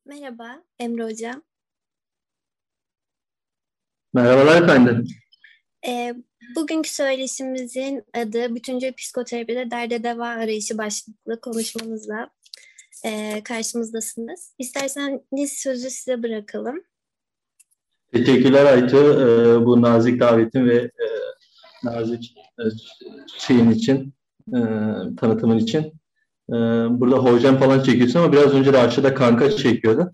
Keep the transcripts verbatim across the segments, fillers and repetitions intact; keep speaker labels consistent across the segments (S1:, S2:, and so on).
S1: Merhaba Emre Hocam.
S2: Merhabalar efendim.
S1: Ee, Bugünkü söyleşimizin adı Bütüncül Psikoterapide Derde Deva Arayışı başlıklı konuşmamızla e, karşımızdasınız. İsterseniz sözü size bırakalım.
S2: Teşekkürler Aytu, e, bu nazik davetin ve e, nazik e, şeyin için, e, tanıtımın için. E, burada hocam falan çekiyorsun ama biraz önce de aşağıda kanka çekiyordu.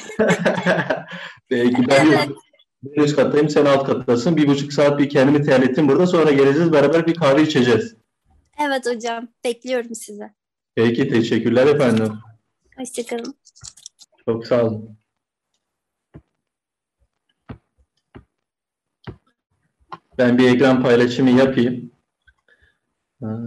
S2: Belki ben,
S1: Evet,
S2: ben üst kattayım, sen alt kattasın. Bir buçuk saat bir kendimi terlettim burada. Sonra geleceğiz, beraber bir kahve içeceğiz.
S1: evet hocam. Bekliyorum sizi.
S2: Peki, teşekkürler efendim.
S1: Hoşçakalın.
S2: Çok sağ olun. Ben bir ekran paylaşımı yapayım. Ha.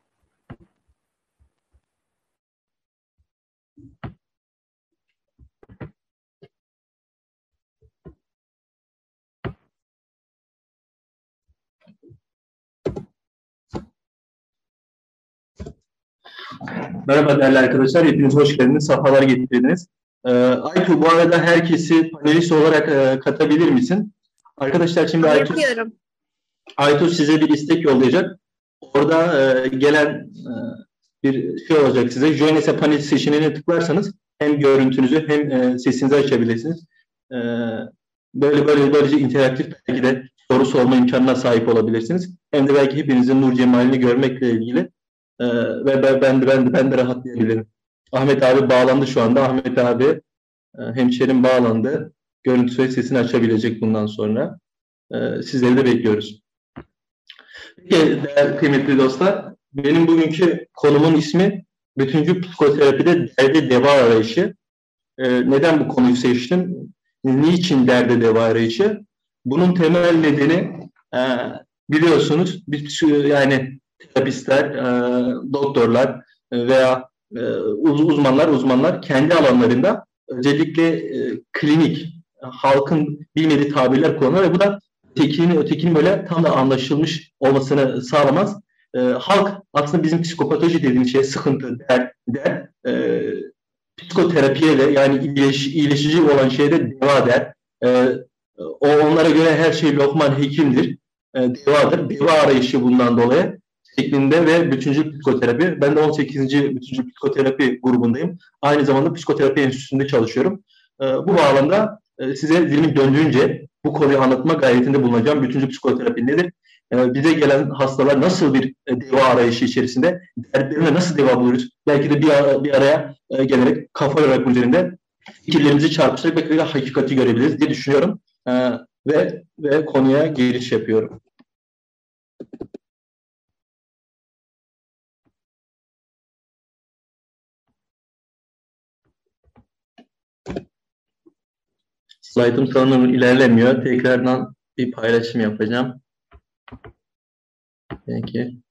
S2: Merhaba değerli arkadaşlar, hepiniz hoş geldiniz, sefalar getirdiniz. Ee, Aytu, bu arada herkesi panelist olarak e, katabilir misin? Arkadaşlar şimdi Aytu,
S1: Yapıyorum.
S2: Aytu size bir istek yollayacak. Orada e, gelen e, bir şey olacak size. Join as a panelist seçeneğine tıklarsanız hem görüntünüzü hem e, sesinizi açabilirsiniz. E, böyle böyle böylece interaktif belki de soru sorma imkanına sahip olabilirsiniz. Hem de belki hepinizin nur cemalini görmekle ilgili ee, ve ben, ben de ben de ben de rahatlayabilirim. Ahmet abi bağlandı şu anda. Ahmet abi e, hemşerim bağlandı. Görüntü ve sesini açabilecek bundan sonra. Ee, sizleri de bekliyoruz. Peki değerli kıymetli dostlar, benim bugünkü konumun ismi Bütüncül Psikoterapide Derde Deva Arayışı. Ee, neden bu konuyu seçtim? Niçin derde deva arayışı? Bunun temel nedeni e, biliyorsunuz biz yani terapistler, e, doktorlar e, veya e, uzmanlar uzmanlar kendi alanlarında özellikle e, klinik halkın bilmediği tabirler kullanır ve bu da ötekinin ötekinin böyle tam da anlaşılmış olmasını sağlamaz. E, halk aslında bizim psikopatoloji dediğimiz şey sıkıntı der, der. E, psikoterapiye de yani iyileş, iyileşici olan şeyde deva der. E, o onlara göre her şey Lokman Hekim'dir. E, devadır. Deva arayışı bundan dolayı şeklinde ve bütüncül psikoterapi. Ben de on sekizinci bütüncül psikoterapi grubundayım. Aynı zamanda psikoterapi enstitüsünde çalışıyorum. E, bu bağlamda e, size dilimin döndüğünce bu konuyu anlatma gayretinde bulunacağım. Bütüncül psikoterapi nedir? E, bize gelen hastalar nasıl bir e, deva arayışı içerisinde, dertlerine nasıl deva buluruz? Belki de bir, ara, bir araya e, gelerek kafa yorarak üzerinde fikirlerimizi çarpıştırarak belki de hakikati görebiliriz diye düşünüyorum. E, ve ve konuya giriş yapıyorum. Slaytım sanırım ilerlemiyor. Tekrardan bir paylaşım yapacağım. Peki.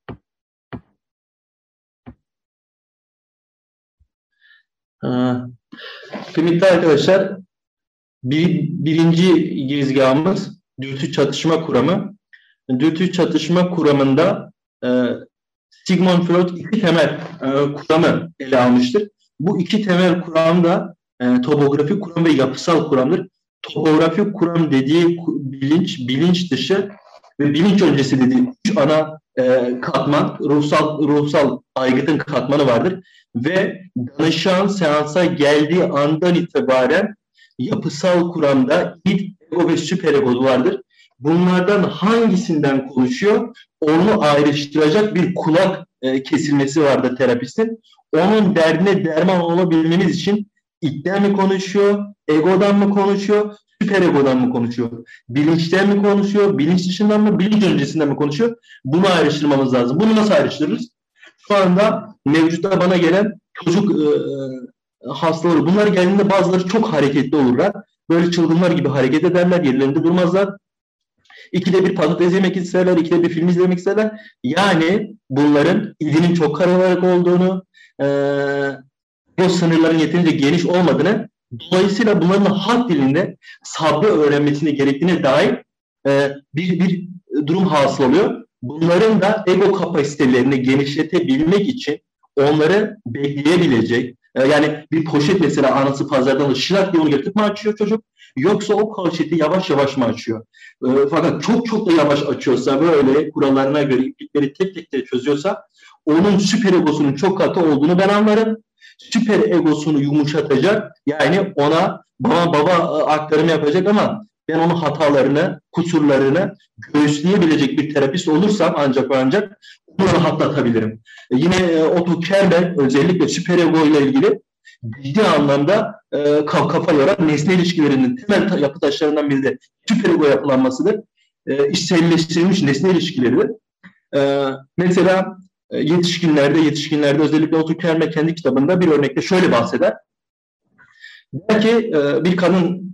S2: Ha. Kıymetli arkadaşlar, bir, birinci girizgahımız dürtü çatışma kuramı. Dürtü çatışma kuramında e, Sigmund Freud iki temel e, kuramı ele almıştır. Bu iki temel kuram da e, topografik kuram ve yapısal kuramdır. Topografik kuram dediği bilinç, bilinç dışı ve bilinç öncesi dediği üç ana e, katman, ruhsal ruhsal aygıtın katmanı vardır. Ve danışan seansa geldiği andan itibaren yapısal kuramda id, ego ve süperego vardır. Bunlardan hangisinden konuşuyor? Onu ayrıştıracak bir kulak e, kesilmesi vardır terapistin. Onun derdine derman olabilmemiz için idden mi konuşuyor, egodan mı konuşuyor, süper egodan mı konuşuyor? Bilinçten mi konuşuyor, bilinç dışından mı, bilinç öncesinden mi konuşuyor? Bunu ayrıştırmamız lazım. Bunu nasıl ayrıştırırız? Şu anda mevcutta bana gelen çocuk e, hastaları, bunlar geldiğinde bazıları çok hareketli olurlar. Böyle çılgınlar gibi hareket ederler, yerlerinde durmazlar. İkide bir patates yemek isterler, ikide bir film izlemek isterler. Yani bunların ilginin çok karalarak olduğunu, e, o sınırların yeterince geniş olmadığını, dolayısıyla bunların halk dilinde sabrı öğrenmesine gerektiğine dair e, bir, bir durum hasıl oluyor. Bunların da ego kapasitelerini genişletebilmek için onları bekleyebilecek, E, yani bir poşet mesela anası pazardan alır, şırak diye onu getirip mi açıyor çocuk? Yoksa o poşeti yavaş yavaş mı açıyor? E, fakat çok çok da yavaş açıyorsa, böyle kurallarına göre iplikleri tek tek de çözüyorsa, onun süper egosunun çok katı olduğunu ben anlarım. Süper egosunu yumuşatacak, yani ona baba baba aktarımı yapacak ama ben onun hatalarını, kusurlarını göğüsleyebilecek bir terapist olursam ancak ve ancak onu rahatlatabilirim. E, yine e, Otto Kerber özellikle süper ego ile ilgili ciddi anlamda e, kafa yoran nesne ilişkilerinin temel yapı taşlarından biri de süper ego yapılanmasıdır. E, içselleştirilmiş nesne ilişkileridir. E, mesela e, yetişkinlerde, yetişkinlerde özellikle Otto Kerber kendi kitabında bir örnekte şöyle bahseder. Belki e, bir kadın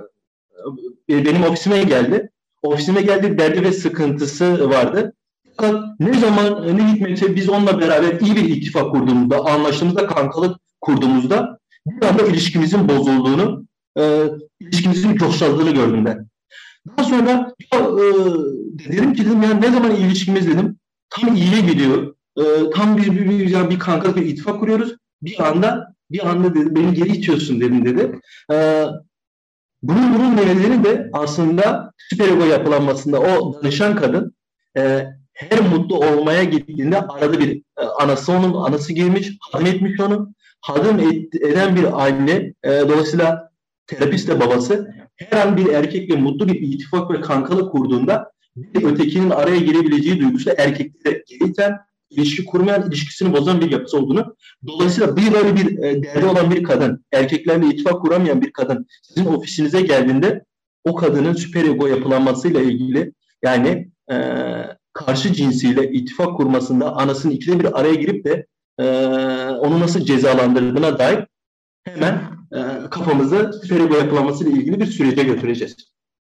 S2: e, benim ofisime geldi. Ofisime geldi, derdi ve sıkıntısı vardı. Fakat ne zaman ne hikmetse biz onunla beraber iyi bir ittifak kurduğumuzda, anlaştığımızda, kankalık kurduğumuzda bir anda ilişkimizin bozulduğunu, e, ilişkimizin coşladığını gördüm ben. Daha sonra ya, e, dedim ki dedim ya ne zaman ilişkimiz dedim tam iyiye gidiyor. E, tam bir bir, bir, yani bir kankalık, bir ittifak kuruyoruz. Bir anda bir anda dedi, beni geri itiyorsun dedim dedi. E, bunun bunun nedeni de aslında süper ego yapılanmasında o danışan kadın e, her mutlu olmaya gittiğinde arada bir e, anası onun anası girmiş, hadım etmiş onu. Hadım et, eden bir anne, e, dolayısıyla terapist de babası her an bir erkekle mutlu bir ittifak ve kankalık kurduğunda bir ötekinin araya girebileceği duygusu erkekte geri iten, ilişki kurmayan, ilişkisini bozan bir yapısı olduğunu. Dolayısıyla bir böyle bir e, derdi olan bir kadın, erkeklerle ittifak kuramayan bir kadın sizin ofisinize geldiğinde o kadının süper ego yapılanmasıyla ilgili, yani e, karşı cinsiyle ittifak kurmasında anasının ikide bir araya girip de e, onu nasıl cezalandırdığına dair hemen e, kafamızı süper ego yapılanmasıyla ilgili bir sürece götüreceğiz.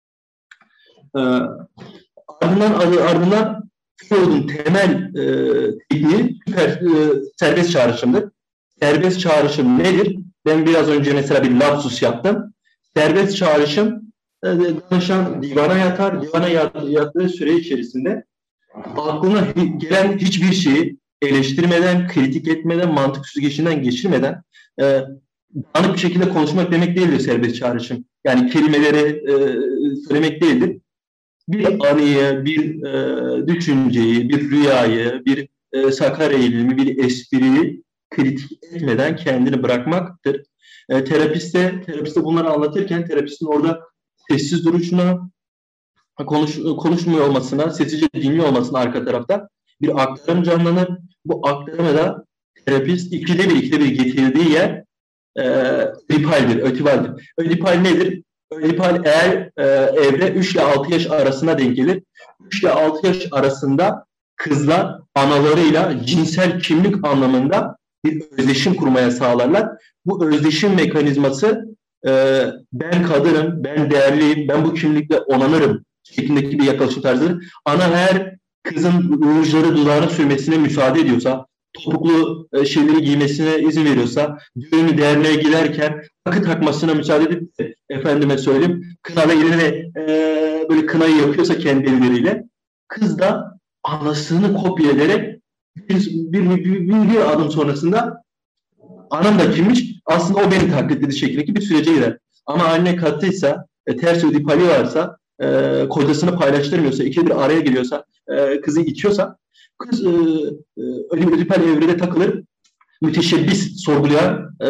S2: E, ardından ardından Freud'un temel e, tekniği süper, e, serbest çağrışımdır. Serbest çağrışım nedir? Ben biraz önce mesela bir lapsus yaptım. Serbest çağrışım e, danışan divana yatar. Divana yattığı süre içerisinde aklına gelen hiçbir şeyi eleştirmeden, kritik etmeden, mantık süzgecinden geçirmeden e, dağınık bir şekilde konuşmak demek değildir serbest çağrışım. Yani kelimeleri e, söylemek değildir. Bir anıyı, bir e, düşünceyi, bir rüyayı, bir e, sakar eğilimi, bir espriyi kritik etmeden kendini bırakmaktır. E, terapiste, terapiste bunları anlatırken terapistin orada sessiz duruşuna, konuş, konuşmuyor olmasına, sessizce dinliyor olmasına arka tarafta bir aktarım canlanır. Bu aktarımı da terapist ikide bir, ikide bir getirdiği yer e, ödipaldir, ötivaldir. Ödipal nedir? Ödipal eğer e, evre üç ile altı yaş arasına denk gelir. üç ile altı yaş arasında kızlar analarıyla cinsel kimlik anlamında bir özdeşim kurmaya sağlarlar. Bu özdeşim mekanizması e, ben kadınım, ben değerliyim, ben bu kimlikle onanırım şeklindeki bir yaklaşım tarzıdır. Ana eğer kızın rujları dudağına sürmesine müsaade ediyorsa, topuklu e, şeyleri giymesine izin veriyorsa, düğünü derneğe giderken takı takmasına müsaade edip efendime söyleyeyim, kınalı eline e, böyle kınayı yapıyorsa kendi elleriyle, kız da anasını kopya ederek bir, bir, bir, bir, bir adım sonrasında anam da kimmiş? Aslında o beni taklit edici şeklindeki bir sürece girer. Ama anne katıysa, e, ters ödipali varsa, e, kocasını paylaştırmıyorsa, ikide bir araya geliyorsa, e, kızı itiyorsa, kız e, e, öyle bir ödipal evrede takılır, müteşebbis sorgulayan e,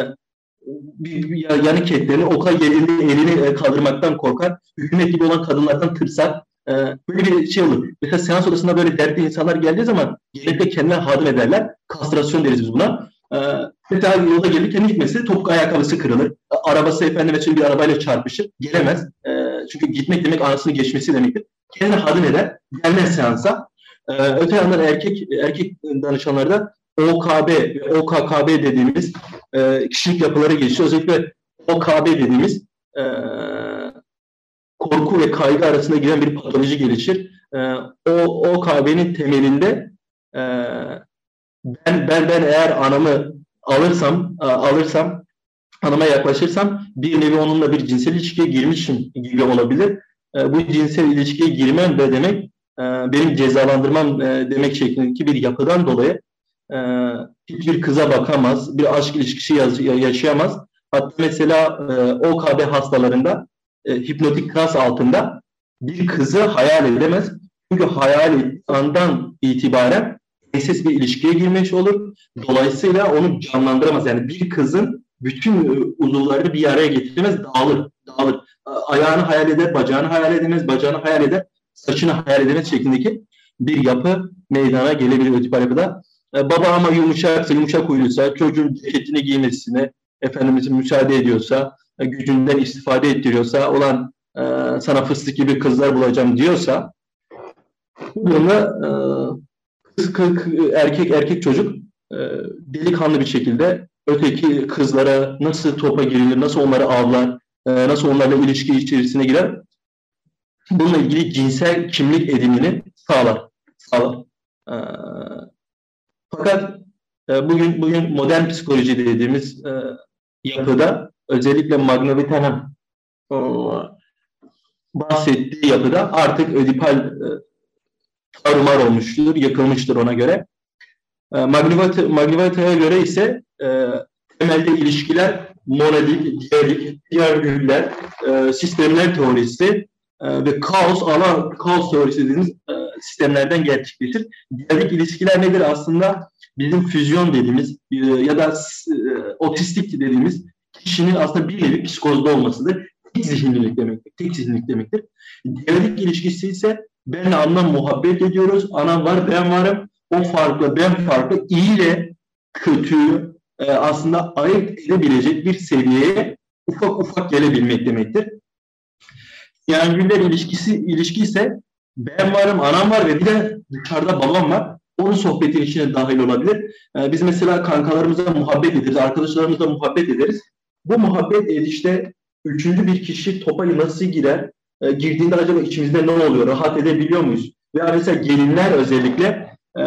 S2: bir, bir yanık etlerini, okula geldiğinde elini e, kaldırmaktan korkar, hükümet gibi olan kadınlardan tırsar. E, böyle bir şey olur. Mesela seans odasında böyle dertli insanlar geldiği zaman genellikle kendine hadım ederler. Kastrasyon deriz biz buna. E, mesela yolda gelirken hikmetse topuk ayakkabısı kırılır. E, arabası efendim için bir arabayla çarpışır. Gelemez. E, çünkü gitmek demek anasını geçmesi demektir. Kendine hadım eder. Gelmez seansa. E, öte yandan erkek erkek danışanlarda O K B ve O K K B dediğimiz e, kişilik yapıları gelişiyor. Özellikle O K B dediğimiz e, korku ve kaygı arasında giren bir patoloji gelişir. E, o O K B'nin temelinde e, ben ben ben eğer anamı alırsam e, alırsam anama yaklaşırsam bir nevi onunla bir cinsel ilişkiye girmişim gibi olabilir. E, bu cinsel ilişkiye girmem de demek e, benim cezalandırmam e, demek şeklindeki bir yapıdan dolayı e, hiçbir kıza bakamaz, bir aşk ilişkisi yaşayamaz. Hatta mesela e, O K B hastalarında e, hipnotik trans altında bir kızı hayal edemez. Çünkü hayal ettiği andan itibaren eşsiz bir ilişkiye girmiş olur. Dolayısıyla onu canlandıramaz. Yani bir kızın bütün uzuvlarını bir araya getiremez, dağılır. dağılır. Ayağını hayal eder, bacağını hayal edemez, bacağını hayal eder, saçını hayal edemez şeklindeki bir yapı meydana gelebilir ötipal yapıda. E, baba ama yumuşaksa, yumuşak huyluysa, çocuğun ceketini giymesine Efendimizin müsaade ediyorsa, e, gücünden istifade ettiriyorsa, olan e, sana fıstık gibi kızlar bulacağım diyorsa, bu durumda e, kız, kız, erkek erkek çocuk e, delikanlı bir şekilde öteki kızlara nasıl topa girilir, nasıl onları avlar, e, nasıl onlarla ilişki içerisine girer, bununla ilgili cinsel kimlik edinimini sağlar. sağlar. E, fakat e, bugün bugün modern psikoloji dediğimiz e, yapıda, özellikle Magna Vita'nın e, bahsettiği yapıda artık ödipal e, tarumar olmuştur, yakılmıştır ona göre. E, Magna Vita'ya göre ise e, temelde ilişkiler monadik, diyalik, hiyerarşiler, e, sistemler teorisi e, ve kaos, ana kaos teorisi dediğimiz e, sistemlerden gerçekleşir. Diyalik ilişkiler nedir? Aslında bizim füzyon dediğimiz e, ya da e, otistik dediğimiz kişinin aslında bir nevi psikozda olmasıdır. Tek zihinlilik demektir. Tek zihinlilik demektir. Diyalik ilişkisi ise benle anlam muhabbet ediyoruz. Anam var, ben varım. O farklı, ben farklı. İyi ile kötüyü e, aslında ayırt edebilecek bir seviyeye ufak ufak gelebilmek demektir. Yani güller ilişkisi ilişki ise ben varım, anam var ve bir de dışarıda babam var. Onun sohbetin içine dahil olabilir. E, biz mesela kankalarımıza muhabbet ederiz, arkadaşlarımızla muhabbet ederiz. Bu muhabbet edişte üçüncü bir kişi topa nasıl girer? E, girdiğinde acaba içimizde ne oluyor? Rahat edebiliyor muyuz? Veya mesela gelinler özellikle e,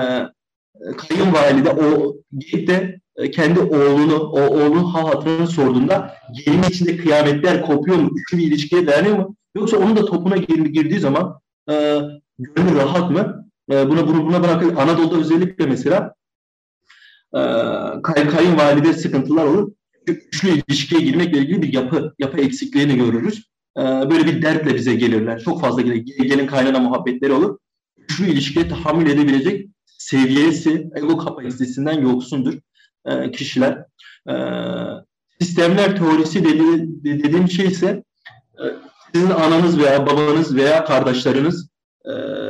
S2: kayınvalide o gidip de kendi oğlunu, o oğlunun hatırını sorduğunda gelinin içinde kıyametler kopuyor mu? Üçlü bir ilişkiye dayanıyor mu? Yoksa onun da topuna gir, girdiği zaman e, gönlü rahat mı? E, buna, buna, buna bırakın. Anadolu'da özellikle mesela e, kay, kayınvalide sıkıntılar olur. Üçlü ilişkiye girmekle ilgili bir yapı, yapı eksikliğini görürüz. E, böyle bir dertle bize gelirler. Çok fazla gelir. Gelin kaynana muhabbetleri olur. Üçlü ilişkiye tahammül edebilecek seviyesi, ego kapasitesinden yoksundur e, kişiler. E, sistemler teorisi dedi, dediğim şey ise e, sizin ananız veya babanız veya kardeşleriniz e,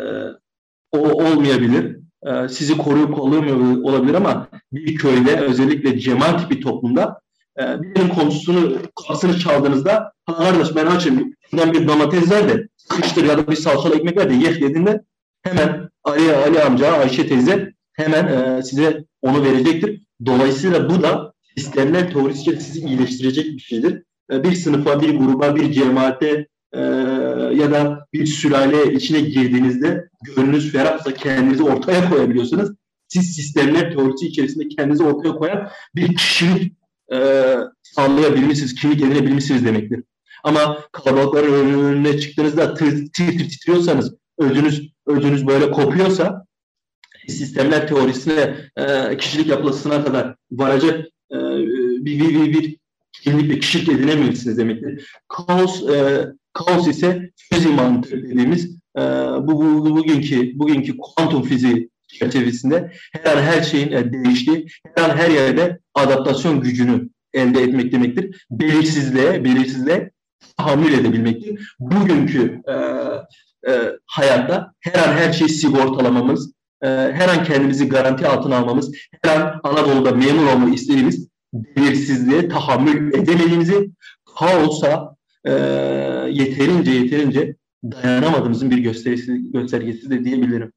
S2: o olmayabilir. E, sizi koruyup kollamıyor olabilir ama bir köyde, özellikle cemaat tipi toplumda e, birinin komşusunu, kapısını çaldığınızda kardeş ben açım, şuradan bir domates ver de sıkıştır ya da bir salçalı ekmek ver de ye dediğinde hemen Ali, Ali amca, Ayşe teyze hemen e, size onu verecektir. Dolayısıyla bu da sistemler teorisiyle sizi iyileştirecek bir şeydir. E, bir sınıfa, bir gruba, bir cemaate e, ya da bir sülale içine girdiğinizde gönlünüz ferahsa kendinizi ortaya koyabiliyorsanız siz sistemler teorisi içerisinde kendinizi ortaya koyan bir kişilik e, sağlayabilmişsiniz, kimlik edinebilmişsiniz demektir. Ama kalabalıkların önüne çıktığınızda tır tır, tır titriyorsanız, ödünüz ödünüz böyle kopuyorsa sistemler teorisine, e, kişilik yapısına kadar varacak e, bir, bir, bir, bir kimlik ve kişilik edinemiyorsunuz demektir. Kaos, e, kaos ise fizik mantığı dediğimiz e, bu, bu bugünkü bugünkü kuantum fiziği çerçevesinde her an her şeyin e, değiştiği, her an her yerde adaptasyon gücünü elde etmek demektir. Belirsizliğe, belirsizliğe tahammül edebilmektir. Bugünkü e, e, hayatta her an her şeyi sigortalamamız, e, her an kendimizi garanti altına almamız, her an Anadolu'da memur olmayı istediğimiz belirsizliğe tahammül edemediğimizi, kaosa e, yeterince yeterince dayanamadığımızın bir göstergesi, göstergesi de diyebilirim.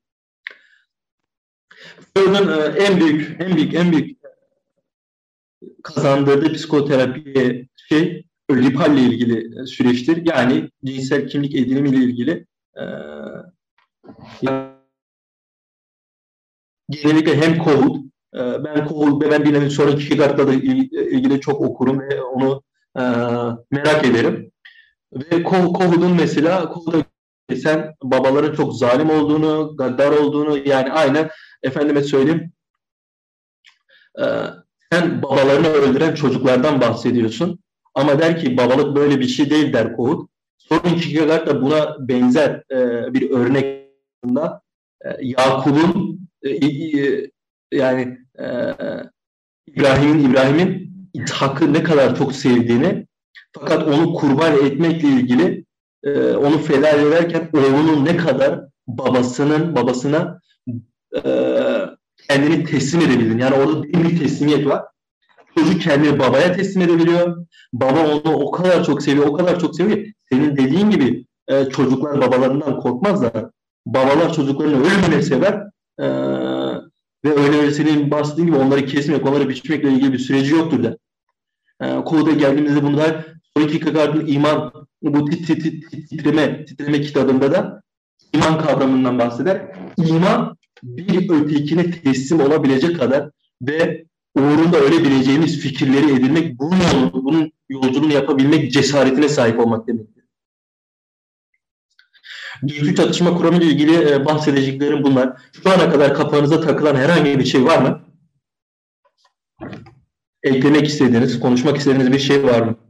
S2: Freud'un e, en büyük, en büyük, en büyük kazandırdığı psikoterapiye şey ödipal ile ilgili süreçtir. Yani cinsel kimlik edinimi ile ilgili e, genellikle hem Kohut, e, ben Kohut ve ben bir nevi sonra Kierkegaard'la da ilgili çok okurum ve onu e, merak ederim. Ve Kohut'un mesela Kohut'a sen babaların çok zalim olduğunu, gaddar olduğunu, yani aynen efendime söyleyeyim e, sen babalarını öldüren çocuklardan bahsediyorsun. Ama der ki babalık böyle bir şey değil der Kohut. Sonra Kierkegaard da buna benzer e, bir örnek e, Yakup'un e, e, yani e, İbrahim'in İbrahim'in İshak'ı ne kadar çok sevdiğini, fakat onu kurban etmekle ilgili e, onu feda ederken oğlunun ne kadar babasının babasına e, kendini teslim edebildiğini. Yani orada bir teslimiyet var. Çocuk kendini babaya teslim edebiliyor. Baba onu o kadar çok seviyor, o kadar çok seviyor ki senin dediğin gibi e, çocuklar babalarından korkmazlar. Babalar çocuklarını ölümüne sever. E, ve öyle öyle senin bahsettiğin gibi onları kesmek, onları biçmekle ilgili bir süreci yoktur da. E, Koda geldiğimizde bunlar sonraki Kierkegaard'ın iman, bu tit, tit, tit, titreme, titreme kitabında da iman kavramından bahseder. İman bir ötekine teslim olabilecek kadar ve uğrunda öyle bileceğimiz fikirleri edinmek, bunun, yolunu, bunun yolculuğunu yapabilmek cesaretine sahip olmak demektir. Dürtü çatışma kuramı ile ilgili e, bahsedeceklerim bunlar. Şu ana kadar kafanıza takılan herhangi bir şey var mı? Eklemek istediğiniz, konuşmak istediğiniz bir şey var mı?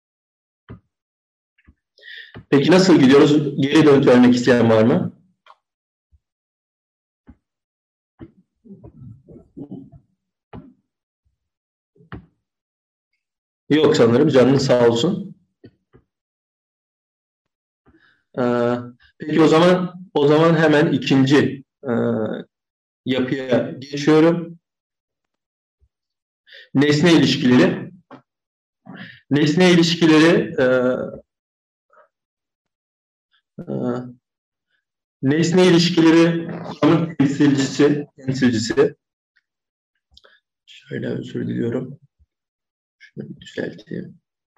S2: Peki nasıl gidiyoruz? Geri dönüt vermek isteyen var mı? Yok sanırım. Canınız sağ olsun. Ee, peki o zaman o zaman hemen ikinci e, yapıya geçiyorum. Nesne ilişkileri. Nesne ilişkileri e, e, nesne ilişkileri kuramın temsilcisi, temsilcisi. Şöyle özür diliyorum. Şunu bir düzelteyim.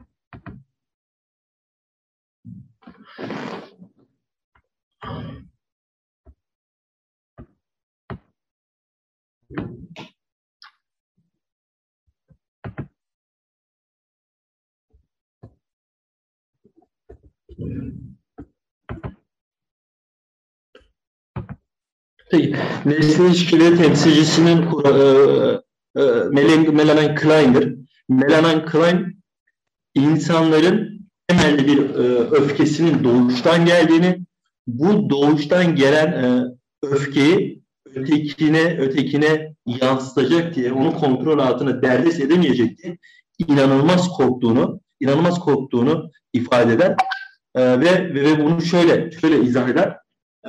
S2: Peki, nesne ilişkileri temsilcisinin e, e, Melanie Klein'dir. Melanie Klein, insanların temelli bir e, öfkesinin doğuştan geldiğini, bu doğuştan gelen e, öfkeyi ötekine ötekine yansıtacak diye, onu kontrol altına derdest edemeyecek diye inanılmaz korktuğunu, inanılmaz korktuğunu ifade eder e, ve ve bunu şöyle şöyle izah eder. E,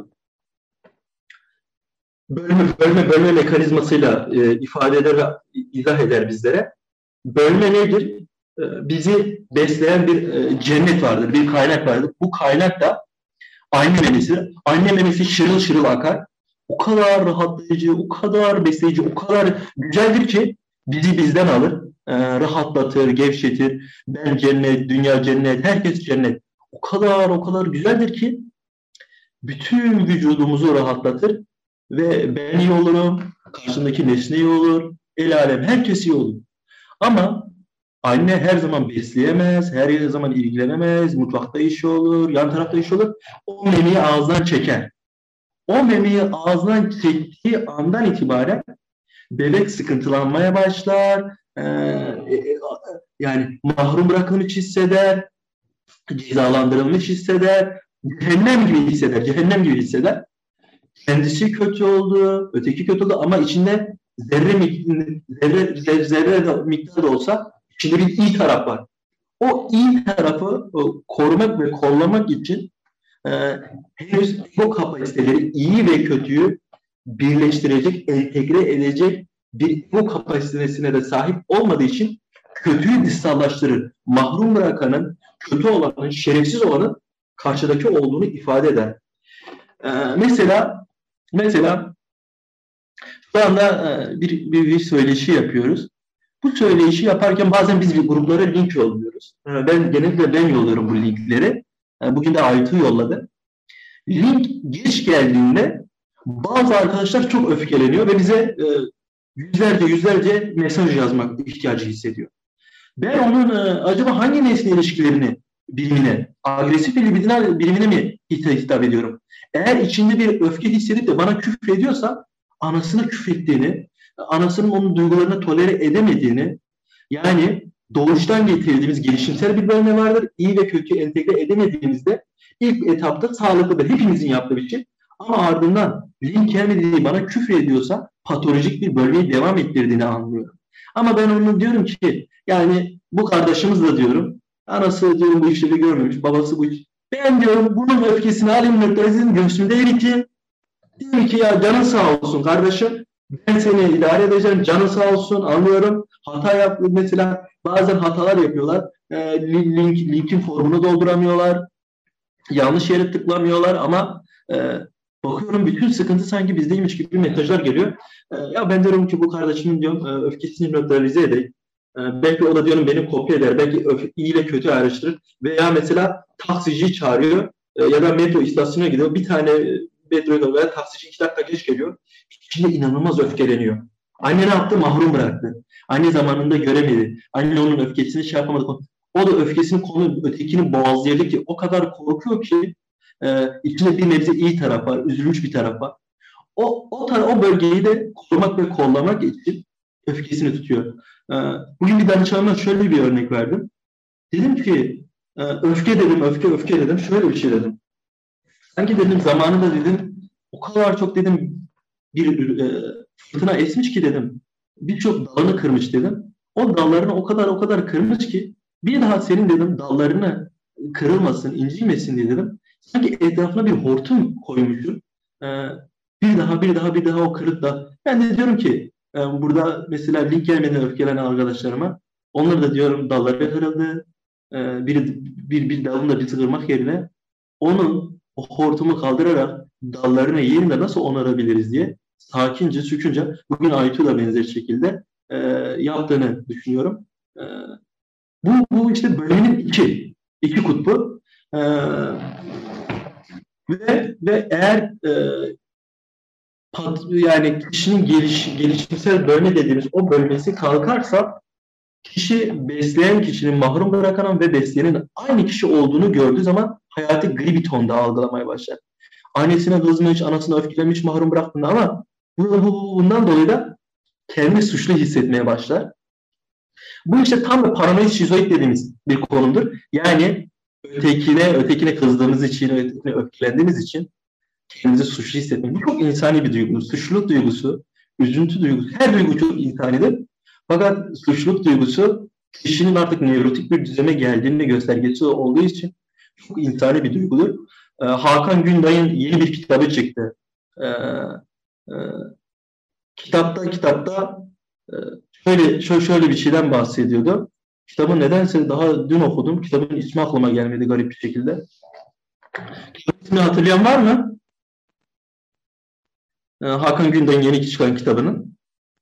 S2: bölme bölme bölme mekanizmasıyla e, ifade eder ve izah eder bizlere. Bölme nedir? Bizi besleyen bir cennet vardır, bir kaynak vardır. Bu kaynak da anne memesidir. Anne memesi şırıl şırıl akar. O kadar rahatlayıcı, o kadar besleyici, o kadar güzeldir ki bizi bizden alır, rahatlatır, gevşetir. Ben cennet, dünya cennet, herkes cennet. O kadar o kadar güzeldir ki bütün vücudumuzu rahatlatır ve ben iyi olurum, karşımdaki nesne iyi olur, el alem herkes iyi olur. Ama anne her zaman besleyemez, her zaman ilgilenemez, mutfakta işi olur, yan tarafta işi olur. O memeyi ağızdan çeker. O memeyi ağızdan çektiği andan itibaren bebek sıkıntılanmaya başlar, ee, yani mahrum bırakılmış hisseder, cezalandırılmış hisseder, cehennem gibi hisseder, cehennem gibi hisseder. Kendisi kötü oldu, öteki kötü oldu ama içinde zerre, zerre, zerre, zerre miktar da olsa içinde bir iyi taraf var. O iyi tarafı o, korumak ve kollamak için e, henüz ego kapasiteleri iyi ve kötüyü birleştirecek, entegre edecek bir ego kapasitesine de sahip olmadığı için kötüyü dışsallaştırır. Mahrum bırakanın, kötü olanın, şerefsiz olanın karşıdaki olduğunu ifade eder. E, mesela mesela şu anda e, bir, bir, bir söyleşi yapıyoruz. Bu söyleyişi yaparken bazen biz bir gruplara link yolluyoruz. Ben genellikle ben yolluyorum bu linkleri. Bugün de Aytu yolladı. Link geç geldiğinde bazı arkadaşlar çok öfkeleniyor ve bize yüzlerce yüzlerce mesaj yazmak ihtiyacı hissediyor. Ben onun acaba hangi nesne ilişkilerini birimine, agresif libidinal birimine mi hitap ediyorum? Eğer içinde bir öfke hissedip de bana küfür ediyorsa anasına küfrettiğini anasının onun duygularını tolere edemediğini, yani doğuştan getirdiğimiz gelişimsel bir bölme vardır. İyi ve kötü entegre edemediğimizde ilk etapta sağlıklıdır. Hepimizin yaptığı bir şey. Ama ardından Lincoln dediği bana küfür ediyorsa patolojik bir bölmeyi devam ettirdiğini anlıyorum. Ama ben onu diyorum ki yani bu kardeşimiz de diyorum anası diyorum bu işleri görmemiş, babası bu iş. Ben diyorum bunun öfkesini alayım nötralizm göğsümde eriteyim. Diyorum ki ya canın sağ olsun kardeşim. Ben seni idare edeceğim. Canın sağ olsun anlıyorum. Hata yaptı mesela bazen hatalar yapıyorlar. E, link, linkin formunu dolduramıyorlar. Yanlış yere tıklamıyorlar ama e, bakıyorum bütün sıkıntı sanki bizdeymiş gibi mesajlar geliyor. E, ya ben diyorum ki bu kardeşimin diyorum e, öfkesini nötralize edeyim. E, belki o da diyorum beni kopya eder. Belki öf- iyi ile kötü ayrıştırır. Veya mesela taksiciyi çağırıyor e, ya da metro istasyonuna gidiyor. Bir tane metro veya taksici iki dakika geç geliyor. İçinde inanılmaz öfkeleniyor. Anne ne yaptı? Mahrum bıraktı. Anne zamanında göremedi. Anne onun öfkesini şey yapamadı. O da öfkesini konu ötekini boğazlayadı ki o kadar korkuyor ki e, içinde bir nebze iyi taraf var, üzülmüş bir taraf var. O, o, tar- o bölgeyi de korumak ve kollamak için öfkesini tutuyor. E, bugün bir danışanıma şöyle bir örnek verdim. Dedim ki e, öfke dedim, öfke öfke dedim. Şöyle bir şey dedim. Sanki dedim zamanında dedim o kadar çok dedim bir e, fırtına esmiş ki dedim. Birçok dalını kırmış dedim. O dallarını o kadar o kadar kırmış ki bir daha senin dedim dallarını kırılmasın, incinmesin diye dedim. Sanki etrafına bir hortum koymuşum. E, bir daha bir daha bir daha o kırık da. Ben de diyorum ki e, burada mesela link gelmeden öfkelenen arkadaşlarıma onları da diyorum dalları kırıldı. E, bir, bir, bir dalını da bizi kırmak yerine onun o hortumu kaldırarak dallarını yerinde nasıl onarabiliriz diye sakince, sükunca bugün Aytu da benzer şekilde e, yaptığını düşünüyorum. E, bu, bu işte bölümün iki, iki kutbu. E, ve, ve eğer e, pat, yani kişinin geliş, gelişimsel bölme dediğimiz o bölmesi kalkarsa kişi besleyen kişinin mahrum bırakan ve besleyenin aynı kişi olduğunu gördüğü zaman hayatı gri bir tonda algılamaya başlar. Annesine kızmış, anasını öfkelemiş, mahrum bıraktığında ama bu, bu, bundan dolayı da kendini suçlu hissetmeye başlar. Bu işte tam da paranoid şizoid dediğimiz bir konumdur. Yani ötekine, ötekine kızdığınız için, ötekine öfkelendiğiniz için kendinizi suçlu hissetmek. Bu çok insani bir duygu. Suçluluk duygusu, üzüntü duygusu, her duygu çok insanidir. Fakat suçluluk duygusu kişinin artık nevrotik bir düzene geldiğini göstergesi olduğu için çok insani bir duygudur. Ee, Hakan Günday'ın yeni bir kitabı çıktı. Ee, e, kitapta kitapta e, şöyle, şöyle şöyle bir şeyden bahsediyordu. Kitabı nedense daha dün okudum. Kitabın ismi aklıma gelmedi garip bir şekilde. Kitabın ismini hatırlayan var mı? Ee, Hakan Günday'ın yeni çıkan kitabının.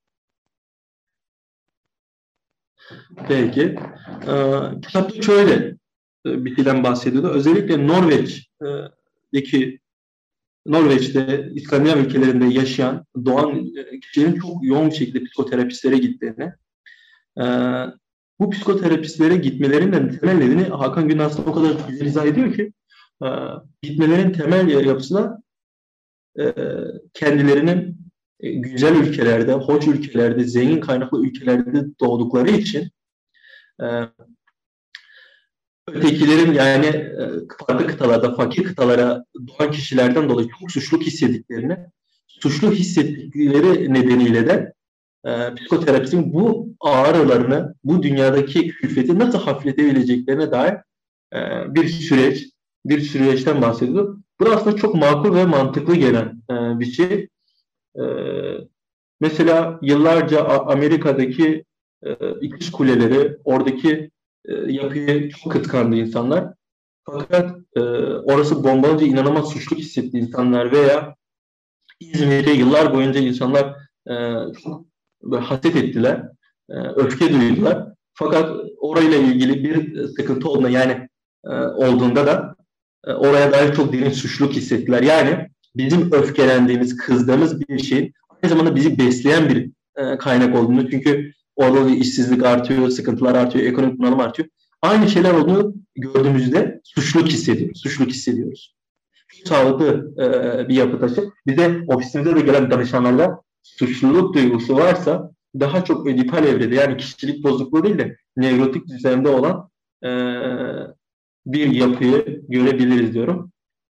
S2: Peki. Ee, kitapta şöyle bir şeyden bahsediyordu. Özellikle Norveç'teki Norveç'te, İskandinav ülkelerinde yaşayan doğan kişilerin çok yoğun bir şekilde psikoterapistlere gittiğini, e, bu psikoterapistlere gitmelerinin temel nedeni Hakan Gün aslında o kadar güzel izah ediyor ki e, gitmelerin temel yapısı da e, kendilerinin e, güzel ülkelerde, hoş ülkelerde, zengin kaynaklı ülkelerde doğdukları için e, ötekilerin yani e, farklı kıtalarda, fakir kıtalara doğan kişilerden dolayı çok suçluluk hissettiklerini, suçlu hissettikleri nedeniyle de e, psikoterapistin bu ağrılarını, bu dünyadaki külfeti nasıl hafifletebileceklerine dair e, bir süreç, bir süreçten bahsediyor. Bu aslında çok makul ve mantıklı gelen e, bir şey. E, mesela yıllarca Amerika'daki e, ikiz kuleleri, oradaki e, yapıyı çok kıskandı insanlar. Fakat e, orası bombalanınca inanılmaz suçluluk hissetti insanlar veya İzmir'de yıllar boyunca insanlar e, çok haset ettiler, e, öfke duydular. Fakat orayla ilgili bir sıkıntı olduğunda yani e, olduğunda da e, oraya dair çok derin suçluluk hissettiler. Yani bizim öfkelendiğimiz, kızdığımız bir şey aynı zamanda bizi besleyen bir e, kaynak olduğunu. Çünkü orada işsizlik artıyor, sıkıntılar artıyor, ekonomik bunalım artıyor. Aynı şeyler olduğunu gördüğümüzde suçluluk hissediyoruz. Suçluluk hissediyoruz. Sağlıklı e, bir yapı taşı. Bize ofisimize de gelen danışanlarla suçluluk duygusu varsa daha çok ödipal evrede, yani kişilik bozukluğu değil de nevrotik düzende olan e, bir yapıyı görebiliriz diyorum.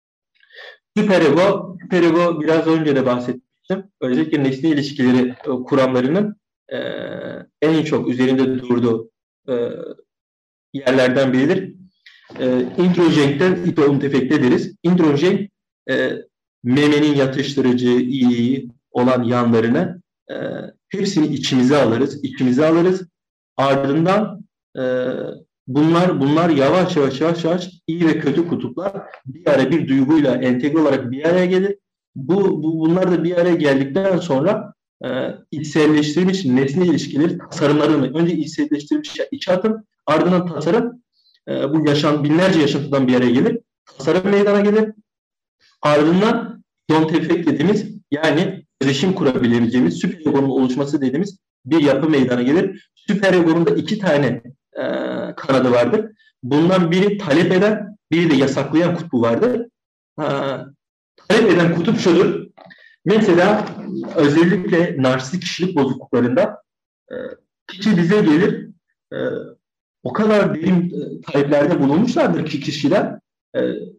S2: Süperego, süperego biraz önce de bahsetmiştim. Özellikle nesne ilişkileri e, kuramlarının e, en çok üzerinde durduğu e, yerlerden biridir. E, introjenkten hipontefekte deriz. Introjenk e, memenin yatıştırıcı, iyi olan yanlarını e, hepsini içimize alırız, içimize alırız. Ardından e, bunlar bunlar yavaş yavaş yavaş yavaş iyi ve kötü kutuplar bir araya bir duyguyla entegre olarak bir araya gelir. Bu, bu bunlar da bir araya geldikten sonra e, içselleştirilmiş nesne ilişkileri tasarımlarını önce içselleştirilmiş içe atım, ardından tasarım e, bu yaşam binlerce yaşantıdan bir araya gelir. Tasarım meydana gelir. Ardından don't-effect dediğimiz, yani özdeşim kurabileceğimiz süperegonun oluşması dediğimiz bir yapı meydana gelir. Süperegonun da iki tane e, kanadı vardır. Bundan biri talep eden, biri de yasaklayan kutbu vardır. E, talep eden kutup şudur. Mesela özellikle narsistik kişilik bozukluklarında e, kişi bize gelir, e, o kadar derin e, taleplerde bulunmuşlardır ki kişiler, e,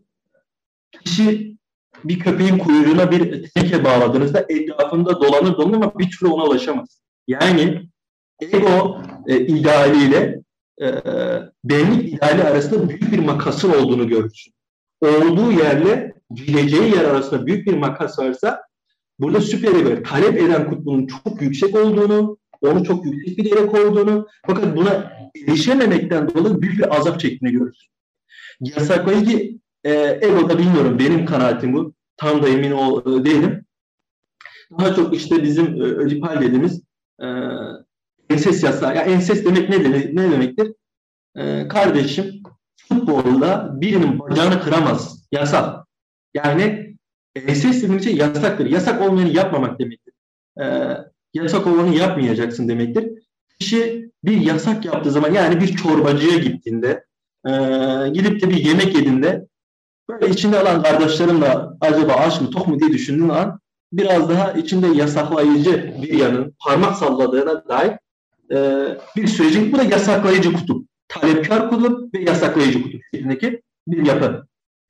S2: kişi bir köpeğin kuyruğuna bir teneke bağladığınızda etrafında dolanır dolanır ama bir türlü ona ulaşamaz. Yani ego e, idealiyle e, benlik ideali arasında büyük bir makasın olduğunu görürsün. Olduğu yerle gideceği yer arasında büyük bir makas varsa burada süper ego talep eden kutbunun çok yüksek olduğunu, onu çok yüksek bir yere koyduğunu, fakat buna erişememekten dolayı büyük bir azap çektiğini görürsün. Yasaklayıcı e, egoda bilmiyorum, benim kanaatim bu. Tam da emin ol, e, değilim. Daha çok işte bizim e, ödipal dediğimiz e, enses yasağı. Ya enses demek ne, demek, ne demektir? E, kardeşim futbolda birinin bacağını kıramaz. Yasak. Yani enses dediğimiz şey yasaktır. Yasak olmayanı yapmamak demektir. E, yasak olanı yapmayacaksın demektir. Kişi bir yasak yaptığı zaman, yani bir çorbacıya gittiğinde, e, gidip de bir yemek yediğinde böyle içinde alan kardeşlerimle acaba aç mı tok mu diye düşündüğün an biraz daha içinde yasaklayıcı bir yanın parmak salladığına dair e, bir sürecin, bu da yasaklayıcı kutup. Talepkar kutup ve yasaklayıcı kutup şeklindeki bir yapı.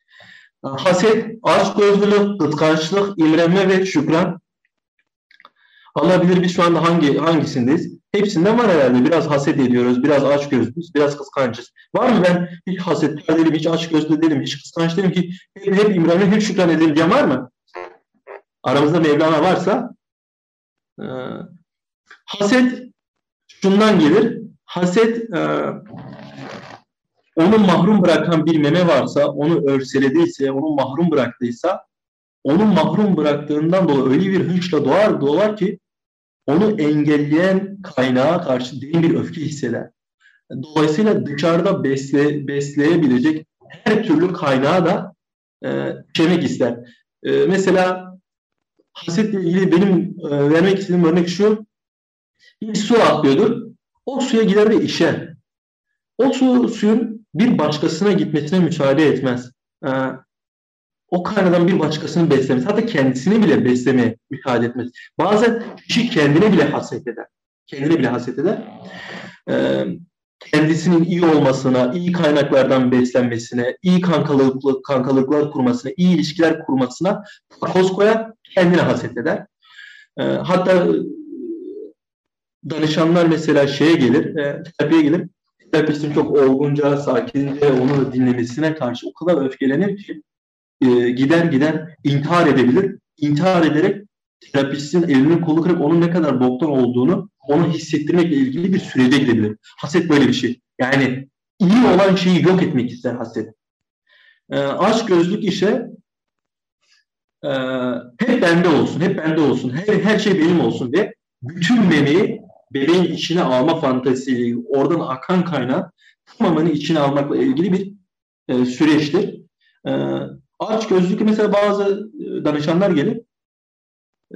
S2: Haset, açgözlülük, kıskançlık, imrenme ve şükran. Allah bilir biz şu anda hangi hangisindeyiz? Hepsinden var herhalde. Biraz haset ediyoruz, biraz açgözlüyüz, biraz kıskançız. Var mı ben hiç hasetkar değilim, hiç açgözlü değilim, hiç kıskanç değilim ki hep, hep imrenme, hep şükran edelim diyen var mı? Aramızda Mevlana varsa e, haset şundan gelir. Haset e, onu mahrum bırakan bir meme varsa, onu örselediyse, onu mahrum bıraktıysa, onu mahrum bıraktığından dolayı öyle bir hınçla doğar doğar ki onu engelleyen kaynağa karşı derin bir öfke hisseder. Dolayısıyla dışarıda besle, besleyebilecek her türlü kaynağı da e, tükemek ister. E, mesela hasetle ilgili benim e, vermek istediğim örnek şu: bir su atlıyordur. O suya gider ve işer. O su, suyun bir başkasına gitmesine müsaade etmez. E, o kaynadan bir başkasını beslemez. Hatta kendisini bile beslemeye müsaade etmez. Bazen kişi kendine bile haset eder. Kendine bile haset eder. E, kendisinin iyi olmasına, iyi kaynaklardan beslenmesine, iyi kankalık, kankalıklar kurmasına, iyi ilişkiler kurmasına takoz koyar, kendine haset eder. E, hatta danışanlar mesela şeye gelir, e, terapiye gelir. Terapistin çok olgunca, sakince onu dinlemesine karşı o kadar öfkelenir ki e, gider gider intihar edebilir. İntihar ederek terapistin elini kolu kırıp onun ne kadar boktan olduğunu ona hissettirmekle ilgili bir sürece gidebilir. Haset böyle bir şey. Yani iyi olan şeyi yok etmek ister haset. E, açgözlük ise e, hep bende olsun, hep bende olsun, her, her şey benim olsun ve bütün memeyi bebeğin içine alma fantezisiyle oradan akan kaynağı tamamını içine almakla ilgili bir e, süreçtir. E, açgözlük mesela bazı danışanlar gelir. E,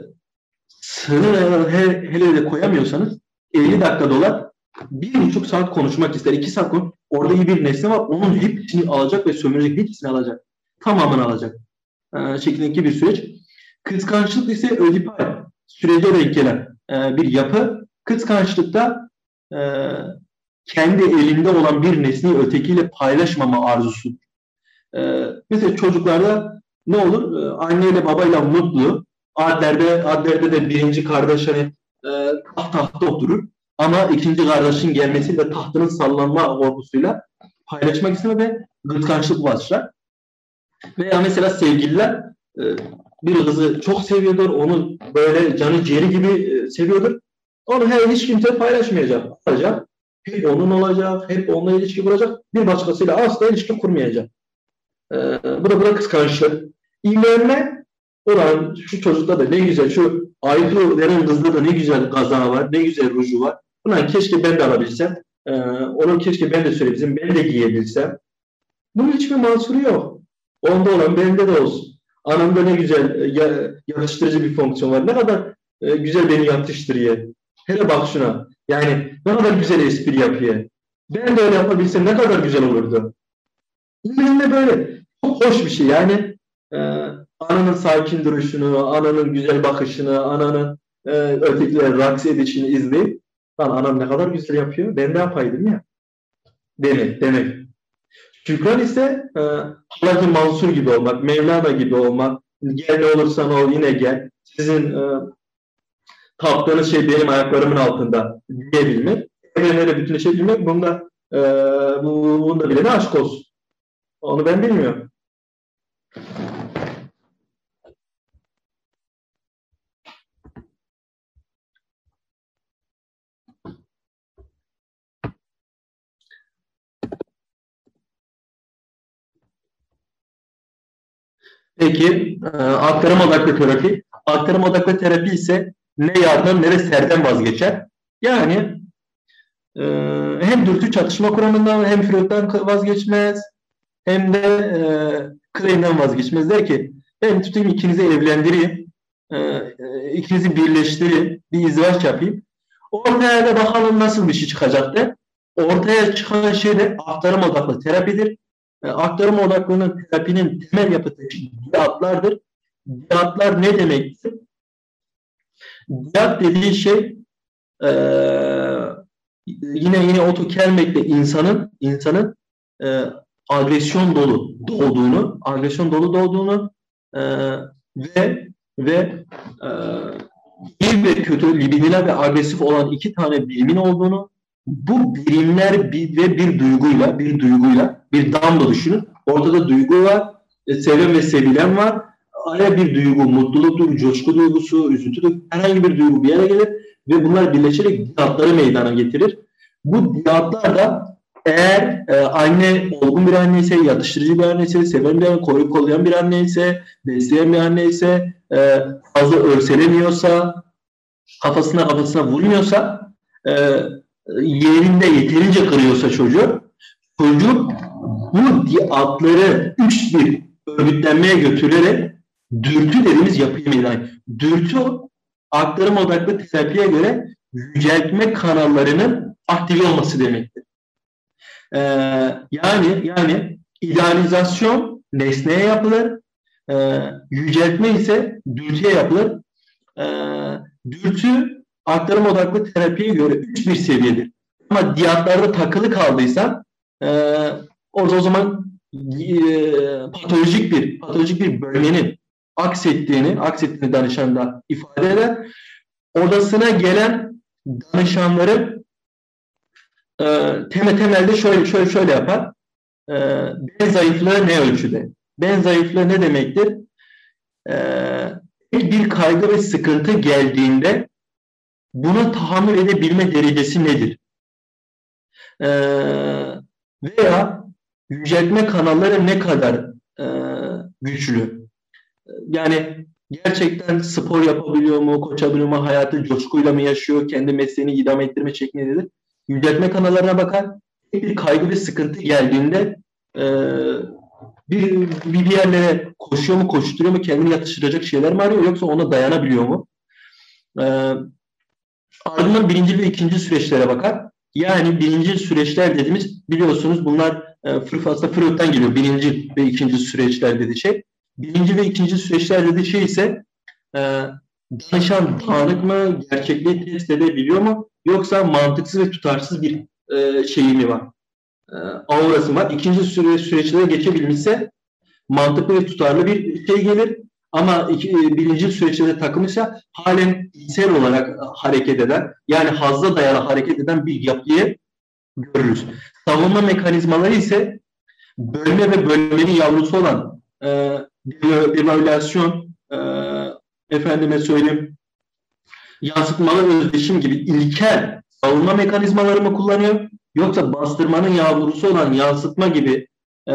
S2: sınır hele, hele de koyamıyorsanız elli dakika dolar bir buçuk saat konuşmak ister. iki saat konuş. Orada iyi bir nesne var. Onun hepsini alacak ve sömürecek. Hepsini alacak. Tamamını alacak. E, şeklindeki bir süreç. Kıskançlık ise ödipal. sürece denk gelen e, bir yapı. Kıskançlıkta e, kendi elinde olan bir nesneyi ötekiyle paylaşmama arzusu. E, mesela çocuklarda ne olur? E, anneyle babayla mutlu. Adlerde, adlerde de birinci kardeş hani e, taht tahta oturur. Ama ikinci kardeşin gelmesiyle tahtının sallanma korkusuyla paylaşmak isteme ve kıskançlık başlar. Veya mesela sevgililer e, bir kızı çok seviyordur, onu böyle canı ciğeri gibi e, seviyordur. Onu her hiç kimse paylaşmayacak, alacak. Hep onun olacak, hep onunla ilişki kuracak. Bir başkasıyla asla ilişki kurmayacak. E, bu da buna kıskançlık. İmrenme, ulan şu çocukta da ne güzel, şu Aytu denen kızda da ne güzel kazağı var, ne güzel ruju var. Ulan keşke ben de alabilsem, e, onu keşke ben de söyleyebilsem, ben de giyebilsem. Bunun hiçbir mahsuru yok. Onda olan bende de olsun. Anamda ne güzel ya, yakıştırıcı bir fonksiyon var. Ne kadar e, güzel beni yatıştırıyor. Hele bak şuna. Yani ne kadar güzel espri yapıyor. Ben de öyle yapabilsem ne kadar güzel olurdu. İmrenme böyle. Çok hoş bir şey. Yani e, ananın sakin duruşunu, ananın güzel bakışını, ananın e, ötekilere raks edişini izleyip lan anam ne kadar güzel yapıyor. Ben de yapaydım ya. Demek, demek. Şükran ise e, Hacı Mansur gibi olmak, Mevlana gibi olmak, gel ne olursan ol yine gel, sizin e, taptığınız şey benim ayaklarımın altında diyebilmek, evrenlere bütünleşebilmek, bunda, e, bu, bunda bile ne aşk olsun. Onu ben bilmiyorum. Peki, e, aktarım odaklı terapi. Aktarım odaklı terapi ise ne yardım ne de serden vazgeçer. Yani e, hem dürtü çatışma kuramından hem Freud'dan vazgeçmez hem de e, Klein'den vazgeçmez. Der ki ben tutayım ikinizi evlendireyim, e, e, ikinizi birleştireyim, bir izdivaç yapayım. Ortaya da bakalım nasıl bir şey çıkacak der. Ortaya çıkan şey de aktarım odaklı terapidir. E, aktarım odaklı terapinin temel yapısı diyatlardır. Diyatlar ne demektir? Diyat dediği şey e, yine yine Otto Kermek'te insanın insanın e, agresyon dolu doğduğunu, agresyon dolu doğduğunu e, ve ve e, iyi ve kötü, libidinal ve agresif olan iki tane birimin olduğunu, bu birimler bir, ve bir duyguyla, bir duyguyla, bir damla düşünün. Ortada duygu var, e, seven ve sevilen var. Araya bir duygu, mutluluk duygu, coşku duygusu, üzüntü duygusu, herhangi bir duygu bir yere gelir ve bunlar birleşerek diyatları meydana getirir. Bu diyatlar da eğer e, anne olgun bir anne ise, yatıştırıcı bir anne ise, seven bir anne, koruyup kollayan bir anne ise, besleyen bir anne ise, e, fazla örselemiyorsa, kafasına kafasına vurmuyorsa, e, yerinde yeterince kırıyorsa çocuğu, çocuk bu diyatları üç bir örgütlenmeye götürerek dürtü dediğimiz yapıyı meydana. Dürtü aktarım odaklı terapiye göre yüceltme kanallarının aktive olması demektir. Ee, yani yani idealizasyon nesneye yapılır, e, yüceltme ise dürtüye yapılır. E, dürtü aktarım odaklı terapiye göre üç bir seviyedir. Ama diyatlarda takılı kaldıysa e, orada o zaman e, patolojik bir patolojik bir bölgenin aksettiğini, aksettiğini danışan da ifade eder. Odasına gelen danışanları e, temel temelde şöyle şöyle şöyle yapar. E, ben zayıflığı ne ölçüde? Ben zayıflığı ne demektir? E, bir kaygı ve sıkıntı geldiğinde buna tahammül edebilme derecesi nedir? E, veya yüceltme kanalları ne kadar e, güçlü? Yani gerçekten spor yapabiliyor mu, koşabiliyor mu, hayatı coşkuyla mı yaşıyor, kendi mesleğini idame ettirme şekli nedir? Yüceltme kanallarına bakar, bir kaygı ve sıkıntı geldiğinde e, bir, bir yerlere koşuyor mu, koşturuyor mu, kendini yatıştıracak şeyler mi arıyor yoksa ona dayanabiliyor mu? E, ardından birinci ve ikinci süreçlere bakar. Yani birinci süreçler dediğimiz biliyorsunuz bunlar e, aslında Freud'dan geliyor. Birinci ve ikinci süreçler dediği şey. Birinci ve ikinci süreçler dediği şey ise e, Danışan dağınık mı, gerçekliği test edebiliyor mu, yoksa mantıksız ve tutarsız bir e, şeyi mi var, e, aurası var. İkinci süre, süreçlere geçebilmişse mantıklı ve tutarlı bir şey gelir. Ama iki, birinci süreçte takılmışsa halen içsel olarak hareket eden, yani hazza dayalı hareket eden bir yapıyı görürüz. Savunma mekanizmaları ise bölme ve bölmenin yavrusu olan e, devalüasyon, e, efendime söyleyeyim, yansıtmalı özdeşim gibi ilkel savunma mekanizmaları mı kullanıyor, yoksa bastırmanın yavrusu olan yansıtma gibi, e,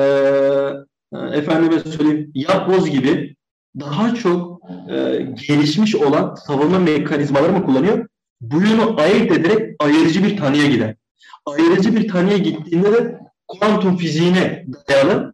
S2: efendime söyleyeyim, yapboz gibi daha çok e, gelişmiş olan savunma mekanizmaları mı kullanıyor? Bunu ayırt ederek ayırıcı bir tanıya gider. Ayırıcı bir tanıya gittiğinde de kuantum fiziğine dayalı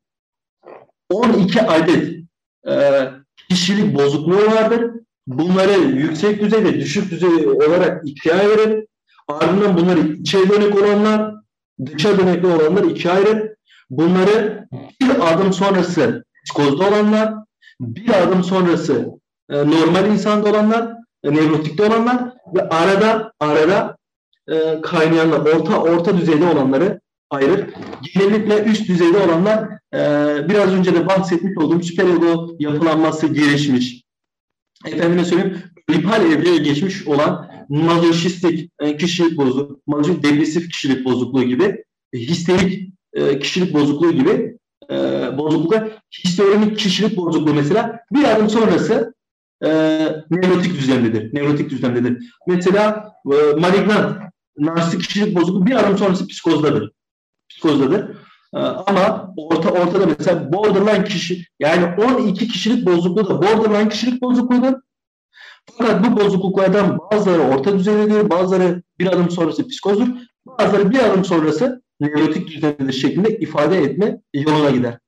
S2: on iki adet e, kişilik bozukluğu vardır. Bunları yüksek düzey ve düşük düzey olarak ikiye ayırır. Ardından bunları içe dönük olanlar, dışa dönükli olanlar ikiye ayırır. Bunları bir adım sonrası psikozda olanlar, bir adım sonrası e, normal insanda olanlar, e, nevrotikte olanlar ve arada arada e, kaynayanlar, orta orta düzeyde olanları ayırır. Genellikle üst düzeyde olanlar e, biraz önce de bahsetmiş olduğum süperego yapılanması gelişmiş. Efendime söyleyeyim, lipal evreye geçmiş olan mazoşistik e, kişilik bozukluğu, mazoşistik depresif kişilik bozukluğu gibi, e, histerik e, kişilik bozukluğu gibi e, bozukluklar, histerik kişilik bozukluğu mesela bir adım sonrası e, nevrotik düzlemdedir. Nevrotik düzlemdedir. Mesela e, malignant narsistik kişilik bozukluğu bir adım sonrası psikozdadır. Psikozdadır. E, ama orta ortada mesela borderline kişi, yani on iki kişilik bozukluğu da borderline kişilik bozukluğudur. Fakat bu bozukluklardan bazıları orta düzeydedir, bazıları bir adım sonrası psikozdur, bazıları bir adım sonrası nevrotik düzeydedir şeklinde ifade etme yoluna gider.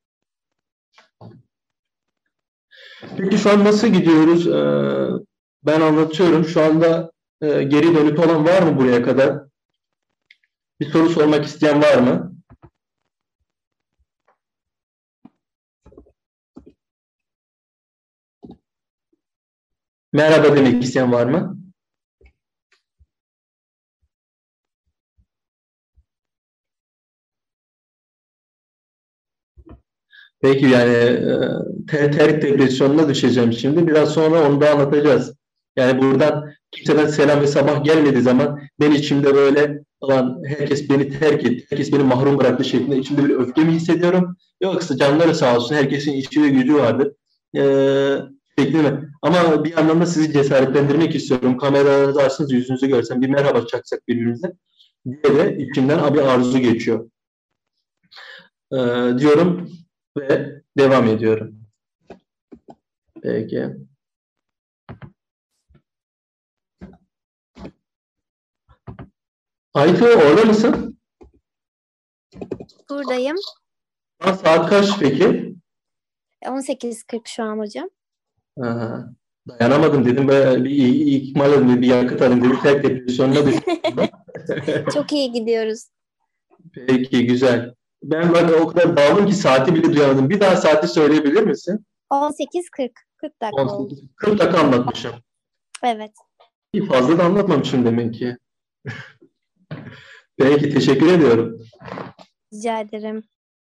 S2: Peki şu an nasıl gidiyoruz? Ee, ben anlatıyorum. Şu anda e, geri dönük olan var mı buraya kadar? Bir soru sormak isteyen var mı? Merhaba demek isteyen var mı? Peki yani e, ter, terik depresyonuna düşeceğim şimdi. Biraz sonra onu da anlatacağız. Yani buradan kimseden selam ve sabah gelmediği zaman ben içimde böyle olan herkes beni terk etti, herkes beni mahrum bıraktı şeklinde içimde bir öfke mi hissediyorum? Yoksa canları sağ olsun, herkesin işi ve gücü vardır. Ee, şeklinde. Ama bir yandan da sizi cesaretlendirmek istiyorum. Kameralarınızı açsınız, yüzünüzü görsem bir merhaba çaksak birbirimize diye de içimden bir arzu geçiyor. Ee, diyorum ve devam ediyorum. Peki. Aytu orada mısın?
S1: Buradayım.
S2: Ha, saat kaç peki?
S1: on sekiz kırk şu an hocam.
S2: Ha, dayanamadım dedim. Ben bir ikmal edeyim, bir yakıt alayım dedim. Terk depresyonuna düştüm.
S1: Çok iyi gidiyoruz.
S2: Peki güzel. Ben bak o kadar dağıldım ki saati bile duyamadım. Bir daha saati söyleyebilir misin?
S1: on sekiz kırk. kırk dakika
S2: on
S1: oldu.
S2: sekiz kırk dakika anlatmışım.
S1: Evet.
S2: Bir fazla da anlatmamışım demek ki. Peki teşekkür ediyorum.
S1: Rica ederim.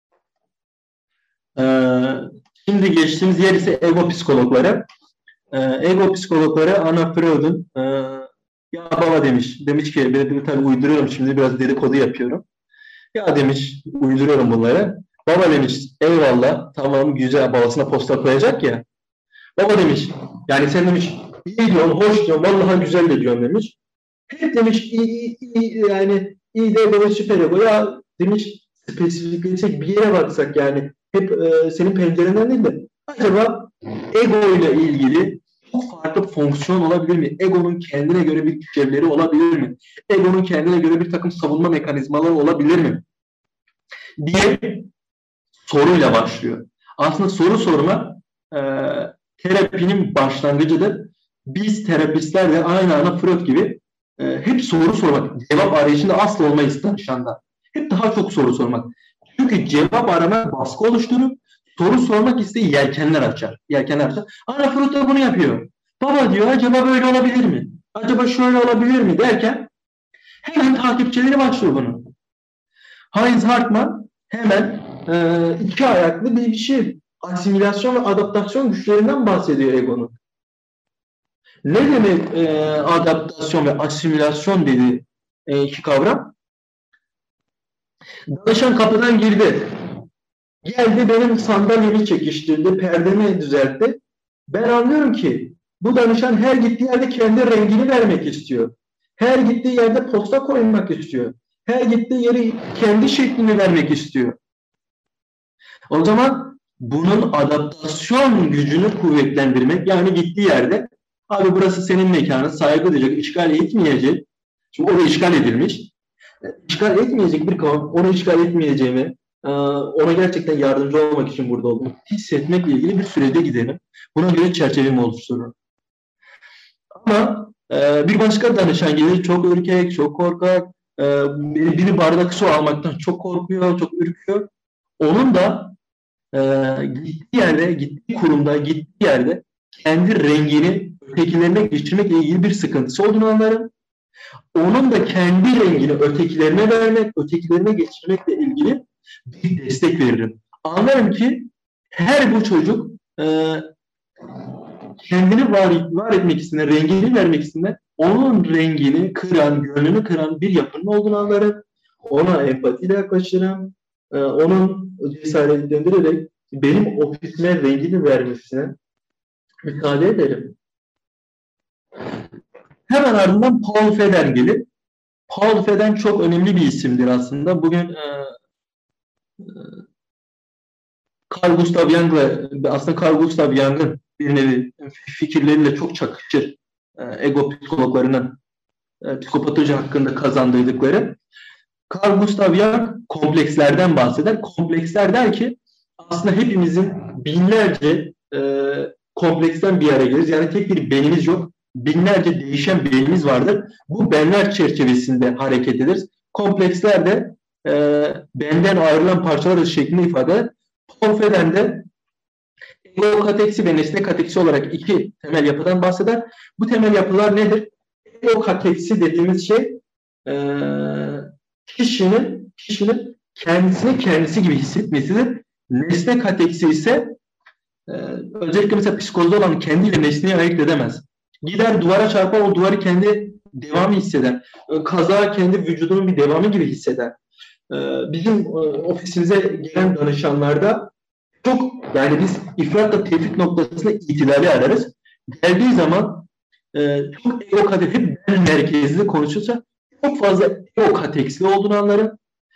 S2: Ee, şimdi geçtiğimiz yer ise ego psikologları. Ee, ego psikologları Anna Freud'un e, ya baba demiş. Demiş ki ben de tabii uyduruyorum şimdi biraz dedikodu yapıyorum. Ya demiş uyduruyorum bunları. Baba demiş eyvallah tamam güzel babasına posta koyacak ya. Baba demiş yani sen demiş iyi diyorsun hoş diyorsun vallahi güzel de diyorsun demiş. Hep demiş iyi, iyi, iyi yani iyi de demiş süper ego ya demiş spesifikleşecek bir yere baksak yani hep e, senin pencerenden değil de acaba ego ile ilgili çok farklı fonksiyon olabilir mi? Egonun kendine göre bir işlevleri olabilir mi? Egonun kendine göre bir takım savunma mekanizmaları olabilir mi? Diye soruyla başlıyor. Aslında soru sorma e, terapinin başlangıcıdır. Biz terapistler de aynı anda Freud gibi e, hep soru sormak, cevap arayışında asla olmayız danışanda. Hep daha çok soru sormak. Çünkü cevap aramak baskı oluşturur. Soru sormak isteği yelkenler açar. Yelkenler açar. Ana Freud da bunu yapıyor. Baba diyor, acaba böyle olabilir mi? Acaba şöyle olabilir mi derken hemen takipçileri başlıyor bunun. Heinz Hartmann hemen e, iki ayaklı bir şey, asimilasyon ve adaptasyon güçlerinden bahsediyor egonun. Ne demek e, adaptasyon ve asimilasyon dedi e, iki kavram? Danışan kapıdan girdi. Geldi benim sandalyemi çekiştirdi, perdemi düzeltti. Ben anlıyorum ki bu danışan her gittiği yerde kendi rengini vermek istiyor. Her gittiği yerde posta koymak istiyor. Her gittiği yeri kendi şeklini vermek istiyor. O zaman bunun adaptasyon gücünü kuvvetlendirmek, yani gittiği yerde abi burası senin mekanın, saygı duyacak, işgal etmeyecek. Çünkü orada işgal edilmiş. İşgal etmeyecek bir kavram, onu işgal etmeyeceğimi, ona gerçekten yardımcı olmak için burada olduğumu hissetmekle ilgili bir sürede giderim. Buna göre çerçevemi oluştururum. Ama bir başka danışan gelir, çok ürkek, çok korkak, biri bardak su almaktan çok korkuyor, çok ürküyor. Onun da gittiği yerde, gittiği kurumda, gittiği yerde kendi rengini ötekilerine geçirmekle ilgili bir sıkıntısı olduğunu anlarım. Onun da kendi rengini ötekilerine vermek, ötekilerine geçirmekle ilgili bir destek veririm. Anlarım ki her bu çocuk e, kendini var, var etmek isteyen, rengini vermek isteyen, onun rengini kıran, gönlünü kıran bir yapının olduğunu anlarım. Ona empatiyle yaklaşırım. E, onun cesaretlendirerek benim ofisime rengini vermesine müsaade ederim. Hemen ardından Paul Feder gelir. Paul Feder çok önemli bir isimdir aslında. Bugün e, e, Carl Gustav Jung'la, aslında Carl Gustav Jung'ın bir nevi fikirleriyle çok çakışır. E, ego psikologlarının e, psikopatoloji hakkında kazandırdıkları. Carl Gustav Jung komplekslerden bahseder. Kompleksler der ki aslında hepimizin binlerce e, kompleksten bir araya geliriz. Yani tek bir benimiz yok. Binlerce değişen benimiz vardır. Bu benler çerçevesinde hareket ederiz. Kompleksler de e, benden ayrılan parçalar şeklinde ifade eder. Paul Feder de ego kateksi ve nesne kateksi olarak iki temel yapıdan bahseder. Bu temel yapılar nedir? Ego kateksi dediğimiz şey e, kişinin kişinin kendisini kendisi gibi hissetmesidir. Nesne kateksi ise e, özellikle mesela psikolojide olan kendiyle nesneyi ayırt edemez. Gider duvara çarpar, o duvarı kendi devamı hisseder. Kaza kendi vücudunun bir devamı gibi hisseder. Bizim ofisimize gelen danışanlarda çok, yani biz ifratla tevfik noktasında itidali ararız. Geldiği zaman çok ego kateksi, hep ben merkezli konuşursa çok fazla ego kateksli olduğunu anlarım.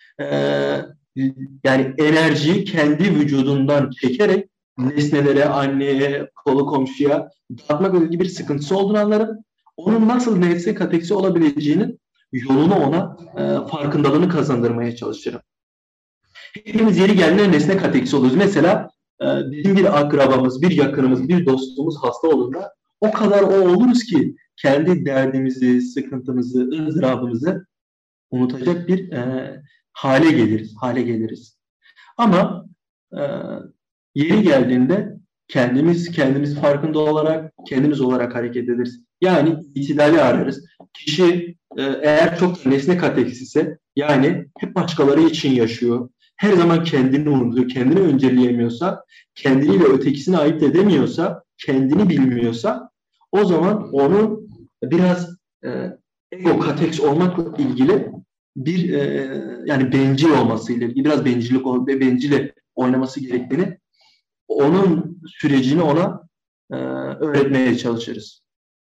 S2: Yani enerjiyi kendi vücudundan çekerek nesnelere, anneye, kolu komşuya dağıtmak gibi bir sıkıntısı olduğunu anlarım. Onun nasıl nesne kateksi olabileceğinin yolunu ona e, farkındalığını kazandırmaya çalışırım. Hepimiz yeri geldiğinde nesne kateksi oluruz. Mesela e, bizim bir akrabamız, bir yakınımız, bir dostumuz hasta olduğunda o kadar o oluruz ki kendi derdimizi, sıkıntımızı, ızdırabımızı unutacak bir e, hale geliriz, hale geliriz. Ama e, yeri geldiğinde kendimiz kendimiz farkında olarak, kendimiz olarak hareket ederiz. Yani itidali ararız. Kişi e, eğer çok nesne kateksisi ise, yani hep başkaları için yaşıyor, her zaman kendini unutuyor, kendini önceleyemiyorsa, kendiniyle ötekisini ayırt edemiyorsa, kendini bilmiyorsa, o zaman onu biraz e, ego kateks olmakla ilgili bir e, yani bencil olmasıyla ilgili, biraz bencillik ve bencile oynaması gerektiğini, onun sürecini ona e, öğretmeye çalışırız.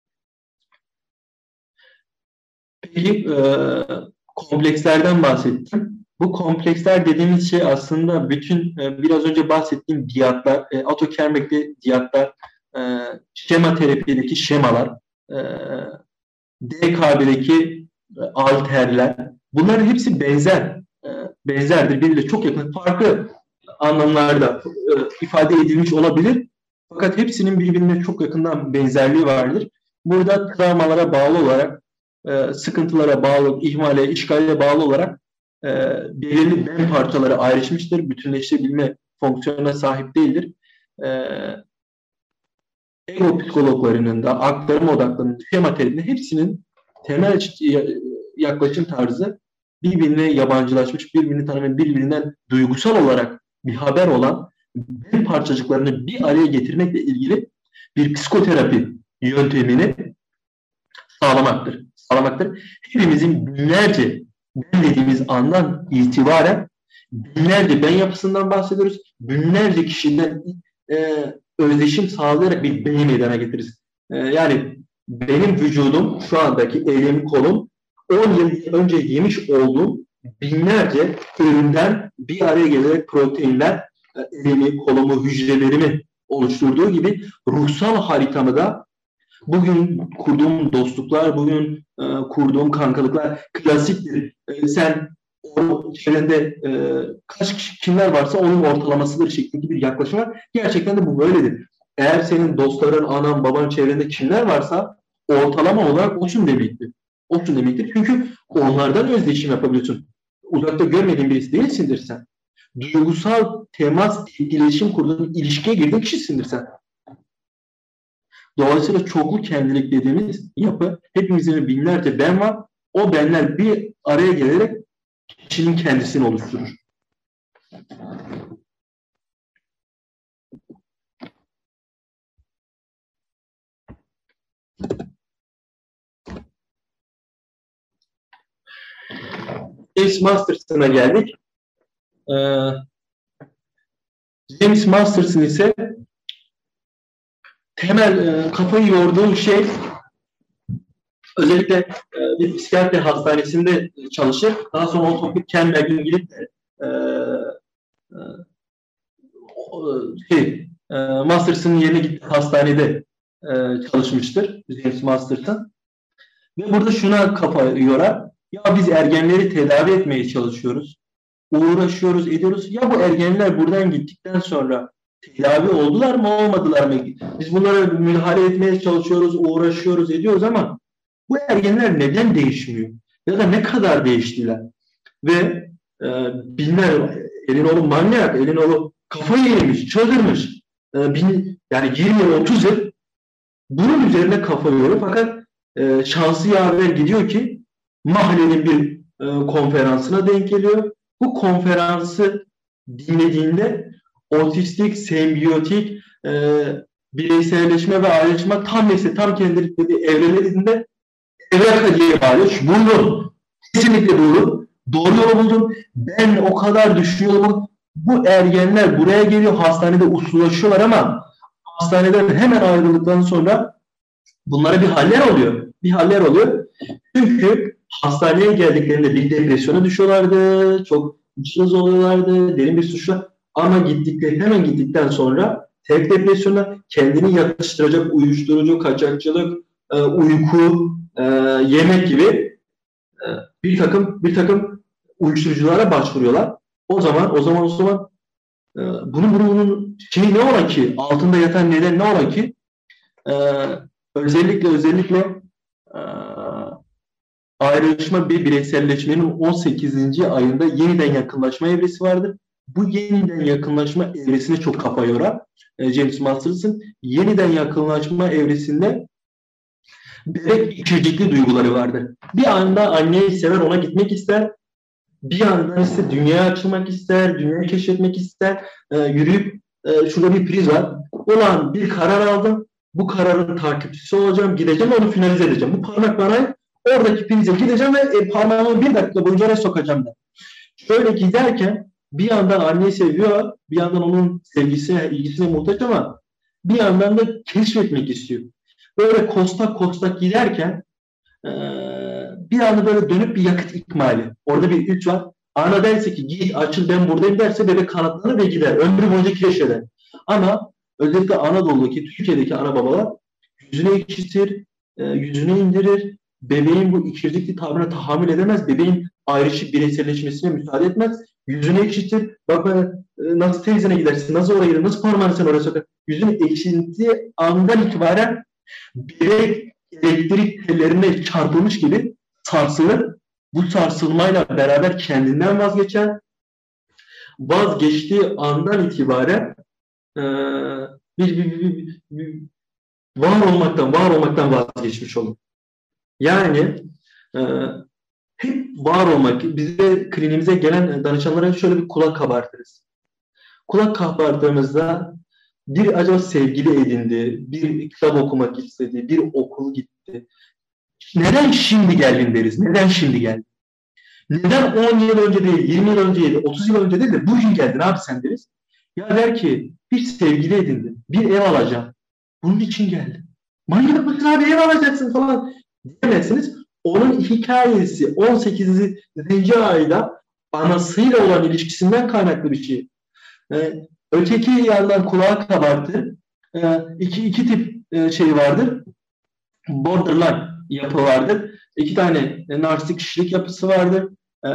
S2: Peki e, komplekslerden bahsettim. Bu kompleksler dediğimiz şey aslında bütün e, biraz önce bahsettiğim diyatlar, e, Otto Kernbeck'te diyatlar, e, şema terapideki şemalar, e, D K B'deki e, alterler, bunların hepsi benzer, e, benzerdir. Birbiriyle çok yakın, farklı anlamlarda e, ifade edilmiş olabilir. Fakat hepsinin birbirine çok yakından benzerliği vardır. Burada travmalara bağlı olarak, e, sıkıntılara bağlı, ihmale, işgale bağlı olarak e, belirli ben parçaları ayrışmıştır. Bütünleştirebilme fonksiyonuna sahip değildir. E, ego psikologlarının da aktarım odaklarının, şema teorinin hepsinin temel yaklaşım tarzı birbirine yabancılaşmış, birbirini tanımayan, birbirinden duygusal olarak bir haber olan ben parçacıklarını bir araya getirmekle ilgili bir psikoterapi yöntemini sağlamaktır. sağlamaktır. Hepimizin binlerce ben dediğimiz andan itibaren binlerce ben yapısından bahsediyoruz. Binlerce kişiden e, özdeşim sağlayarak bir beni meydana getiririz. E, yani benim vücudum şu andaki elim, kolum on yıl önce yemiş olduğum binlerce üründen bir araya gelerek proteinler elimi, kolumu, hücrelerimi oluşturduğu gibi ruhsal haritamı da bugün kurduğum dostluklar, bugün e, kurduğum kankalıklar klasiktir. E, sen o çevrende e, kaç kişi, kimler varsa onun ortalamasıdır şeklinde bir yaklaşım var. Gerçekten de bu böyledir. Eğer senin dostların, anan, baban çevrende kimler varsa ortalama olarak olsun demektir. Olsun demektir. Çünkü onlardan özdeşim yapabiliyorsun. Uzakta görmediğin birisi değilsindir sen. Duygusal temas, iletişim kurduğun, ilişkiye girdiğin kişisindir sen. Dolayısıyla çoklu kendilik dediğimiz yapı hepimizin binlerce ben var. O benler bir araya gelerek kişinin kendisini oluşturur. James Masterson'a geldik. Ee, James Masterson ise temel e, kafayı yorduğu şey özellikle e, bir psikiyatri hastanesinde çalışır. Daha sonra o topik Kenberg'in gidip e, e, şey, e, Masterson'ın yerine gitti hastanede e, çalışmıştır James Masterson. Ve burada şuna kafa yorar. Ya biz ergenleri tedavi etmeye çalışıyoruz. Uğraşıyoruz, ediyoruz. Ya bu ergenler buradan gittikten sonra tedavi oldular mı, olmadılar mı? Biz bunlara müdahale etmeye çalışıyoruz, uğraşıyoruz, ediyoruz ama bu ergenler neden değişmiyor? Ya da ne kadar değiştiler? Ve e, binler, elin oğlu manyak, elin oğlu kafayı yemiş, çıldırmış. E, bin, yani yirmi yıl, otuz yıl bunun üzerine kafa yoruyor. Fakat e, şansı yaver gidiyor ki mahallenin bir e, konferansına denk geliyor. Bu konferansı dinlediğinde otistik, sembiyotik, e, bireyselleşme ve ayrışma tam neyse tam kendileri dediği evrelerinde evreka diye bağırıyor. Buldum. Kesinlikle buldum. Doğru yolu buldum. Ben o kadar düşünüyorum. Bu ergenler buraya geliyor. Hastanede uslulaşıyorlar ama hastaneden hemen ayrıldıktan sonra bunlara bir haller oluyor. Bir haller oluyor. Çünkü hastaneye geldiklerinde bir depresyona düşüyorlardı. Çok mutsuz oluyorlardı. Derin bir suçla. Ama gittikleri hemen gittikten sonra tek depresyona kendini yatıştıracak uyuşturucu, kaçakçılık, e, uyku, e, yemek gibi e, bir takım bir takım uyuşturuculara başvuruyorlar. O zaman o zaman o zaman e, bunun bunun şeyi ne ola ki? Altında yatan neden ne ola ki? E, özellikle özellikle e, ayrışma bir bireyselleşmenin on sekizinci ayında yeniden yakınlaşma evresi vardır. Bu yeniden yakınlaşma evresine çok kafa yorar e, James Masters'ın. Yeniden yakınlaşma evresinde bebek ikircikli duyguları vardır. Bir anda anneyi sever, ona gitmek ister. Bir yandan ise dünyaya açılmak ister, dünyayı keşfetmek ister. E, yürüyüp e, şurada bir priz var. Ulan bir karar aldım. Bu kararın takipçisi olacağım, gideceğim, onu finalize edeceğim. Bu parmak bana oradaki prize gideceğim ve e, parmağımı bir dakika boyunca oraya sokacağım da. Şöyle giderken bir yandan anneyi seviyor, bir yandan onun sevgisine, ilgisine muhtaç ama bir yandan da keşfetmek istiyor. Böyle kostak kostak giderken e, bir anda böyle dönüp bir yakıt ikmali. Orada bir güç var. Ana derse ki git açıl ben buradayım derse bebek kanatlanır ve gider. Ömrü boyunca keşfeder. Ama özellikle Anadolu'daki, Türkiye'deki ana babalar yüzüne ekşitir, e, yüzüne indirir. Bebeğin bu ikircikli tavrına tahammül edemez. Bebeğin ayrışıp bireyselleşmesine müsaade etmez. Yüzüne ekşitir. Bak ben e, nasıl teyzene gidersin, nasıl oraya gider, nasıl parmağını sen oraya sokar. Yüzüne ekşintiği andan itibaren birey elektrik tellerine çarpılmış gibi sarsılır. Bu sarsılmayla beraber kendinden vazgeçer. Vazgeçtiği andan itibaren e, bir, bir, bir, bir, var olmaktan, var olmaktan vazgeçmiş olun. Yani e, hep var olmak. Biz de kliniğimize gelen danışanlara şöyle bir kulak kabartırız. Kulak kabarttığımızda bir acaba sevgili edindi, bir kitap okumak istedi, bir okul gitti. Neden şimdi geldin deriz. Neden şimdi geldin? Neden on yıl önce değil, yirmi yıl önce değil, otuz yıl önce değil de bugün geldin abi sen deriz. Ya der ki bir sevgili edindim, bir ev alacağım. Bunun için geldim. Manyak mısın abi, ev alacaksın falan diyemezsiniz. Onun hikayesi on sekizinci ayda anasıyla olan ilişkisinden kaynaklı bir şey. Ee, öteki yandan kulağı kabartır. Ee, iki, iki tip e, şey vardır. Borderline yapı vardır. İki tane e, narsistik kişilik yapısı vardır. Ee,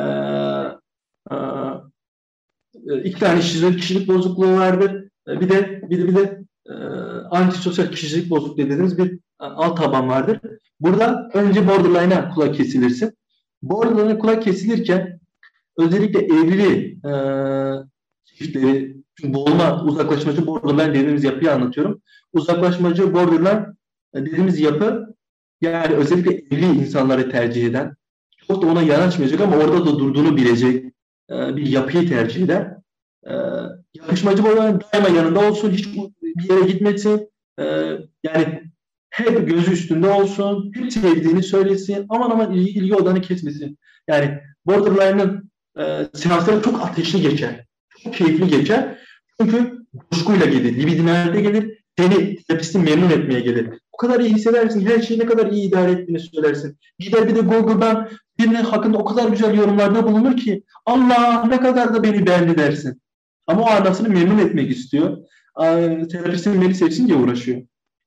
S2: e, iki tane şizoid kişilik bozukluğu vardır. E, bir de bir de bir de e, antisosyal kişilik bozukluğu dediğimiz bir e, alt taban vardır. Burada önce borderline'a kulak kesilirsin. Borderline'a kulak kesilirken özellikle evli e, çiftleri, boğulma, uzaklaşmacı borderline dediğimiz yapıyı anlatıyorum. Uzaklaşmacı borderline dediğimiz yapı yani özellikle evli insanları tercih eden, çok da ona yanaşmayacak ama orada da durduğunu bilecek e, bir yapıyı tercih eder. E, yakışmacı borderline daima yanında olsun, hiç bir yere gitmesin. E, yani hep gözü üstünde olsun, hep sevdiğini söylesin, aman aman ilgi, ilgi odanı kesmesin. Yani borderline'ın e, seansları çok ateşli geçer. Çok keyifli geçer. Çünkü coşkuyla gelir, libidinalde gelir, seni terapisti memnun etmeye gelir. O kadar iyi hissedersin, her şeyi ne kadar iyi idare ettiğini söylersin. Gider bir de Google'dan birinin hakkında o kadar güzel yorumlarda bulunur ki Allah ne kadar da beni beğendi dersin. Ama o anasını memnun etmek istiyor. E, terapistin beni sevsin diye uğraşıyor.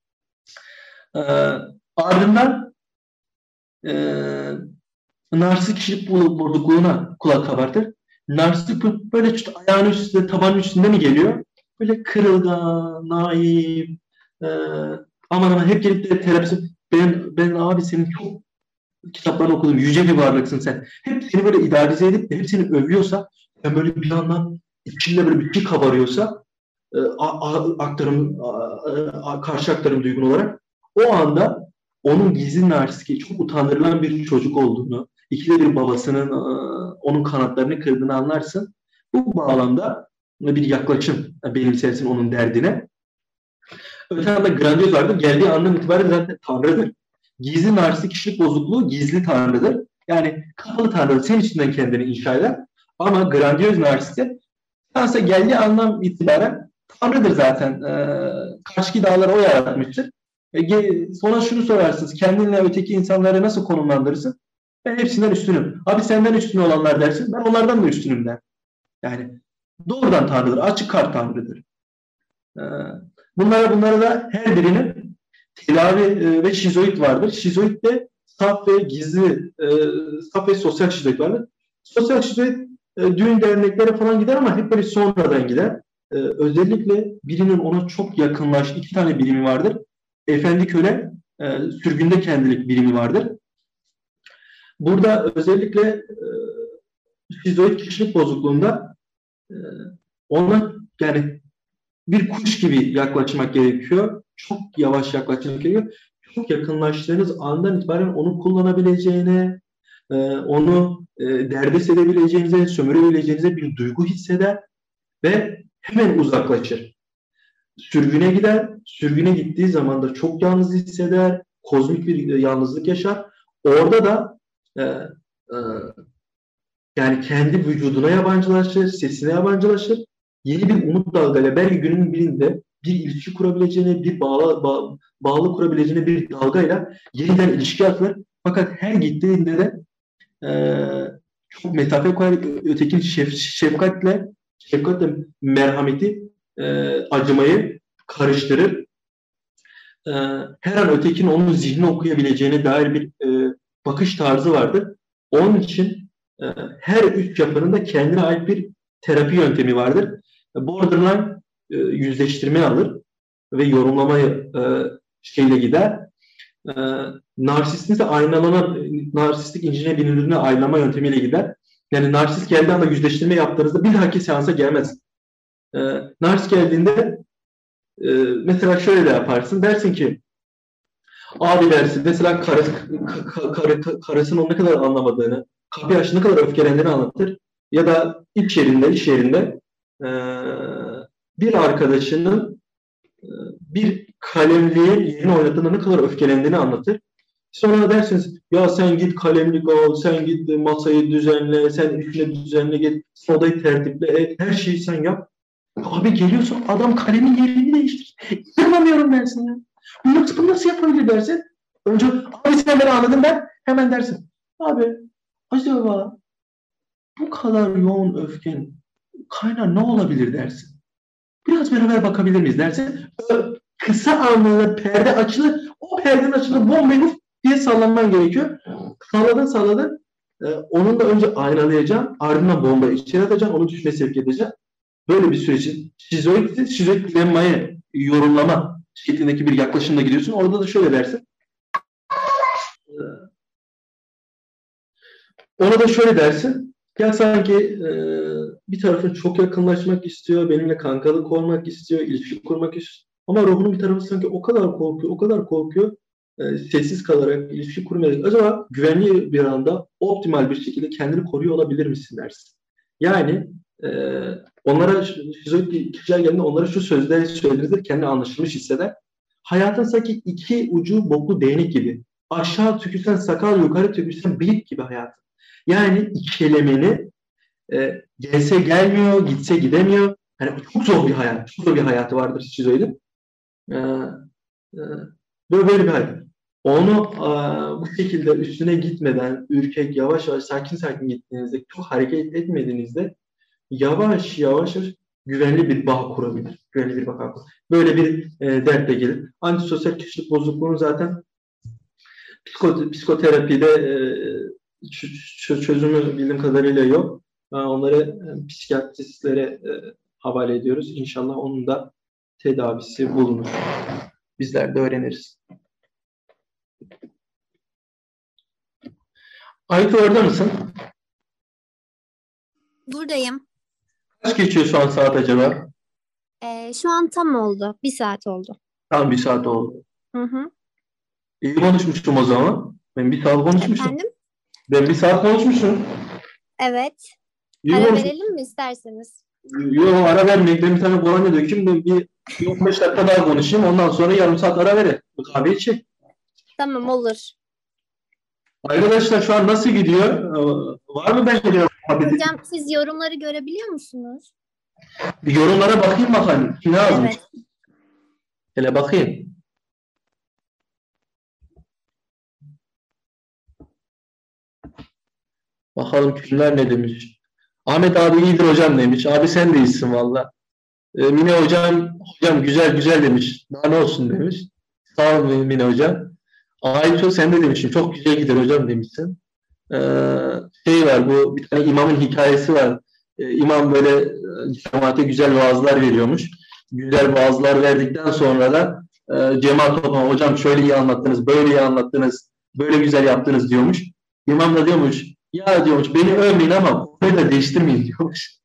S2: E, ardından e, narsistik kişilik bozukluğuna kulak kabartır. Narsistik böyle işte ayağının üstünde, tabanın üstünde mi geliyor? Böyle kırılgan, naif, e, aman aman hep gelip de terapisi ben, ben abi senin çok kitaplarını okudum, yüce bir varlıksın sen. Hep seni böyle idealize edip de hep seni övüyorsa, ben böyle bir yandan içinde böyle bir şey kabarıyorsa e, a, a, aktarım, a, a, karşı aktarım duygun olarak o anda onun gizli narsistik, çok utandırılan bir çocuk olduğunu, ikide bir babasının e, onun kanatlarını kırdığını anlarsın. Bu bağlamda bir yaklaşım benimsersin onun derdine. Öte yanda grandiyoz vardır. Geldiği andan itibaren zaten tanrıdır. Gizli narsistik kişilik bozukluğu gizli tanrıdır. Yani kapalı tanrıdır. Senin içinden kendini inşa eder. Ama grandiyoz narsistik aslında geldiği andan itibaren tanrıdır zaten. Ee, karşıki dağları o yaratmıştır. E, sonra şunu sorarsınız. Kendinle öteki insanları nasıl konumlandırırsın? Ben hepsinden üstünüm. Abi senden üstün olanlar dersin. Ben onlardan da üstünüm der. Yani doğrudan tanrıdır. Açık kart tanrıdır. Ee, bunlara bunlara da her birinin tedavi e, ve şizoid vardır. Şizoid de saf ve gizli, e, saf ve sosyal şizoid vardır. Sosyal şizoid e, düğün derneklere falan gider ama hep böyle sonradan gider. E, özellikle birinin ona çok yakınlaş, iki tane birimi vardır. Efendi köle, e, sürgünde kendilik birimi vardır. Burada özellikle e, şizoid kişilik bozukluğunda e, ona yani bir kuş gibi yaklaşmak gerekiyor. Çok yavaş yaklaşmak gerekiyor. Çok yakınlaştığınız andan itibaren onu kullanabileceğine, e, onu e, derdest edebileceğinize, sömürebileceğinize bir duygu hisseder ve hemen uzaklaşır. Sürgüne gider. Sürgüne gittiği zaman da çok yalnız hisseder. Kozmik bir yalnızlık yaşar. Orada da e, e, yani kendi vücuduna yabancılaşır, sesine yabancılaşır. Yeni bir umut dalgayla belki günün birinde bir ilişki kurabileceğine, bir bağlı, bağ, bağlı kurabileceğine bir dalgayla yeniden ilişki atılır. Fakat her gittiğinde de e, çok mesafe koyar, ötekinin şef, şefkatle, şefkatle merhameti, e, acımayı karıştırır. E, her an ötekinin onun zihnini okuyabileceğine dair bir e, bakış tarzı vardır. Onun için e, her üç yapının da kendine ait bir terapi yöntemi vardır. Borderline e, yüzleştirme alır ve yorumlamayı e, şeyle gider. E, narsistin ise aynalama, narsistik incine binildiğine aynalama yöntemiyle gider. Yani narsist geldiği anda yüzleştirme yaptığınızda bir dahaki seansa gelmez. E, narsist geldiğinde e, mesela şöyle de yaparsın. Dersin ki Abi dersin mesela karısı, ka- karı, karısının ne kadar anlamadığını, kapıyı açtığında ne kadar öfkelendiğini anlatır. Ya da iş yerinde, iş yerinde eee, bir arkadaşının eee, bir kalemliği yerine oynadığında ne kadar öfkelendiğini anlatır. Sonra dersiniz ya sen git kalemlik al, sen git masayı düzenle, sen işini düzenle, git odayı tertiple, et, her şeyi sen yap. Abi geliyorsun adam kalemin yerini değiştir. İnanamıyorum dersin ya. Bunu nasıl, bunu nasıl yapabilir dersin. Önce abi sen beni anladın ben hemen dersin. Abi acaba bu kadar yoğun öfken kaynağı ne olabilir dersin. Biraz beraber bakabilir miyiz dersin. Kısa anlamda perde açılır. O perdenin açılır bombayı diye sallanman gerekiyor. Salladın salladın. Ee, onun da önce aynalayacağım. Ardından bombayı içeri atacağım. Onu düşmeye sevk edeceğim. Böyle bir sürecin şizoid, şizoid dilemmayı yorumlama şeklindeki bir yaklaşımla gidiyorsun. Orada da şöyle dersin. Ona da şöyle dersin. Ya sanki e, bir tarafın çok yakınlaşmak istiyor, benimle kankalık olmak istiyor, ilişki kurmak istiyor. Ama ruhunun bir tarafı sanki o kadar korkuyor, o kadar korkuyor, e, sessiz kalarak ilişki kurmayarak. Acaba güvenli bir anda optimal bir şekilde kendini koruyor olabilir misin dersin. Yani e, onlara, şizoid kişiler geldiğinde onlara şu sözleri söylenir, kendini anlaşılmış hisseder. Hayatın sanki iki ucu boklu değnek gibi. Aşağı tükürsen sakal, yukarı tükürsen bıyık gibi hayat. Yani ikilemeni e, gelse gelmiyor, gitse gidemiyor. Yani çok zor bir hayat. Çok zor bir hayatı vardır şizoidin. E, e, böyle, böyle bir hayat. Onu e, bu şekilde üstüne gitmeden, ürkek, yavaş yavaş, sakin sakin gittiğinizde, çok hareket etmediğinizde yavaş yavaş güvenli bir bağ kurabilir. Güvenli bir bağ kurabilir. Böyle bir e, dertle gelir. Antisosyal kişilik bozukluğunu zaten psiko, psikoterapide e, çözümü bildiğim kadarıyla yok. Onları e, psikiyatristlere e, havale ediyoruz. İnşallah onun da tedavisi bulunur. Bizler de öğreniriz. Aytu orada mısın?
S1: Buradayım.
S2: Kaç geçiyor şu an saat acaba?
S1: Ee, şu an tam oldu. Bir saat oldu.
S2: Tam bir saat oldu.
S1: Hı hı.
S2: İyi konuşmuştum o zaman. Ben bir saat konuşmuşum.
S1: Efendim?
S2: Ben bir saat konuşmuşum.
S1: Evet.
S2: İyi
S1: Ara
S2: konuşmuşum.
S1: verelim mi isterseniz?
S2: Yok ara vermeyeyim. Ben bir tane kolonya dökeyim. Ben bir, bir on beş dakika daha konuşayım. Ondan sonra yarım saat ara verin. Bu kahve içeyim.
S1: Tamam olur.
S2: Arkadaşlar şu an nasıl gidiyor? Ee, Var mı ben geliyorum?
S1: Hocam siz yorumları görebiliyor musunuz?
S2: Bir yorumlara bakayım bakalım. Ne yazmış?
S1: Evet.
S2: Hele bakayım. Bakalım kimler ne demiş. Ahmet abi iyidir hocam demiş. Abi sen de iyisin valla. Ee, Mine hocam, hocam güzel güzel demiş. Daha ne olsun demiş. Sağ ol Mine hocam. Ayço sen de demişsin. Çok güzel gider hocam demişsin. Ee, şey var bu bir tane imamın hikayesi var. Ee, imam böyle e, cemaate güzel vaazlar veriyormuş. Güzel vaazlar verdikten sonra da e, cemaat toplama hocam şöyle iyi anlattınız, böyle iyi anlattınız, böyle güzel yaptınız diyormuş. İmam da diyormuş ya diyormuş beni övmeyin ama konuyu da değiştirmeyin diyormuş.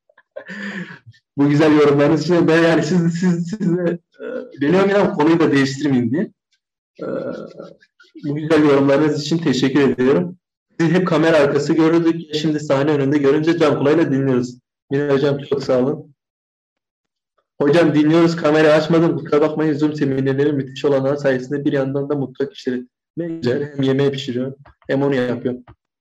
S2: Bu güzel yorumlarınız için ben yani siz siz siz de e, beni övmeyin ama konuyu da değiştirmeyin diye. E, bu güzel yorumlarınız için teşekkür ediyorum. Biz hep kamera arkası gördük. Şimdi sahne önünde görünce can kulağıyla dinliyoruz. Yine hocam çok sağ olun. Hocam dinliyoruz kamerayı açmadım. Kusura bakmayın Zoom seminerleri müthiş olanlar sayesinde bir yandan da mutfak işleri. Ne güzel hem yemeği pişiriyor hem onu yapıyor.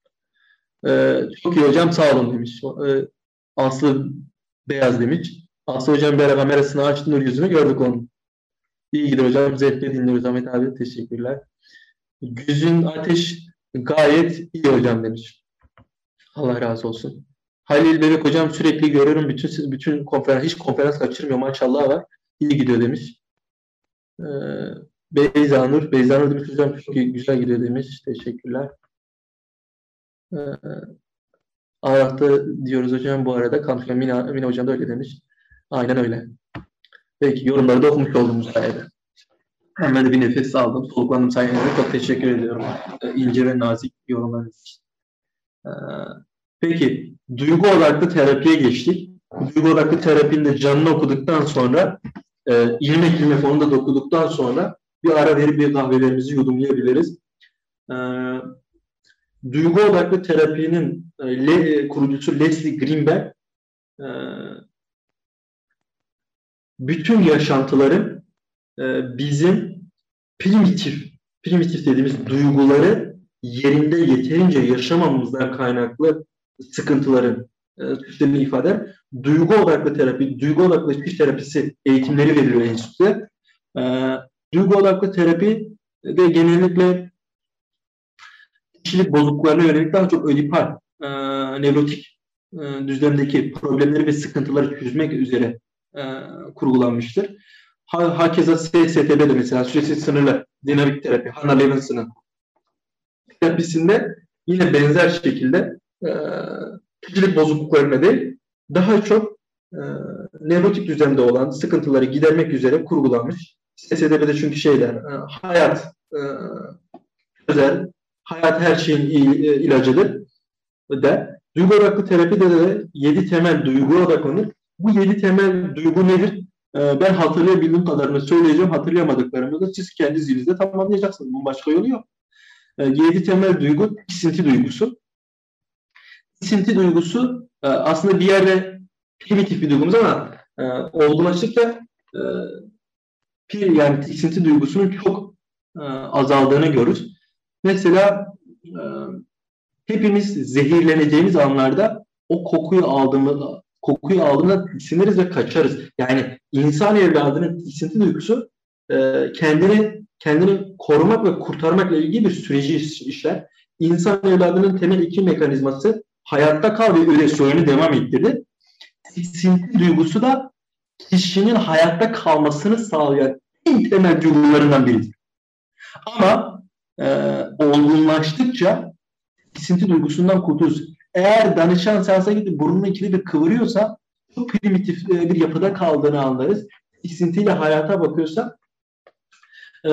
S2: Ee, çok iyi hocam sağ olun demiş. Ee, Aslı Beyaz demiş. Aslı hocam bir ara kamerasını açtı nur yüzünü gördük onu. İyi gidiyor hocam zevkle dinliyoruz Ahmet abi teşekkürler. Güzün Ateş gayet iyi hocam demiş. Allah razı olsun. Halil Bebek hocam sürekli görüyorum. Bütün bütün konferans hiç konferans kaçırmıyor maşallah var. İyi gidiyor demiş. Ee, Beyza Nur. Beyza Nur demiş hocam çok iyi, güzel gidiyor demiş. Teşekkürler. Ee, Ağlattı diyoruz hocam bu arada. Kanka Mina, Mina hocam da öyle demiş. Aynen öyle. Peki yorumları da okumuş oldum bu sayede. Hemen de bir nefes aldım. Soluklandım sayenizde. Çok teşekkür ediyorum. Ee, ince ve nazik yorumlarınız için. Ee, Peki, duygu odaklı terapiye geçtik. Duygu odaklı terapinin de canını okuduktan sonra, e, ilmek ilmek onu da okuduktan sonra bir ara verip bir kahvelerimizi yudumlayabiliriz. Ee, duygu odaklı terapinin e, le, kurucusu Leslie Greenberg e, bütün yaşantıların e, bizim primitif, primitif dediğimiz duyguları yerinde yeterince yaşamamızdan kaynaklı sıkıntıların e, türlerini ifade eder. Duygu odaklı terapi, duygu odaklı iş terapisi eğitimleri veriliyor enstitüde. E, duygu odaklı terapi de genellikle kişilik bozukluklarına yönelik daha çok ödipal, e, nevrotik e, düzlemdeki problemleri ve sıkıntıları çözmek üzere e, kurgulanmıştır. Ha, hakeza S S T B'de mesela süresiz sınırlı dinamik terapi, Hannah Levinson'ın terapisinde yine benzer şekilde e, kişilik bozukluklarına değil, daha çok e, nevrotik düzlemde olan sıkıntıları gidermek üzere kurgulanmış. S S T B'de çünkü şeyler, e, hayat e, özel, hayat her şeyin il, e, ilacıdır der. Duygu odaklı terapide de yedi temel duyguya odaklanır. Bu yedi temel duygu nedir? E, ben hatırlayabildiğim kadarını söyleyeceğim. Hatırlayamadıklarımı da siz kendi zihninizde tamamlayacaksınız. Bunun başka yolu yok. E, yedi temel duygu tiksinti duygusu. Tiksinti duygusu e, aslında bir yerde primitif bir duygumuz ama e, olgunlaştıkça e, bir, yani tiksinti duygusunun çok e, azaldığını görürüz. Mesela e, hepimiz zehirleneceğimiz anlarda o kokuyu aldığımızda kokuyu aldığında tiksiniriz ve kaçarız. Yani insan evladının tiksinti duygusu e, kendini kendini korumak ve kurtarmakla ilgili bir süreci işler. İnsan evladının temel iki mekanizması hayatta kal ve üre soyunu devam ettirir. Tiksinti duygusu da kişinin hayatta kalmasını sağlayan en temel duygularından biridir. Ama e, olgunlaştıkça tiksinti duygusundan kurtuluruz. Eğer danışan seansa gidip burnunu ikili bir kıvırıyorsa çok primitif bir yapıda kaldığını anlarız. Tiksintiyle hayata bakıyorsa e,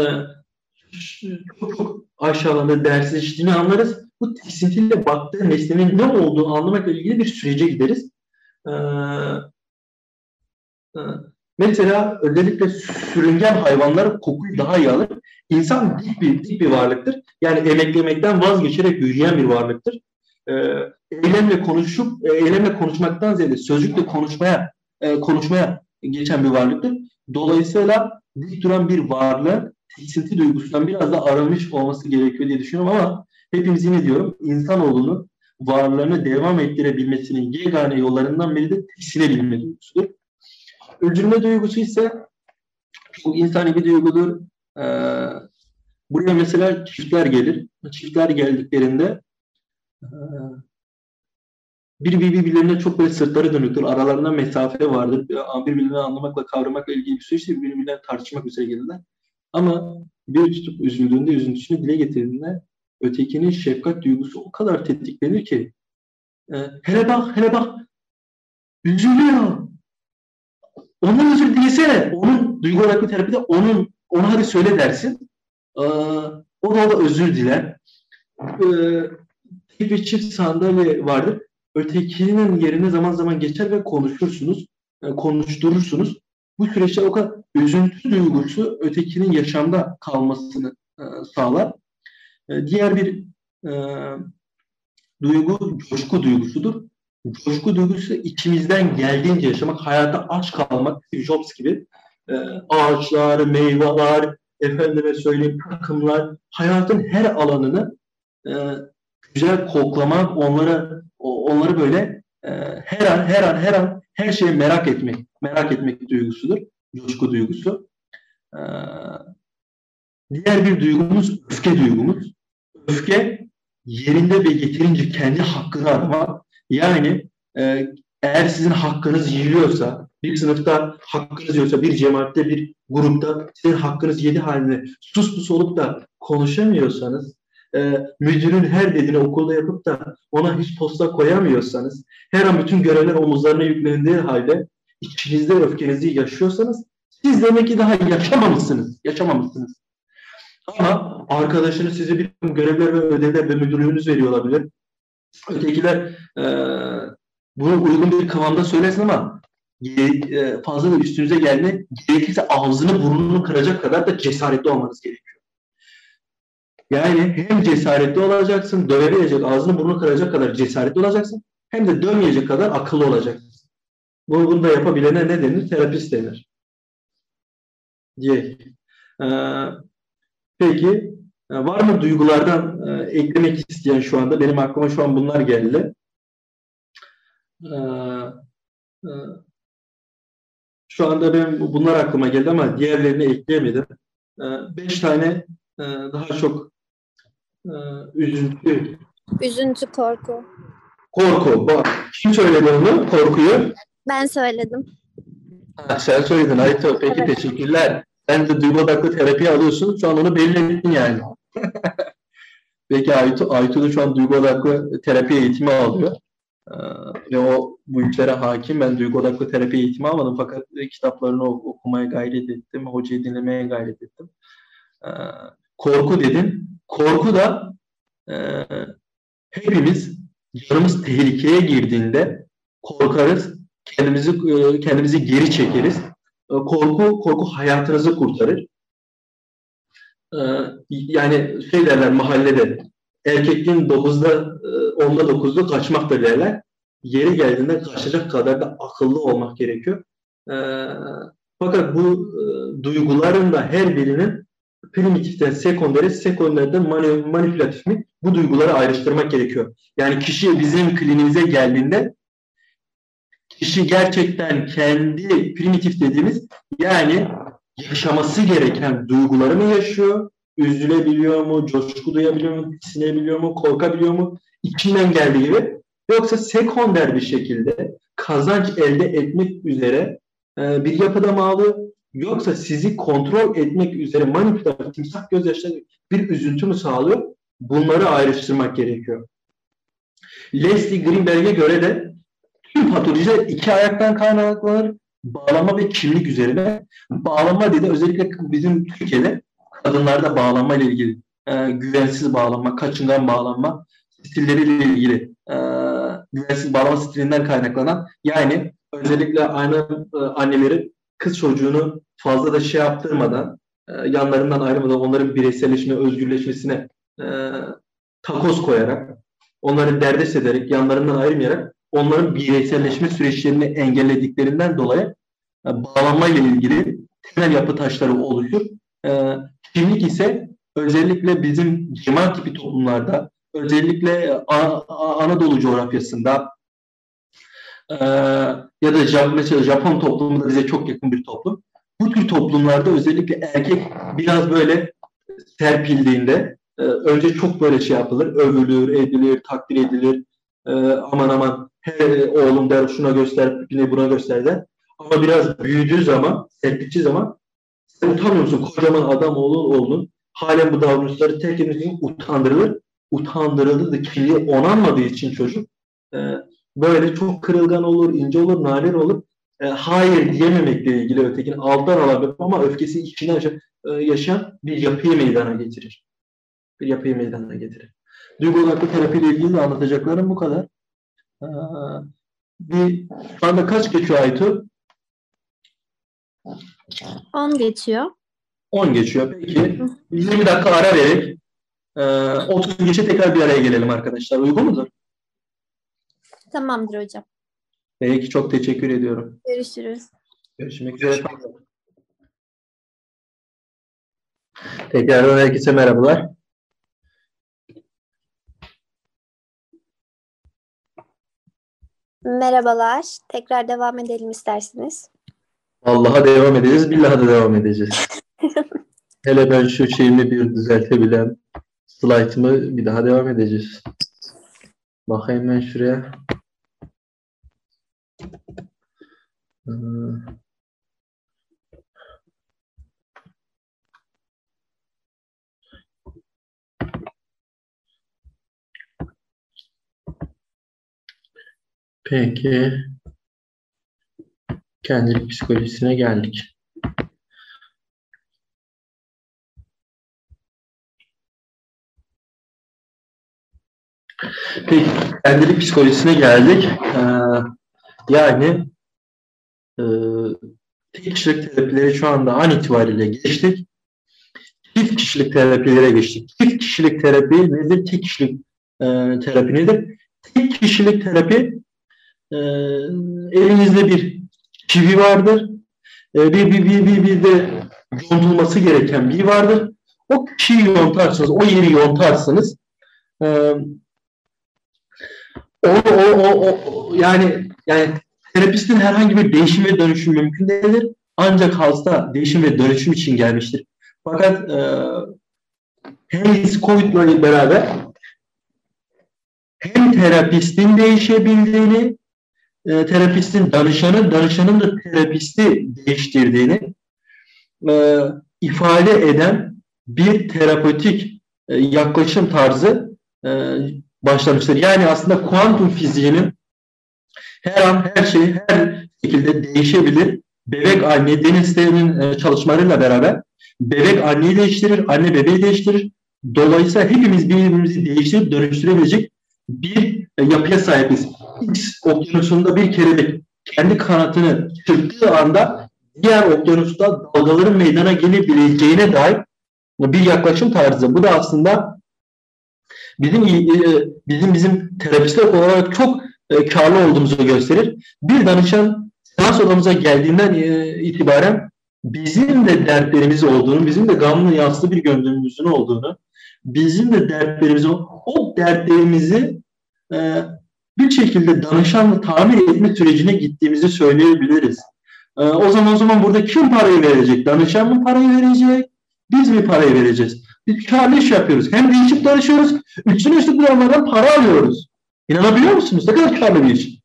S2: çok çok aşağılığında değersizleştiğini anlarız. Bu tiksintiyle baktığı nesnenin ne olduğunu anlamakla ilgili bir sürece gideriz. Ee, e, mesela özellikle sürüngen hayvanlar kokuyu daha iyi alır. İnsan dik bir, dik bir varlıktır. Yani emeklemekten vazgeçerek yürüyen bir varlıktır. Ee, eylemle konuşup, eylemle konuşmaktan ziyade sözcükle konuşmaya, e, konuşmaya geçen bir varlıktır. Dolayısıyla dik duran bir varlığın tiksinti duygusundan biraz da arınmış olması gerekiyor diye düşünüyorum ama hepimiz yine diyorum insanoğlunun varlığını devam ettirebilmesinin yegane yollarından biri de tiksinebilme duygusudur. Öldürme duygusu ise çok insani bir duygudur. Ee, buraya mesela çiftler gelir. Çiftler geldiklerinde e, bir birbirlerine çok böyle sırtları dönüktür. Aralarında mesafe vardır. Birbirlerini anlamakla, kavramakla ilgili bir süreçte birbirleriyle tartışmak üzere gelirler. Ama bir tutup üzüldüğünde, üzüntüsünü dile getirdiğinde ötekinin şefkat duygusu o kadar tetiklenir ki e, hele bak, hele bak üzülüyor. Ondan özür dilesene. Onun duygu olarak bir terapide onun, ona hadi söyle dersin. Ee, o da o da özür diler. Ee, tek bir çift sandalye vardır. Ötekinin yerine zaman zaman geçer ve konuşursunuz. Yani konuşturursunuz. Bu süreçte o kadar üzüntü duygusu ötekinin yaşamda kalmasını e, sağlar. E, diğer bir e, duygu coşku duygusudur. Coşku duygusu içimizden geldiğince yaşamak, hayata aç kalmak, Steve Jobs gibi e, ağaçlar, meyveler, efendime söyleyeyim takımlar, hayatın her alanını e, güzel koklamak, onları onları böyle e, her an her an her an her şeyi merak etmek, merak etmek duygusudur, coşku duygusu. E, diğer bir duygumuz öfke duygumuz. Öfke yerinde ve yeterince kendi hakkını aramak. Yani e, eğer sizin hakkınız yiyiliyorsa, bir sınıfta hakkınız yoksa, bir cemaatte, bir grupta sizin hakkınız yedi halinde sus pus olup da konuşamıyorsanız, e, müdürün her dediğini okulda yapıp da ona hiç posta koyamıyorsanız, her an bütün görevler omuzlarına yüklendiği halde içinizde öfkenizi yaşıyorsanız, siz demek ki daha yaşamamışsınız. Yaşamamışsınız. Ama arkadaşınız size bir görevler ve ödevler ve müdürlüğünüz veriyor olabilir. Ötekiler e, bunu uygun bir kıvamda söylesin ama e, fazla da üstünüze gelme, gerekirse ağzını burnunu kıracak kadar da cesaretli olmanız gerekiyor. Yani hem cesaretli olacaksın, dövebilecek, ağzını burnunu kıracak kadar cesaretli olacaksın, hem de dönmeyecek kadar akıllı olacaksın. Bunu, bunu da yapabilene ne denir? Terapist denir. Diye. Ee, peki, var mı duygulardan e, eklemek isteyen şu anda? Benim aklıma şu an bunlar geldi. Ee, e, şu anda ben bunlar aklıma geldi ama diğerlerini ekleyemedim. Ee, beş tane e, daha çok e, üzüntü.
S1: Üzüntü, korku.
S2: Korku. Bak, kim söyledi onu? Korkuyu.
S1: Ben söyledim.
S2: Ha, sen söyledin Ayto. Peki
S1: Evet.
S2: teşekkürler. Sen de duygu odaklı terapi alıyorsun. Şu an onu belli ettin yani. Peki Aytu, Aytu da şu an duygu odaklı terapi eğitimi alıyor. Ee, ve o bu yüklere hakim. Ben duygu odaklı terapi eğitimi almadım fakat kitaplarını okumaya gayret ettim. Hocayı dinlemeye gayret ettim. Ee, korku dedin. Korku da e, hepimiz canımız tehlikeye girdiğinde korkarız. Kendimizi e, kendimizi geri çekeriz. E, korku korku hayatınızı kurtarır. E, yani şey derler mahallede erkekliğin dokuzda onda dokuzda kaçmaktır derler. Yeri geldiğinde kaçacak kadar da akıllı olmak gerekiyor. E, fakat bu e, duyguların da her birinin primitiften sekondere, sekonderden mani, manipülatif mi? Bu duyguları ayrıştırmak gerekiyor. Yani kişi bizim kliniğimize geldiğinde kişi gerçekten kendi primitif dediğimiz yani yaşaması gereken duyguları mı yaşıyor? Üzülebiliyor mu? Coşku duyabiliyor mu? Tiksinebiliyor mu? Korkabiliyor mu? İçinden geldiği gibi. Yoksa sekonder bir şekilde kazanç elde etmek üzere e, bir yapıda mı alıyor? Yoksa sizi kontrol etmek üzere manipülatif timsah gözyaşları bir üzüntü mü sağlıyor? Bunları ayrıştırmak gerekiyor. Leslie Greenberg'e göre de tüm patolojiler iki ayaktan kaynaklanır. Bağlanma ve kimlik üzerine. Bağlanma dedi özellikle bizim Türkiye'de kadınlarda bağlanma ile ilgili e, güvensiz bağlanma, kaçıngan bağlanma stilleriyle ilgili e, güvensiz bağlanma stilinden kaynaklanan yani özellikle aynı e, anneleri kız çocuğunu fazla da şey yaptırmadan e, yanlarından ayrılmadan onların bireyselleşme, özgürleşmesine e, takoz koyarak onları derdest ederek yanlarından ayırmayarak onların bireyselleşme süreçlerini engellediklerinden dolayı e, bağlanma ile ilgili temel yapı taşları oluşur. E, kimlik ise özellikle bizim cima tipi toplumlarda, özellikle Anadolu coğrafyasında e, ya da Jap mesela Japon toplumu da bize çok yakın bir toplum. Bu tür toplumlarda özellikle erkek biraz böyle serpildiğinde e, önce çok böyle şey yapılır, övülür, edilir, takdir edilir. E, aman aman he, oğlum der şuna göster, yine buna göster der. Ama biraz büyüdüğü zaman, serpildiği zaman sen utanmıyor musun? Kocaman adam oğlun oldun. Halen bu davranışları terk etmek utandırılır. Utandırılır da kimliği onanmadığı için çocuk e, böyle çok kırılgan olur, ince olur, narin olur. E, hayır diyememekle ilgili ötekini alttan alabilir ama öfkesi içine yaşayan, e, yaşayan bir yapıyı meydana getirir. Bir yapıyı meydana getirir. Duygu odaklı terapiyle ilgili de anlatacaklarım bu kadar. Ee, bir, şu anda kaç geçiyor Aytu?
S1: on geçiyor.
S2: on geçiyor. Peki yirmi dakika ara vererek e, otuz geçe tekrar bir araya gelelim arkadaşlar. Uygun mudur?
S1: Tamamdır hocam.
S2: Peki çok teşekkür ediyorum.
S1: Görüşürüz.
S2: Görüşmek üzere. Tekrardan herkese merhabalar.
S1: Merhabalar. Tekrar devam edelim isterseniz.
S2: Allah'a devam edeceğiz. Billah'a da devam edeceğiz. Hele ben şu şeyimi bir düzeltebilem. Slaytımı bir daha devam edeceğiz. Bakayım ben şuraya. Hmm. Peki. Kendilik psikolojisine geldik. Peki, kendilik psikolojisine geldik. Ee, yani e, tek kişilik terapileri şu anda an itibariyle geçtik. Çift kişilik terapilere geçtik. Çift kişilik terapi nedir? Tek kişilik e, terapi nedir? Tek kişilik terapi e, elinizde bir çivi vardır. E, bir, bir, bir, bir, bir de yontulması gereken bir vardır. O kişiyi yontarsınız, o yeri yontarsınız. E, o, o, o, o, yani yani terapistin herhangi bir değişim ve dönüşüm mümkün değildir. Ancak hasta değişim ve dönüşüm için gelmiştir. Fakat e, Hayes Coyte'la beraber hem terapistin değişebildiğini, e, terapistin danışanın, danışanın da terapisti değiştirdiğini e, ifade eden bir terapötik e, yaklaşım tarzı e, başlamıştır. Yani aslında kuantum fiziğinin her an her şey her şekilde değişebilir. Bebek anne, Deniz Tey'nin e, çalışmalarıyla beraber bebek anneyi değiştirir, anne bebeği değiştirir. Dolayısıyla hepimiz birbirimizi değiştirip dönüştürebilecek bir e, yapıya sahibiz. X okyanusunda bir kelebek kendi kanatını çırptığı anda diğer okyanusta dalgaların meydana gelebileceğine dair bir yaklaşım tarzı. Bu da aslında bizim e, bizim bizim terapistler olarak çok e, karlı olduğumuzu gösterir. Bir danışan seans odamıza geldiğinden e, itibaren bizim de dertlerimiz olduğunu, bizim de gamlı yaslı bir gönlümüzün olduğunu, bizim de dertlerimiz o dertlerimizi e, bir şekilde danışanla tamir etme sürecine gittiğimizi söyleyebiliriz. E, o zaman o zaman burada kim parayı verecek? Danışan mı parayı verecek? Biz mi parayı vereceğiz? Biz karlı iş yapıyoruz. Hem değişip danışıyoruz, üstüne üstlük bir onlardan para alıyoruz. İnanabiliyor musunuz? Ne kadar karlı bir iş.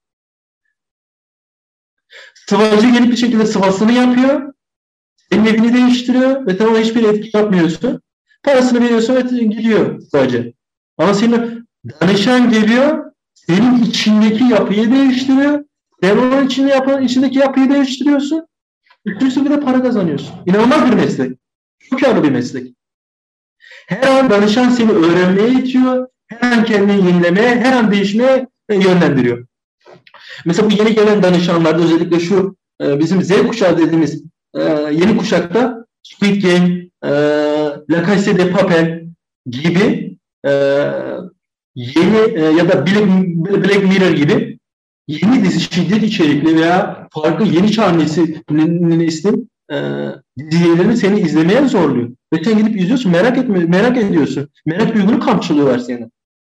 S2: Sıvacı gelip bir şekilde sıvasını yapıyor, senin evini değiştiriyor ve tamam hiçbir etki yapmıyorsun. Parasını veriyorsun ve gidiyor sıvacı. Ama senin danışan geliyor, senin içindeki yapıyı değiştiriyor. Sen onun içinde yapı, içindeki yapıyı değiştiriyorsun. Üstüne bir de para kazanıyorsun. İnanılmaz bir meslek. Çok karlı bir meslek. Her an danışan seni öğrenmeye itiyor, her an kendini yenilemeye, her an değişmeye yönlendiriyor. Mesela bu yeni gelen danışanlarda özellikle şu e, bizim Z kuşağı dediğimiz e, yeni kuşakta Squid Game, e, La Casa de Papel gibi e, yeni e, ya da Black, Black Mirror gibi yeni dizi şiddet içerikli veya farklı yeni çağ neslin e, dizilerini seni izlemeye zorluyor. Ve sen gidip izliyorsun, merak etme, merak ediyorsun. Merak duygunu kamçılıyorlar seni.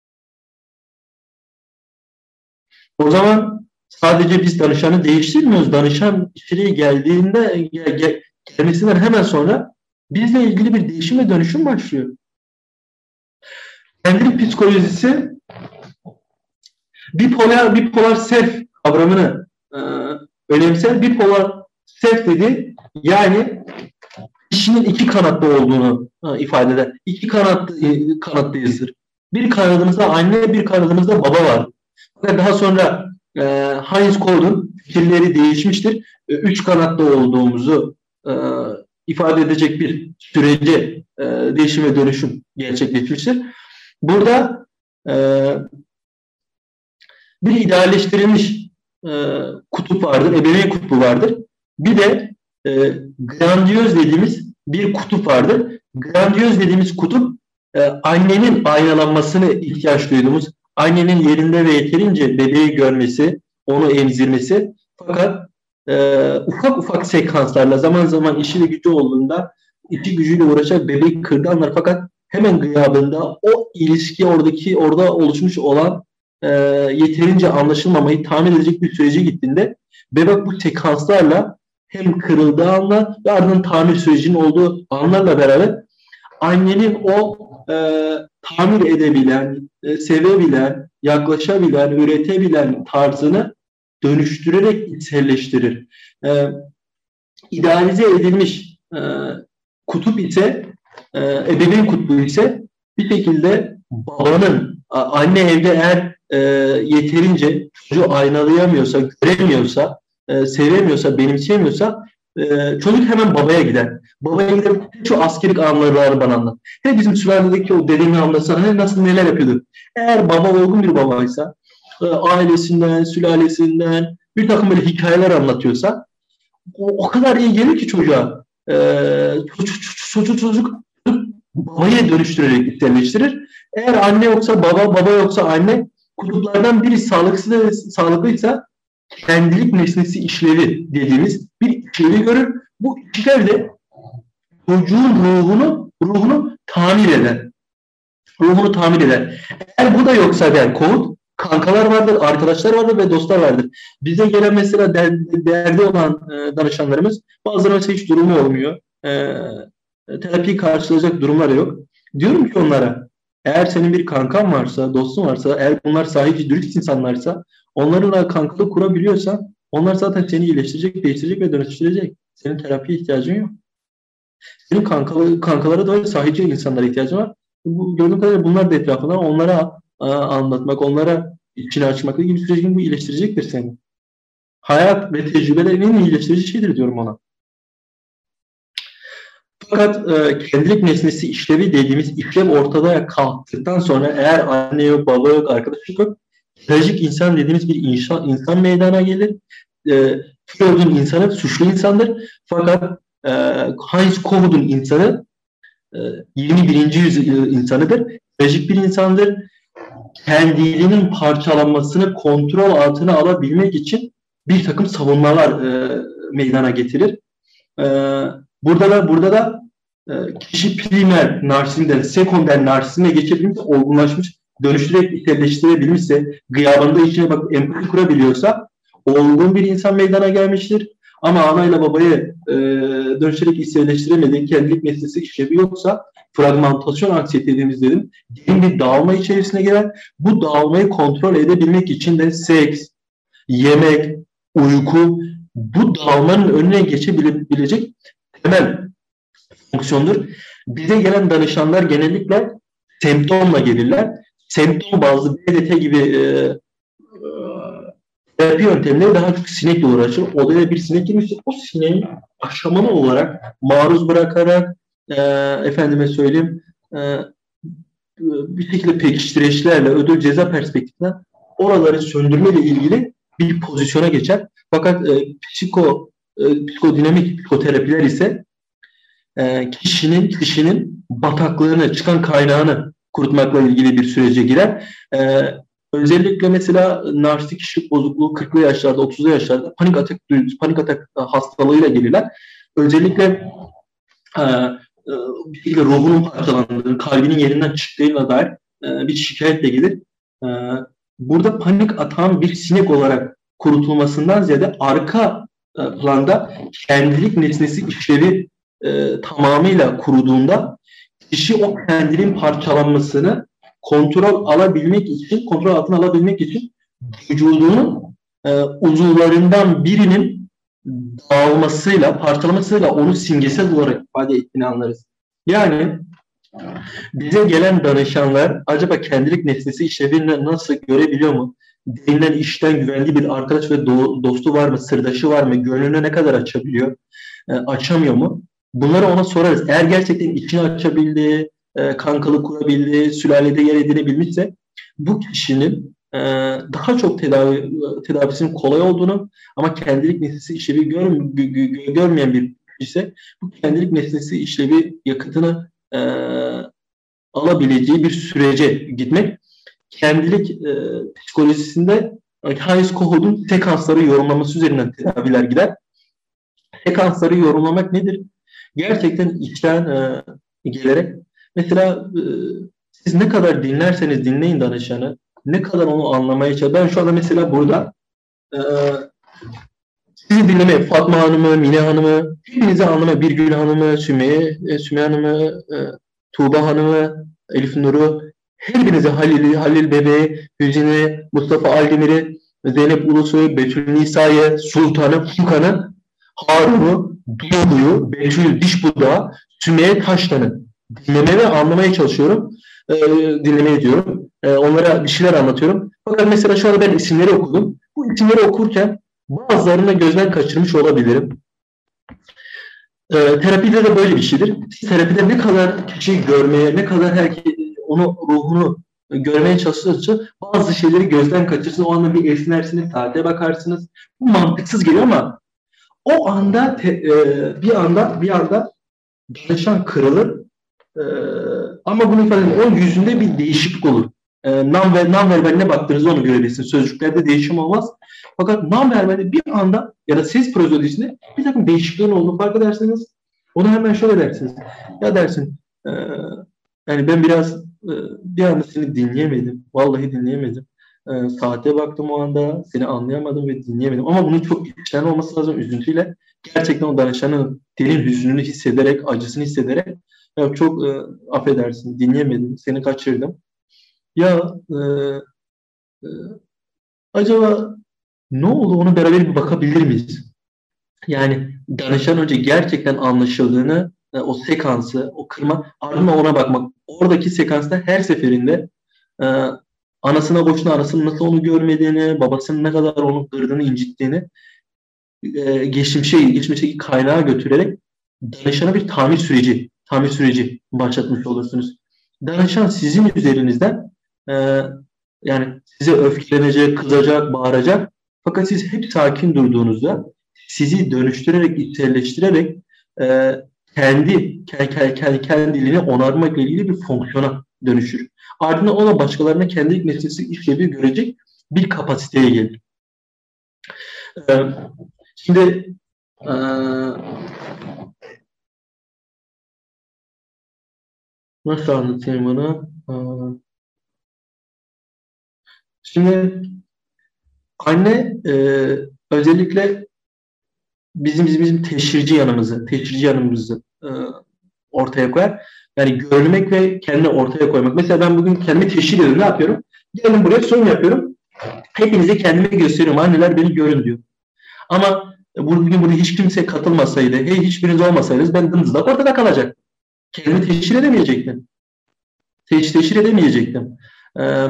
S2: O zaman sadece biz danışanı değiştirmiyoruz. Danışan içeriye geldiğinde gel, gel, gelmesinden hemen sonra bizle ilgili bir değişim ve dönüşüm başlıyor. Kendin psikolojisi bipolar, bipolar self kavramını e, önemser. Bipolar self dedi yani kişinin iki kanatlı olduğunu e, ifade eder. İki kanatlı, e, kanatlıyızdır. Bir kanadımızda anne, bir kanadımızda baba var. Daha sonra e, Hayes Coyte'un fikirleri değişmiştir. E, üç kanatlı olduğumuzu e, ifade edecek bir sürece e, değişim ve dönüşüm gerçekleşmiştir. Burada e, bir idealleştirilmiş e, kutup vardır, ebeveyn kutbu vardır. Bir de e, grandiyöz dediğimiz bir kutup vardır. Grandiyöz dediğimiz kutup e, annenin aynalanmasını ihtiyaç duyduğumuz, annenin yerinde ve yeterince bebeği görmesi, onu emzirmesi. Fakat e, ufak ufak sekanslarla zaman zaman işi ve gücü olduğunda işi gücüyle uğraşarak bebeği kırdı anlar. Fakat hemen gıyabında o ilişki oradaki orada oluşmuş olan e, yeterince anlaşılmamayı tahmin edecek bir sürece gittiğinde bebek bu sekanslarla hem kırıldığı anlar ve ardından tamir sürecinin olduğu anlarla beraber annenin o e, tamir edebilen, e, sevebilen, yaklaşabilen, üretebilen tarzını dönüştürerek içselleştirir. E, idealize edilmiş e, kutup ise, e, ebeveyn kutbu ise bir şekilde babanın, anne evde eğer e, yeterince çocuğu aynalayamıyorsa, göremiyorsa, e, sevemiyorsa, benimseyemiyorsa e, çocuk hemen babaya gider. Babaya gider, şu askerlik anıları bana anlat. He bizim sülaledeki o dedemi anlatsana, he nasıl neler yapıyordu. Eğer baba olgun bir babaysa, e, ailesinden, sülalesinden bir takım böyle hikayeler anlatıyorsa, o, o kadar iyi gelir ki çocuğa. Ee, çocuk, çocuk, çocuk babayı dönüştürerek içselleştirir. Eğer anne yoksa baba, baba yoksa anne, kutuplardan biri sağlıksız, sağlıklıysa kendilik nesnesi işlevi dediğimiz bir işlevi görür. Bu işlev de çocuğun ruhunu ruhunu tamir eder. Ruhunu tamir eder. Eğer bu da yoksa der Kohut, kankalar vardır, arkadaşlar vardır ve dostlar vardır. Bize gelen mesela derdi, derdi olan e, danışanlarımız, bazıları mesela hiç durumu olmuyor. E, terapiyi karşılayacak durumları yok. Diyorum ki onlara, eğer senin bir kankan varsa, dostun varsa, eğer bunlar sahici, dürüst insanlarsa, onlarla kankalık kurabiliyorsan, onlar zaten seni iyileştirecek, değiştirecek ve dönüştürecek. Senin terapiye ihtiyacın yok. Senin kankalı, kankalara da öyle sahici insanlara ihtiyacın var. Bu, gördüğüm kadarıyla bunlar da etrafında, onlara a, anlatmak, onlara içini açmakla gibi sürecin bu iyileştirecektir seni. Hayat ve tecrübelerin en iyileştirici şeydir diyorum ona. Fakat e, kendilik nesnesi işlevi dediğimiz işlev ortada kalktıktan sonra, eğer anne yok, baba yok, arkadaş yok, trajik insan dediğimiz bir insan, insan meydana gelir. E, Freud'un insanı suçlu insandır. Fakat e, Heinz Kohut'un insanı e, yirmi birinci yüzyıl insanıdır. Trajik bir insandır. Kendiliğinin parçalanmasını kontrol altına alabilmek için bir takım savunmalar e, meydana getirir. E, burada da burada da e, kişi primer narsizmden sekonder narsizme geçebilmişse, olgunlaşmış, dönüştürerek içselleştirebilmişse, gıyabında içine bak empati kurabiliyorsa olgun bir insan meydana gelmiştir. Ama anayla babayı e, dönüştürerek içselleştiremediği, kendilik meselesi işlevi yoksa, fragmentasyon anksiyete dediğimiz dedim, derin bir dağılma içerisine girer. Bu dağılmayı kontrol edebilmek için de seks, yemek, uyku, bu dağılmanın önüne geçebilecek temel fonksiyondur. Bize gelen danışanlar genellikle semptomla gelirler. Semptom bazlı B D T gibi e, terapi yöntemleri daha çok sinekle uğraşır. Odaya bir sinek girmiştir. O sineği aşamalı olarak maruz bırakarak e, efendime söyleyeyim e, bir şekilde pekiştireçlerle ödül ceza perspektifinden oraları söndürmeyle ilgili bir pozisyona geçer. Fakat e, psiko e, psikodinamik psikoterapiler ise e, kişinin kişinin bataklığını, çıkan kaynağını kurutmakla ilgili bir sürece girer. E, özellikle mesela narsistik kişilik bozukluğu kırklı yaşlarda, otuzlu yaşlarda panik atak panik atak hastalığıyla gelirler. Özellikle e, e, bir şekilde ruhunun parçalandığını, kalbinin yerinden çıktığına dair e, bir şikayetle gelir. E, burada panik atan bir sinek olarak kurutulmasından ziyade arka e, planda kendilik nesnesi işlevi e, tamamıyla kuruduğunda kişi o kendiliğin parçalanmasını kontrol alabilmek için, kontrol altına alabilmek için vücudunun e, uzuvlarından birinin dağılmasıyla, parçalamasıyla onu simgesel olarak ifade ettiğini anlarız. Yani bize gelen danışanlar acaba kendilik nesnesi işlevini nasıl görebiliyor mu? Derinden işten güvendiği bir arkadaş ve do- dostu var mı? Sırdaşı var mı? Gönlünü ne kadar açabiliyor? E, açamıyor mu? Bunları ona sorarız. Eğer gerçekten içini açabildiği, e, kankalık kurabildiği, sülalede yer edinebilmişse bu kişinin e, daha çok tedavi tedavisinin kolay olduğunu, ama kendilik nesnesi işlevi gör, gö, görmeyen bir ise bu kendilik nesnesi işlevi yakıtını e, alabileceği bir sürece gitmek. Kendilik e, psikolojisinde Heinz Kohut'un sekansları yorumlaması üzerinden tedaviler gider. Sekansları yorumlamak nedir? Gerçekten içten e, gelerek, mesela e, siz ne kadar dinlerseniz dinleyin danışanı, ne kadar onu anlamaya çalışın. Ben şu anda mesela burada e, sizi dinlemeye, Fatma Hanım'ı, Mine Hanım'ı, hepinizi anlamaya, Birgül Hanım'ı, Sümeyye, e, Sümeyye Hanım'ı, e, Tuğba Hanım'ı, Elif Nur'u, hepinizi, Halil'i, Halil Bebe'yi, Hüzün'ü, Mustafa Aldemir'i, Zeynep Ulusoy'u, Betül Nisa'yı, Sultan'ı, Furkan'ı, Harun'u, Duygu'yu, Betül Dişbudağı, Sümeyye Taştan'ı dinlemeye ve anlamaya çalışıyorum. E, dinlemeye diyorum. E, onlara bir şeyler anlatıyorum. Fakat mesela şu anda ben isimleri okudum. Bu isimleri okurken bazılarını gözden kaçırmış olabilirim. E, terapide de böyle bir şeydir. Terapide ne kadar kişiyi görmeye, ne kadar herkes onu, ruhunu görmeye çalıştıkça bazı şeyleri gözden kaçırırsınız. O anda bir esnersiniz, saate bakarsınız. Bu mantıksız geliyor ama O anda te, e, bir anda bir anda danışan kırılır. E, ama bunu ifade edin, o yüzünde bir değişiklik olur. E, non ve non verbaline baktığınızda onu görebilirsiniz. Sözcüklerde değişim olmaz. Fakat non verbalde bir anda ya da ses prozodisinde bir takım değişikliklerin olduğunu fark edersiniz. Onu hemen şöyle dersiniz. Ya dersin, e, yani ben biraz e, bir anda seni dinleyemedim. Vallahi dinleyemedim. E, saate baktım o anda. Seni anlayamadım ve dinleyemedim. Ama bunun çok içten olması lazım, üzüntüyle. Gerçekten o danışanın derin hüznünü hissederek, acısını hissederek, ya çok e, affedersin, dinleyemedim, seni kaçırdım. Ya e, e, acaba ne oldu, onu beraber bir bakabilir miyiz? Yani danışan önce gerçekten anlaşıldığını, e, o sekansı, o kırma, ardından ona bakmak. Oradaki sekansta her seferinde e, anasına boşuna, anasının nasıl onu görmediğini, babasının ne kadar onu kırdığını, incittiğini e, geçmişe, geçmişteki kaynağa götürerek danışana bir tamir süreci, tamir süreci başlatmış olursunuz. Danışan sizin üzerinizden e, yani size öfkelenecek, kızacak, bağıracak. Fakat siz hep sakin durduğunuzda sizi dönüştürerek, içselleştirerek e, kendi, kendi, kendi, kendi dilini onarmakla ilgili bir fonksiyona dönüşür. Ardından ona başkalarına kendi nesnesi işlevi görecek bir kapasiteye gelir. E, şimdi e, nasıl anlatayım bunu? E, şimdi anne e, özellikle bizim bizim bizim teşhirci yanımızı, teşhirci yanımızı e, ortaya koyar. Yani görmek ve kendini ortaya koymak. Mesela ben bugün kendimi teşhir ediyorum. Ne yapıyorum? Geldim buraya sunum yapıyorum. Hepinize kendimi gösteriyorum. Anneler beni görün diyor. Ama bugün burada hiç kimse katılmasaydı, hey hiçbiriniz olmasaydınız ben dımdızlak ortada kalacak. Kendimi teşhir edemeyecektim. Teşhir, teşhir edemeyecektim. Ee,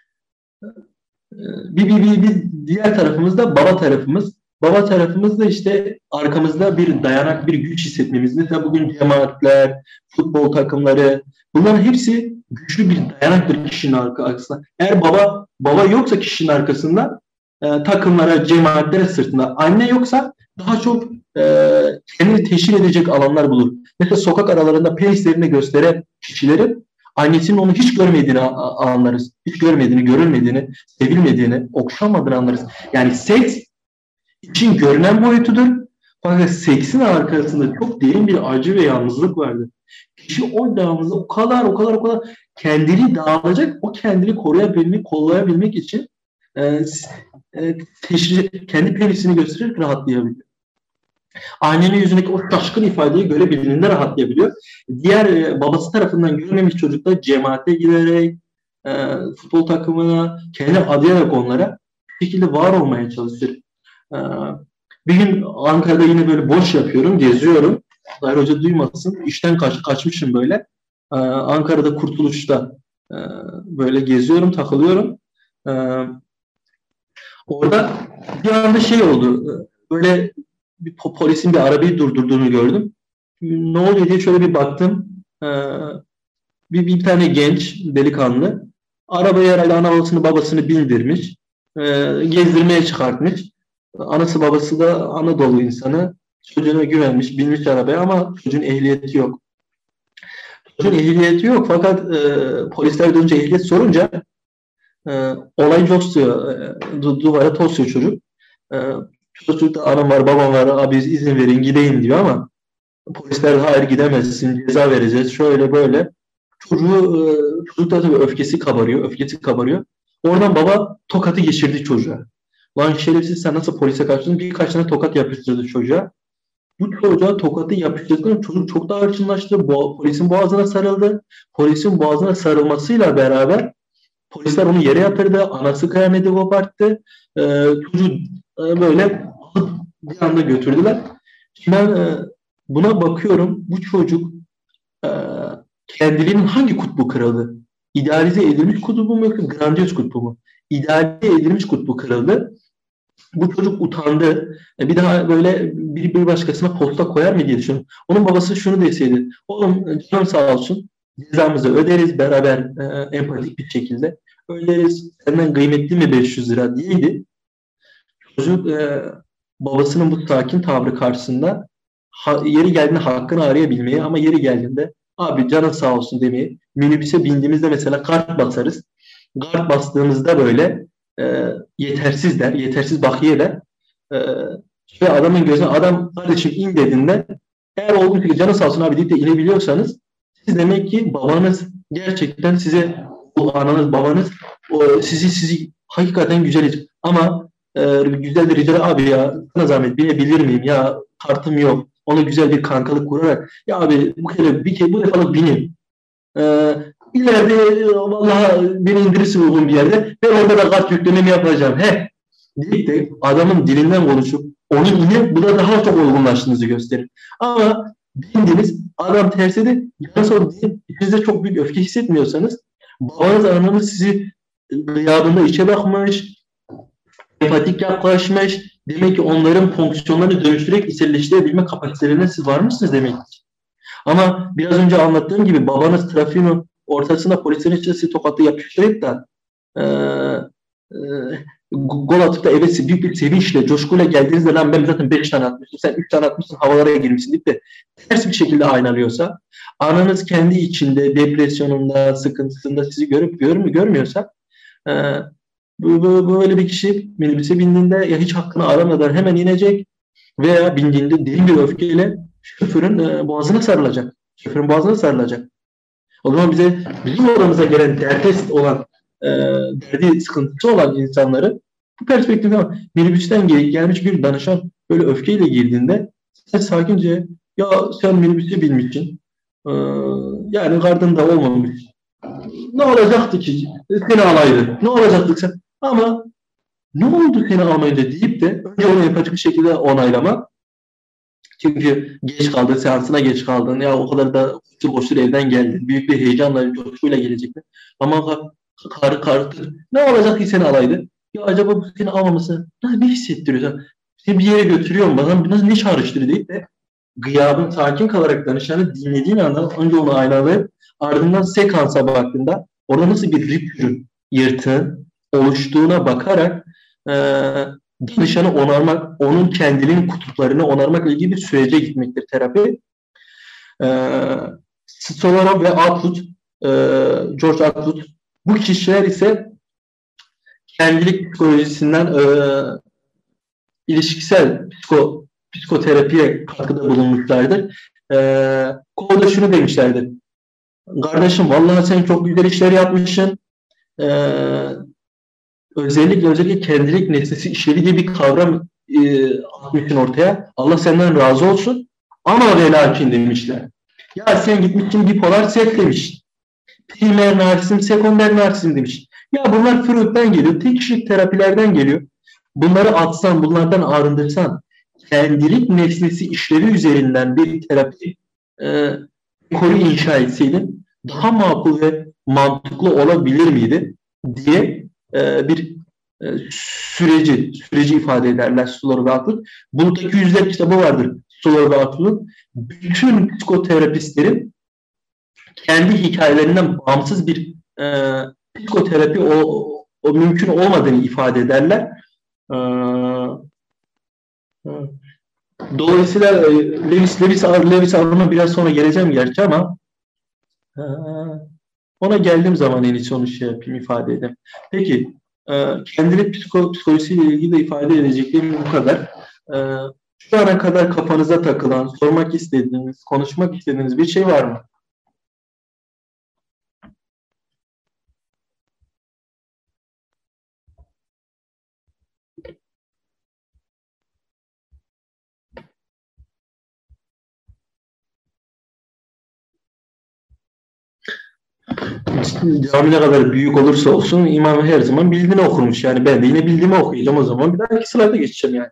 S2: bir, bir, bir, bir diğer tarafımız da baba tarafımız. Baba tarafımızda işte arkamızda bir dayanak, bir güç hissetmemiz. Mesela bugün cemaatler, futbol takımları, bunların hepsi güçlü bir dayanaktır kişinin arkasında. Eğer baba baba yoksa kişinin arkasında e, takımlara, cemaatlere sırtında, anne yoksa daha çok e, kendini teşhir edecek alanlar bulur. Mesela sokak aralarında penislerini gösteren kişilerin annesinin onu hiç görmediğini anlarız. Hiç görmediğini, görülmediğini, sevilmediğini, okşanmadığını anlarız. Yani seks için görünen boyutudur. Fakat seksin arkasında çok derin bir acı ve yalnızlık vardır. Kişi o yalnızlığı o kadar o kadar o kadar kendini dağılacak, o kendini koruyabilmek, kollayabilmek için e, e, teşhir, kendi penisini göstererek rahatlayabiliyor. Annenin yüzündeki o şaşkın ifadeyi görebildiğinde rahatlayabiliyor. Diğer e, babası tarafından görülmemiş çocuklar cemaate giderek, e, futbol takımına, kendini adayarak onlara bir şekilde var olmaya çalışır. E, bir gün Ankara'da yine böyle boş yapıyorum, geziyorum. Dair Hoca duymasın. İşten kaç, kaçmışım böyle. E, Ankara'da Kurtuluş'ta e, böyle geziyorum, takılıyorum. E, orada bir anda şey oldu. Böyle bir polisin bir arabayı durdurduğunu gördüm. Ne oluyor diye şöyle bir baktım. Ee, bir, bir tane genç delikanlı arabayı herhalde ana babasını babasını bindirmiş. Ee, gezdirmeye çıkartmış. Anası babası da Anadolu insanı. Çocuğuna güvenmiş, binmiş arabaya ama çocuğun ehliyeti yok. Çocuğun ehliyeti yok fakat e, polisler dönünce ehliyet sorunca e, olay coşuyor. E, duvara tosuyor çocuk. E, Çocukta anam var, babam var, abi izin verin gideyim diyor ama polisler de hayır gidemezsin, ceza vereceğiz, şöyle böyle. Çocuğu, çocuk da tabii öfkesi kabarıyor, öfkesi kabarıyor. Oradan baba tokatı geçirdi çocuğa. Lan şerefsiz sen nasıl polise kaçtın? Birkaç tane tokat yapıştırdı çocuğa. Bu çocuğa tokatı yapıştırdıktan çocuk çok daha hırçınlaştı. Bo polisin boğazına sarıldı. Polisin boğazına sarılmasıyla beraber polisler onu yere yatırdı. Anası kıyameti koparttı. Ee, çocuğu e, böyle bir anda götürdüler. Şimdi ben e, buna bakıyorum. Bu çocuk e, kendiliğinin hangi kutbu kırıldı? İdealize edilmiş kutbu mu yoksa grandiyoz kutbu mu? İdealize edilmiş kutbu kırıldı. Bu çocuk utandı. E, bir daha böyle bir, bir başkasına posta koyar mı diye düşünüyorum. Onun babası şunu deseydi. Oğlum canım sağ olsun. Cezamızı öderiz beraber e, empatik bir şekilde. Öderiz. Senden kıymetli mi beş yüz lira diyeydi. Çocuk e, babasının bu sakin tavrı karşısında ha, yeri geldiğinde hakkını arayabilmeyi ama yeri geldiğinde abi canın sağ olsun demeyi, minibüse bindiğimizde mesela kart basarız. Kart bastığımızda böyle e, yetersiz der, yetersiz bakiye der. E, ve adamın gözüne adam kardeşim in dediğinde eğer olduğu gibi canın sağ olsun abi deyip de inebiliyorsanız siz demek ki babanız gerçekten size o ananız babanız o, sizi sizi hakikaten güzel ama e, güzel de rica abi ya sana zahmet binebilir miyim ya kartım yok. Ona güzel bir kankalık kurarak ya abi bu kere bir kere bu defalık binin. Ee, ileride vallahi beni indirirsin uygun bir yerde. Ben orada da kart yüklememi yapacağım. He deyip de adamın dilinden konuşup onun yine bu da daha çok olgunlaştığınızı gösterir. Ama bindiniz adam tersi de yarın sonra içinizde çok büyük öfke hissetmiyorsanız babanız ananız sizi gıyabında içe bakmış, empatik yaklaşmış. Demek ki onların fonksiyonlarını dönüştürerek içselleştirebilme kapasitelerine siz var mısınız demek ki. Ama biraz önce anlattığım gibi babanız trafiğin ortasında polislerin içinde sizi tokatlı yapıştırıp da e, e, gol atıp da evet büyük bir sevinçle, coşkuyla geldiğinizde lan ben zaten beş tane atmıştım, sen üç tane atmışsın havalara girmişsin deyip de ters bir şekilde aynalıyorsa, ananız kendi içinde depresyonunda, sıkıntısında sizi görüp gör mü görmüyorsa e, bu, bu, böyle bir kişi minibüse bindiğinde ya hiç hakkını aramadan hemen inecek veya bindiğinde derin bir öfkeyle şoförün e, boğazına sarılacak. Şoförün boğazına sarılacak. O zaman bize bizim odamıza gelen derdest olan e, derdi sıkıntısı olan insanları bu perspektiften minibüsten gel- gelmiş bir danışan böyle öfkeyle girdiğinde sen sakince ya sen minibüse binmişsin e, yani gardında olmamış. Ne olacaktı ki? Seni alaydı. Ne olacaktı sen? Ama ne oldu seni almayınca deyip de önce onu empatik bir şekilde onaylamak. Çünkü geç kaldın, seansına geç kaldın. Ya o kadar da boştur boştur evden geldin. Büyük bir heyecanla, coşkuyla gelecektin. Ama karı karı ne olacak ki seni alaydı? Ya acaba bu seni almaması nasıl bir hissettiriyor? Seni bir yere götürüyor mu? Bana nasıl ne çağrıştırıyor deyip de gıyabın sakin kalarak danışanı dinlediğin anda önce onu aynalayıp ardından sekansa baktığında orada nasıl bir rip yırtığın oluştuğuna bakarak e, danışanı onarmak, onun kendinin kutuplarını onarmakla ilgili bir sürece gitmektir terapi. E, Stolarov ve Atwood, e, George Atwood bu kişiler ise kendilik psikolojisinden e, ilişkisel psiko, psikoterapiye katkıda bulunmuşlardır. E, Orada şunu demişlerdir. Kardeşim vallahi sen çok güzel işler yapmışsın. Ee, özellikle özellikle kendilik nesnesi işlevi diye bir kavram e, atmışsın ortaya. Allah senden razı olsun. Ama ve lakin demişler. Ya sen gitmişsin bipolar set demiş. Primer narsizm, sekonder narsizm demiş. Ya bunlar Freud'den geliyor. Tek kişilik terapilerden geliyor. Bunları atsan, bunlardan arındırsan, kendilik nesnesi işlevi üzerinden bir terapi e, koru inşa etseydin daha makul ve mantıklı olabilir miydi diye e, bir e, süreci süreci ifade ederler Stolar ve Atwood. Buradaki yüzler kitabı vardır Stolar ve Atwood'un. Bütün psikoterapistlerin kendi hikayelerinden bağımsız bir e, psikoterapi o, o mümkün olmadığını ifade ederler. E, dolayısıyla e, Lewis Lewis Lewis Arnold'a biraz sonra geleceğim gerçi ama e, ona geldiğim zaman en iyisi onu şey yapayım, ifade edeyim. Peki, e, kendilik psiko, psikolojisiyle ilgili de ifade edeceklerim bu kadar. E, şu ana kadar kafanıza takılan, sormak istediğiniz, konuşmak istediğiniz bir şey var mı? Cami ne kadar büyük olursa olsun imam her zaman bildiğini okurmuş. Yani ben de yine bildiğimi okuyacağım o zaman. Bir dahaki slayda geçeceğim yani.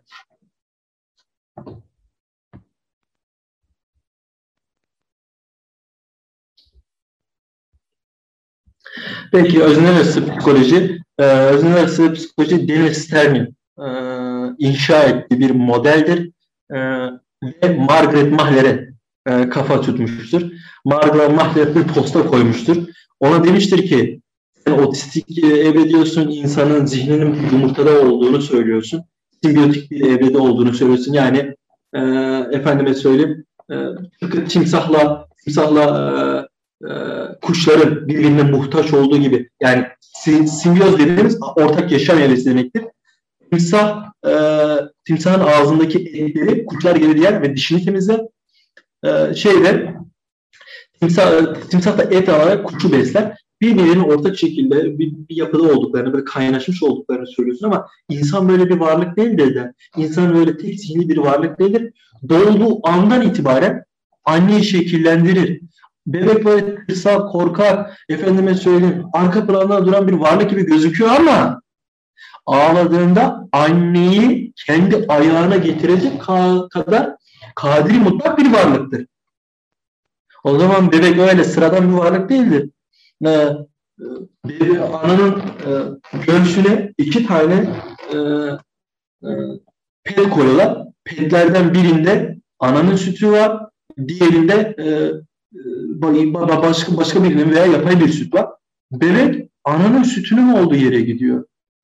S2: Peki öznel arası psikoloji. Ee, öznel arası psikoloji Dennis Stern'in e, inşa ettiği bir modeldir. E, ve Margaret Mahler'e e, kafa tutmuştur. Margaret Mahler bir posta koymuştur. Ona demiştir ki sen otistik evrediyorsun, insanın zihninin yumurtada olduğunu söylüyorsun. simbiyotik bir evrede olduğunu söylüyorsun. Yani e, efendime söyleyeyim e, tıpkı timsahla timsahla e, e, kuşların birbirine muhtaç olduğu gibi, yani simbiyoz dediğimiz ortak yaşam evresi demektir. Timsah e, timsahın ağzındaki etleri kuşlar gelir yer ve dişini temizler. E, şeyde timsah, timsah da et alarak kuşu besler. Birbirinin ortak şekilde bir, bir yapıda olduklarını, böyle kaynaşmış olduklarını söylüyorsun ama insan böyle bir varlık değildir de. İnsan öyle tek zihni bir varlık değildir. Doğduğu andan itibaren anneyi şekillendirir. Bebek böyle kırsal, korkak, efendime söyleyeyim, arka planda duran bir varlık gibi gözüküyor ama ağladığında anneyi kendi ayağına getirecek kadar kadiri mutlak bir varlıktır. O zaman bebek öyle sıradan bir varlık değildir. Ee, bir ananın e, göğsüne iki tane e, e, pet koyuyorlar. Petlerden birinde ananın sütü var, diğerinde e, başka başka birinin veya yapay bir süt var. Bebek ananın sütünün olduğu yere gidiyor.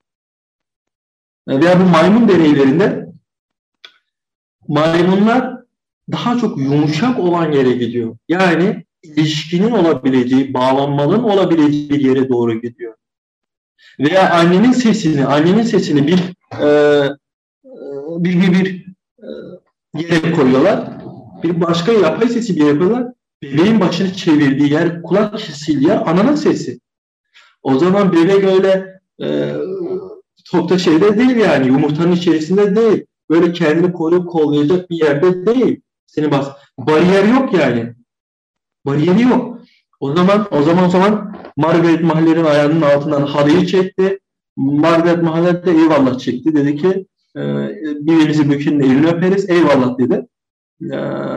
S2: Veya bu maymun deneylerinde maymunlar daha çok yumuşak olan yere gidiyor. Yani ilişkinin olabileceği, bağlanmanın olabileceği bir yere doğru gidiyor. Veya annenin sesini, annenin sesini bir e, bir bir, bir e, yere koyuyorlar. Bir başka yapay sesi bir yere koyuyorlar. Bebeğin başını çevirdiği yer, kulak kesildiği yer ananın sesi. O zaman bebek öyle e, topta şeyde değil, yani yumurtanın içerisinde değil. Böyle kendini koruyup kollayacak bir yerde değil. Senin bas bariyer yok yani. Bariyeri yok. O zaman o zaman o zaman Margaret Mahaller'in ayağının altından halıyı çekti. Margaret Mahaller de eyvallah çekti. Dedi ki e, birbirimizi Bükü'nün elini öperiz. Eyvallah dedi. E,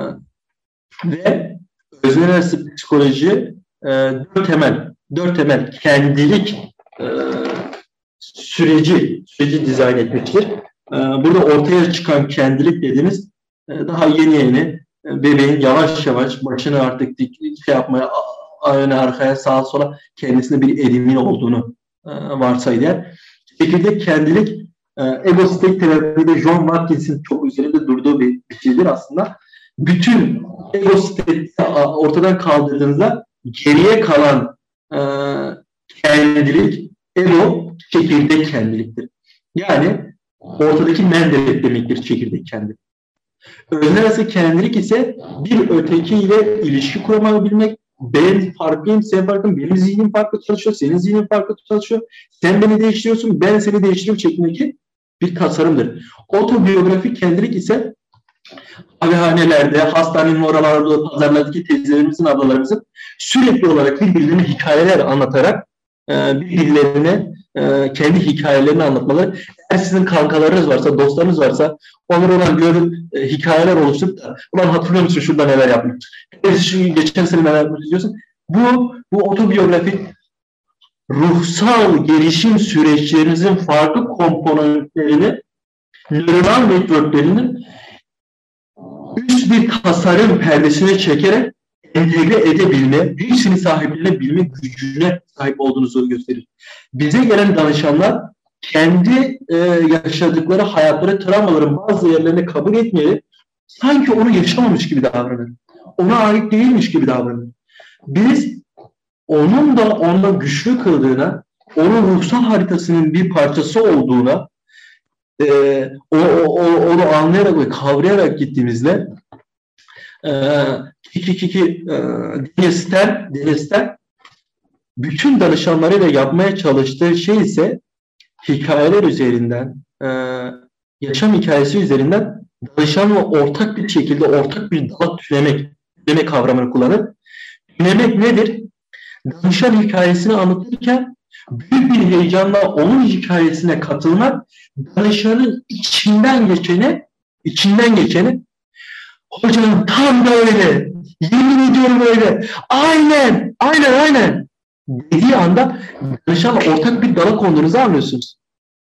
S2: ve öznel arası psikoloji e, dört temel dört temel kendilik e, süreci süreci dizayn etmiştir. E, burada ortaya çıkan kendilik dediğimiz e, daha yeni yeni bebeğin yavaş yavaş başını artık dik şey yapmaya, öne arkaya sağa sola kendisine bir edimin olduğunu e, varsaydı. Çekirdek kendilik e, ego state terapide John Watkins'in çok üzerinde durduğu bir, bir şeydir aslında. Bütün ego state'i ortadan kaldırdığınızda geriye kalan e, kendilik ego çekirdek kendiliktir. Yani ortadaki men demektir çekirdek kendilik. Öznel arası kendilik ise bir ötekiyle ilişki kuramabilmek. Ben farklıyım, sen farklısın, benim zihnim farklı çalışıyor, senin zihnin farklı çalışıyor. Sen beni değiştiriyorsun, ben seni değiştiriyorum şeklindeki bir tasarımdır. Otobiyografik kendilik ise kahvehanelerde, hastanenin oralarda, pazarlardaki teyzelerimizin, ablalarımızın sürekli olarak birbirlerine hikayeler anlatarak birbirlerine kendi hikayelerini anlatmaları. Eğer sizin kankalarınız varsa, dostlarınız varsa onları olan görüp e, hikayeler oluşturup da ulan hatırlıyor musun şurada neler yapmış? Şu geçen sene neler yapmış diyorsun. Bu, bu otobiyografik ruhsal gelişim süreçlerinizin farklı komponentlerini, nöronal networklerinin üst bir tasarım perdesine çekerek entegre edebilme, hepsini sahiplenebilme gücüne sahip olduğunuzu gösterir. Bize gelen danışanlar kendi e, yaşadıkları hayatları, travmaların bazı yerlerini kabul etmeyerek sanki onu yaşamamış gibi davranır. Ona ait değilmiş gibi davranır. Biz onun da onda güçlü kıldığına, onun ruhsal haritasının bir parçası olduğuna e, o, o, onu anlayarak ve kavrayarak gittiğimizde e, ki ki ki Deniz'ten Deniz'ten bütün danışanlarıyla yapmaya çalıştığı şey ise hikayeler üzerinden, e, yaşam hikayesi üzerinden danışanla ortak bir şekilde ortak bir dala tünemek, tünemek kavramını kullanır. Tünemek nedir? Danışan hikayesini anlatırken büyük bir heyecanla onun hikayesine katılmak, danışanın içinden geçeni, içinden geçeni, hocam tam da öyle, yemin ediyorum öyle, aynen, aynen, aynen dediği anda danışanla ortak bir dala konduğunuzu anlıyorsunuz.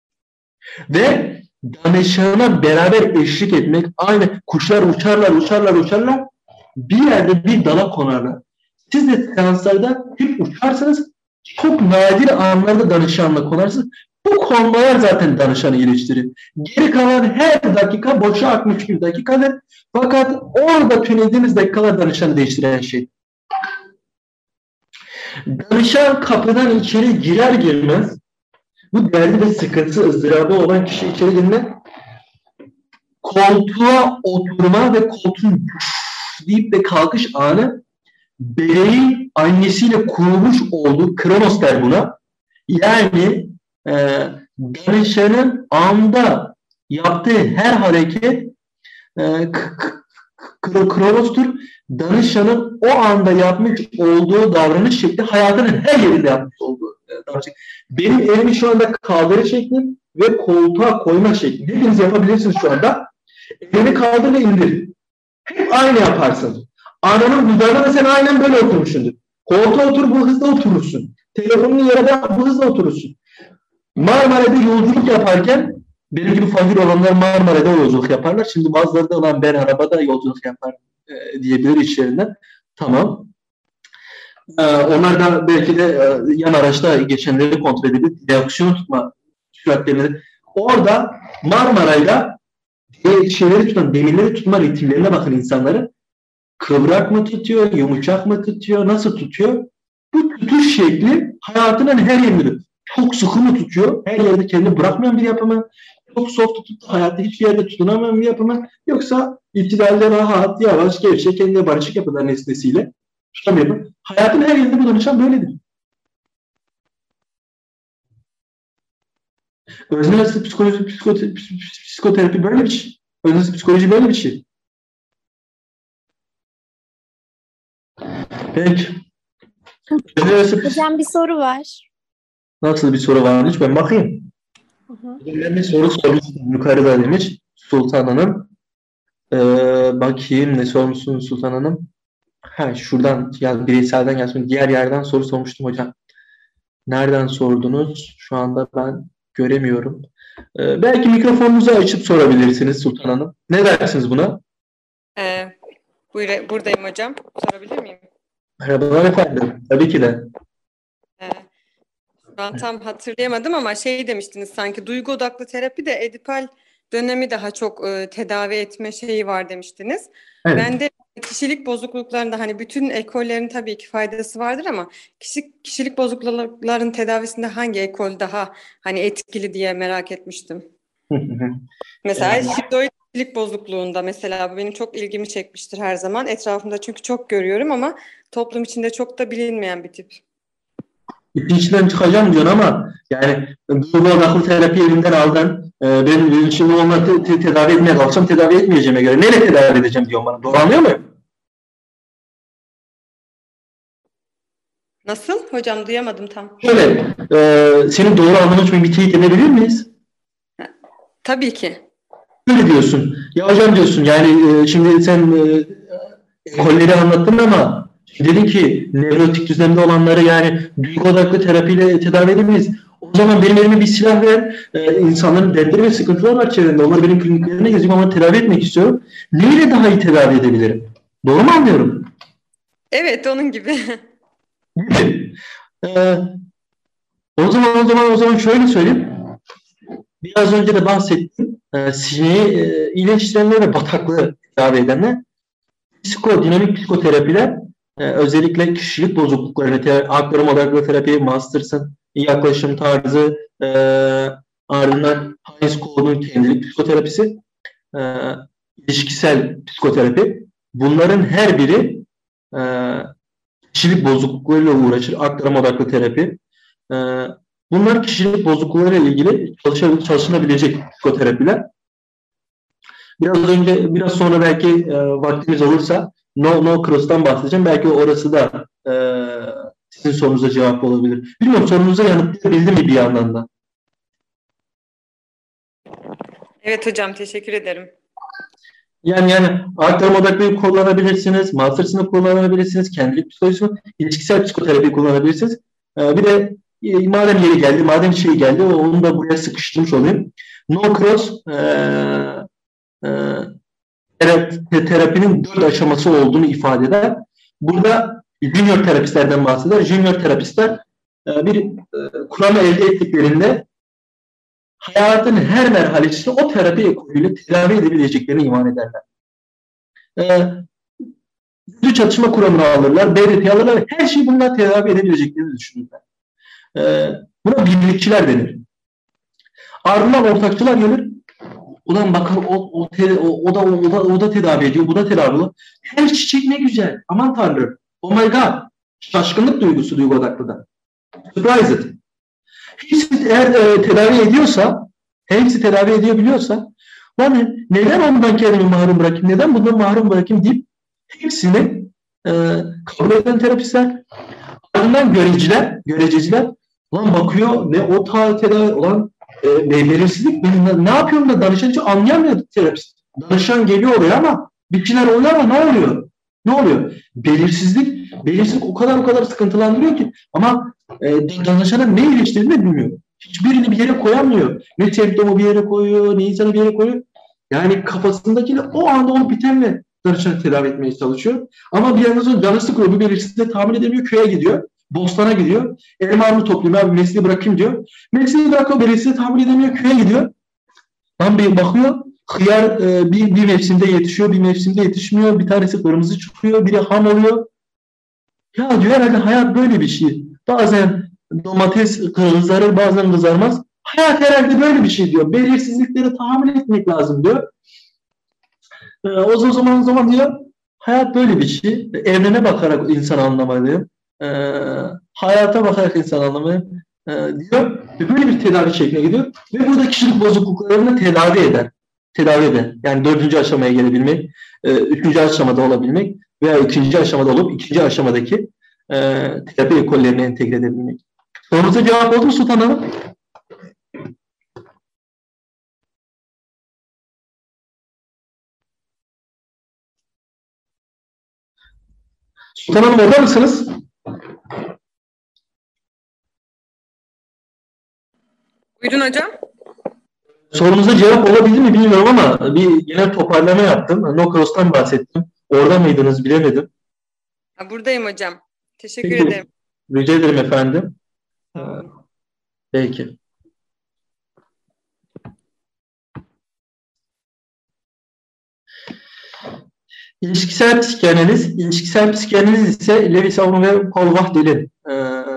S2: Ve danışana beraber eşlik etmek, aynı kuşlar uçarlar, uçarlar, uçarlar, bir yerde bir dala konarlar. Siz de seanslarda hep uçarsınız, çok nadir anlarda danışanla konarsınız. Bu konmalar zaten danışanı iyileştirir. Geri kalan her dakika boşa akmış bir dakikadır. Fakat orada tünediğimiz dakikalar danışanı değiştiren şey. Danışan kapıdan içeri girer girmez bu derdi ve sıkıntı, ızdırabı olan kişi içeri girme, koltuğa oturma ve koltuğun deyip de kalkış anı bebeğin annesiyle kurulmuş olduğu Kronos der buna. Yani e, danışanın anda yaptığı her hareket e, Kronos'tur. Danışanın o anda yapmış olduğu davranış şekli hayatının her yerinde yapmış olduğu davranış şekli. Benim elimi şu anda kaldırı şeklim ve koltuğa koyma şekli. Hepiniz yapabilirsiniz şu anda. Elini kaldır ve indir. Hep aynı yaparsın. Ananın dudağına da sen aynen böyle oturmuşsundur. Koltuğa otur, bu hızla oturursun. Telefonun yere bu hızla oturursun. Marmara'da yolculuk yaparken benim gibi fakir olanlar Marmara'da yolculuk yaparlar. Şimdi bazıları da olan ben arabada yolculuk yapar e, diyebilir içlerinden. Tamam. E, onlar da belki de e, yan araçta geçenleri kontrol edip reaksiyon tutma süratlerini. Orada Marmara'yla e, şeyleri tutan, demirleri tutma ritimlerine bakın insanları. Kıvrak mı tutuyor, yumuşak mı tutuyor, nasıl tutuyor? Bu tutuş şekli hayatının her yerinde. Çok sıkı mı tutuyor? Her yerde kendini bırakmayan bir yapı mı? Çok soft tutup hayatta hiçbir yerde tutunamayan bir yapı mı? Yoksa itidalde rahat, yavaş, gevşek, kendine barışık yapılar nesnesiyle tutamıyor mu? Hayatın her yerinde bu danışan böyledir. Öznesi psikoloji, psikoterapi, psikoterapi böyle bir şey. Öznesi psikoloji böyle bir şey. Peki.
S1: Hocam bir soru var.
S2: Nasıl bir soru varmış? Ben bakayım.
S1: Hı hı.
S2: Ben bir soru sormuştum. Yukarıda demiş Sultan Hanım. Ee, bakayım ne sormuşsun Sultan Hanım? Ha şuradan ya bireyselden gelsin. Diğer yerden soru sormuştum hocam. Nereden sordunuz? Şu anda ben göremiyorum. Ee, belki mikrofonunuzu açıp sorabilirsiniz Sultan Hanım. Ne dersiniz buna?
S3: Ee, buyur, buradayım hocam. Sorabilir miyim?
S2: Merhabalar efendim. Tabii ki de.
S3: Ee, ben tam hatırlayamadım ama şey demiştiniz sanki duygu odaklı terapi de Edipal dönemi daha çok e, tedavi etme şeyi var demiştiniz.
S2: Evet.
S3: Ben de kişilik bozukluklarında hani bütün ekollerin tabii ki faydası vardır ama kişilik, kişilik bozuklukların tedavisinde hangi ekol daha hani etkili diye merak etmiştim. Mesela
S2: Evet.
S3: şizoid kişilik bozukluğunda mesela bu benim çok ilgimi çekmiştir her zaman. Etrafımda çünkü çok görüyorum ama toplum içinde çok da bilinmeyen bir tip.
S2: İpin içinden çıkacağım diyorsun ama yani duygu odaklı terapi evinden aldın. E, ben şimdi onunla te- te- tedavi etmeye kalksam tedavi etmeyeceğime göre nereye tedavi edeceğim diyorum bana. Doğru anlıyor muyum?
S3: Nasıl? Hocam duyamadım tam.
S2: Şöyle, e, senin doğru anlaman için bir teyit edebilir miyiz?
S3: Tabii ki.
S2: Böyle diyorsun. Ya hocam diyorsun yani e, şimdi sen e, ekolleri anlattın ama dedin ki nevrotik düzlemde olanları yani duygu odaklı terapiyle tedavi edemeyiz. O zaman benim elime bir silah ver. E, insanların dertleri ve sıkıntıları var çevremde. Onlar benim kliniklerine geziyorum ama tedavi etmek istiyorum. Neyle daha iyi tedavi edebilirim? Doğru mu anlıyorum?
S3: Evet, onun gibi.
S2: e, o zaman o zaman o zaman şöyle söyleyeyim. Biraz önce de bahsettim. E, siniri e, iyileştirenler ve bataklığı tedavi edenler psikodinamik psikoterapiler e, özellikle kişilik bozukluklarını, te- aktarım odaklı terapi, Masters'ın yaklaşım tarzı, e, ardından Heinz Kohll'un kendilik psikoterapisi, e, ilişkisel psikoterapi. Bunların her biri e, kişilik bozukluklarıyla uğraşır. Aktarım odaklı terapi. E, bunlar kişilik bozukluklarıyla ilgili çalışabil- çalışılabilecek psikoterapiler. Biraz önce, biraz sonra belki e, vaktimiz olursa No, no Cross'tan bahsedeceğim. Belki orası da e, sizin sorunuza cevap olabilir. Bilmiyorum sorunuza yanıtlayabildim mi bir yandan da?
S3: Evet hocam, teşekkür ederim.
S2: Yani yani aktarım odaklıyı kullanabilirsiniz, Masters'ını kullanabilirsiniz, kendilik psikolojisini, ilişkisel psikoterapiyi kullanabilirsiniz. E, bir de e, madem yeri geldi, madem şey geldi, onu da buraya sıkıştırmış olayım. No Cross e, e, Terapi, terapinin dört aşaması olduğunu ifade eder. Burada junior terapistlerden bahseder. Junior terapistler bir e, kuramı elde ettiklerinde hayatın her merhalesini o terapi ekolüyle tedavi edebileceklerini iman ederler. Ee, Güdü çatışma kuramını alırlar, B R T alırlar, her şeyi bunlar tedavi edebileceklerini düşünürler. Ee, buna birlikçiler denir. Ardından ortakçılar gelir. Ulan bakın o, o, te, o, o, da, o, da, o da tedavi ediyor, bu da tedavi ediyor. Her çiçek ne güzel. Aman Tanrım. Oh my God. Şaşkınlık duygusu duygu odaklıda. Surprised. Hepsi eğer e, tedavi ediyorsa, hepsi tedavi edebiliyorsa, lan neden ondan kendimi mahrum bırakayım, neden bundan mahrum bırakayım deyip hepsini e, kabul eden terapistler, ardından göreciler, görececiler, lan bakıyor ne o ta tedavi olan e, ne belirsizlik, ben ne yapıyorum da danışan hiç anlayamıyor terapist. Danışan geliyor oraya ama bitkiler oluyor ama ne oluyor? Ne oluyor? Belirsizlik, belirsizlik o kadar o kadar sıkıntılandırıyor ki ama e, danışanın ne iyileştirdiğini bilmiyor. Hiçbirini bir yere koyamıyor. Ne semptomu bir yere koyuyor, ne insanı bir yere koyuyor. Yani kafasındakiyle o anda olup bitenle danışanı tedavi etmeye çalışıyor. Ama bir yandan sonra canı sıkılıyor, bir belirsizliği tahmin edemiyor, köye gidiyor. Bostana gidiyor. Elma armut toplayayım abi, mesleği bırakayım diyor. Mesleği bırakıyor, belirsizliği tahmin edemiyor, köye gidiyor. Lan bir bakıyor, hıyar e, bir, bir mevsimde yetişiyor, bir mevsimde yetişmiyor. Bir tanesi kırmızı çıkıyor, biri ham oluyor. Ya diyor herhalde hayat böyle bir şey. Bazen domates kızarır, bazen kızarmaz. Hayat herhalde böyle bir şey diyor. Belirsizlikleri tahammül etmek lazım diyor. Ee, o zaman o zaman diyor hayat böyle bir şey. Evrene bakarak insan anlamalıyım. Ee, hayata bakarak insan anlamalıyım ee, diyor. Ve böyle bir tedavi şekline gidiyor. Ve burada kişilik bozukluklarını tedavi eder. Tedavi eder. Yani dördüncü aşamaya gelebilmek, e, üçüncü aşamada olabilmek veya ikinci aşamada olup ikinci aşamadaki e, terapi ekollerine entegre edebilmek. Sorunuza cevap oldu mu Sultan Hanım? Sultan Hanım orada mısınız?
S3: Buyurun hocam.
S2: Sorunuza cevap olabildi mi bilmiyorum ama bir genel toparlama yaptım. No Cross'tan bahsettim. Orada mıydınız bilemedim.
S3: Ha, buradayım hocam. Teşekkür
S2: Peki,
S3: ederim.
S2: rica ederim efendim.
S3: Tamam.
S2: Peki. İlişkisel psikanaliz, ilişkisel psikanaliz ise Levi-Savon ve Paul Wachtel'in e,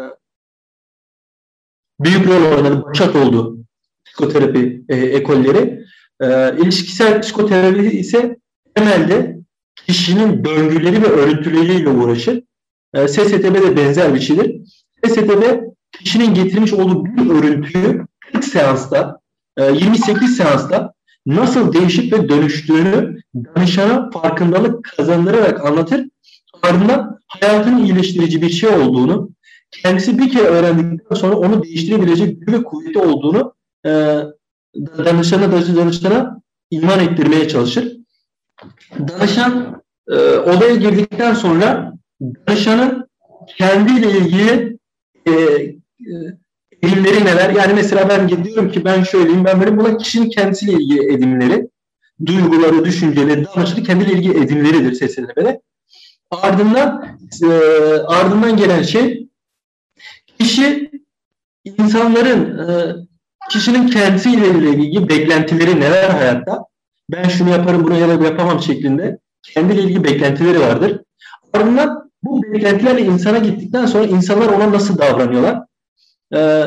S2: büyük rol oynadığı, başat olduğu psikoterapi e, ekolleri. E, ilişkisel psikoterapi ise temelde kişinin döngüleri ve örüntüleriyle uğraşır. E, S S T B de benzer bir şeydir. S S T B kişinin getirmiş olduğu bir örüntüyü kırk seansta, e, yirmi sekiz seansta nasıl değişip ve dönüştüğünü danışana farkındalık kazandırarak anlatır. Ardından hayatın iyileştirici bir şey olduğunu, kendisi bir kere öğrendikten sonra onu değiştirebilecek gücü ve kuvveti olduğunu e, danışana, danışana iman ettirmeye çalışır. Danışan e, odaya girdikten sonra danışanın kendiyle ilgili e, e, edimleri neler? Yani mesela ben diyorum ki ben şöyleyim, ben böyle buna kişinin kendisiyle ilgili edimleri, duyguları, düşünceleri, davranışları kendiyle ilgili edimleridir S S T B'de. Ardından e, ardından gelen şey kişi insanların e, kişinin kendisiyle ilgili beklentileri neler hayatta? Ben şunu yaparım, bunu yapamam şeklinde kendiyle ilgili beklentileri vardır. Ardından bu beklentilerle insana gittikten sonra insanlar ona nasıl davranıyorlar? Ee,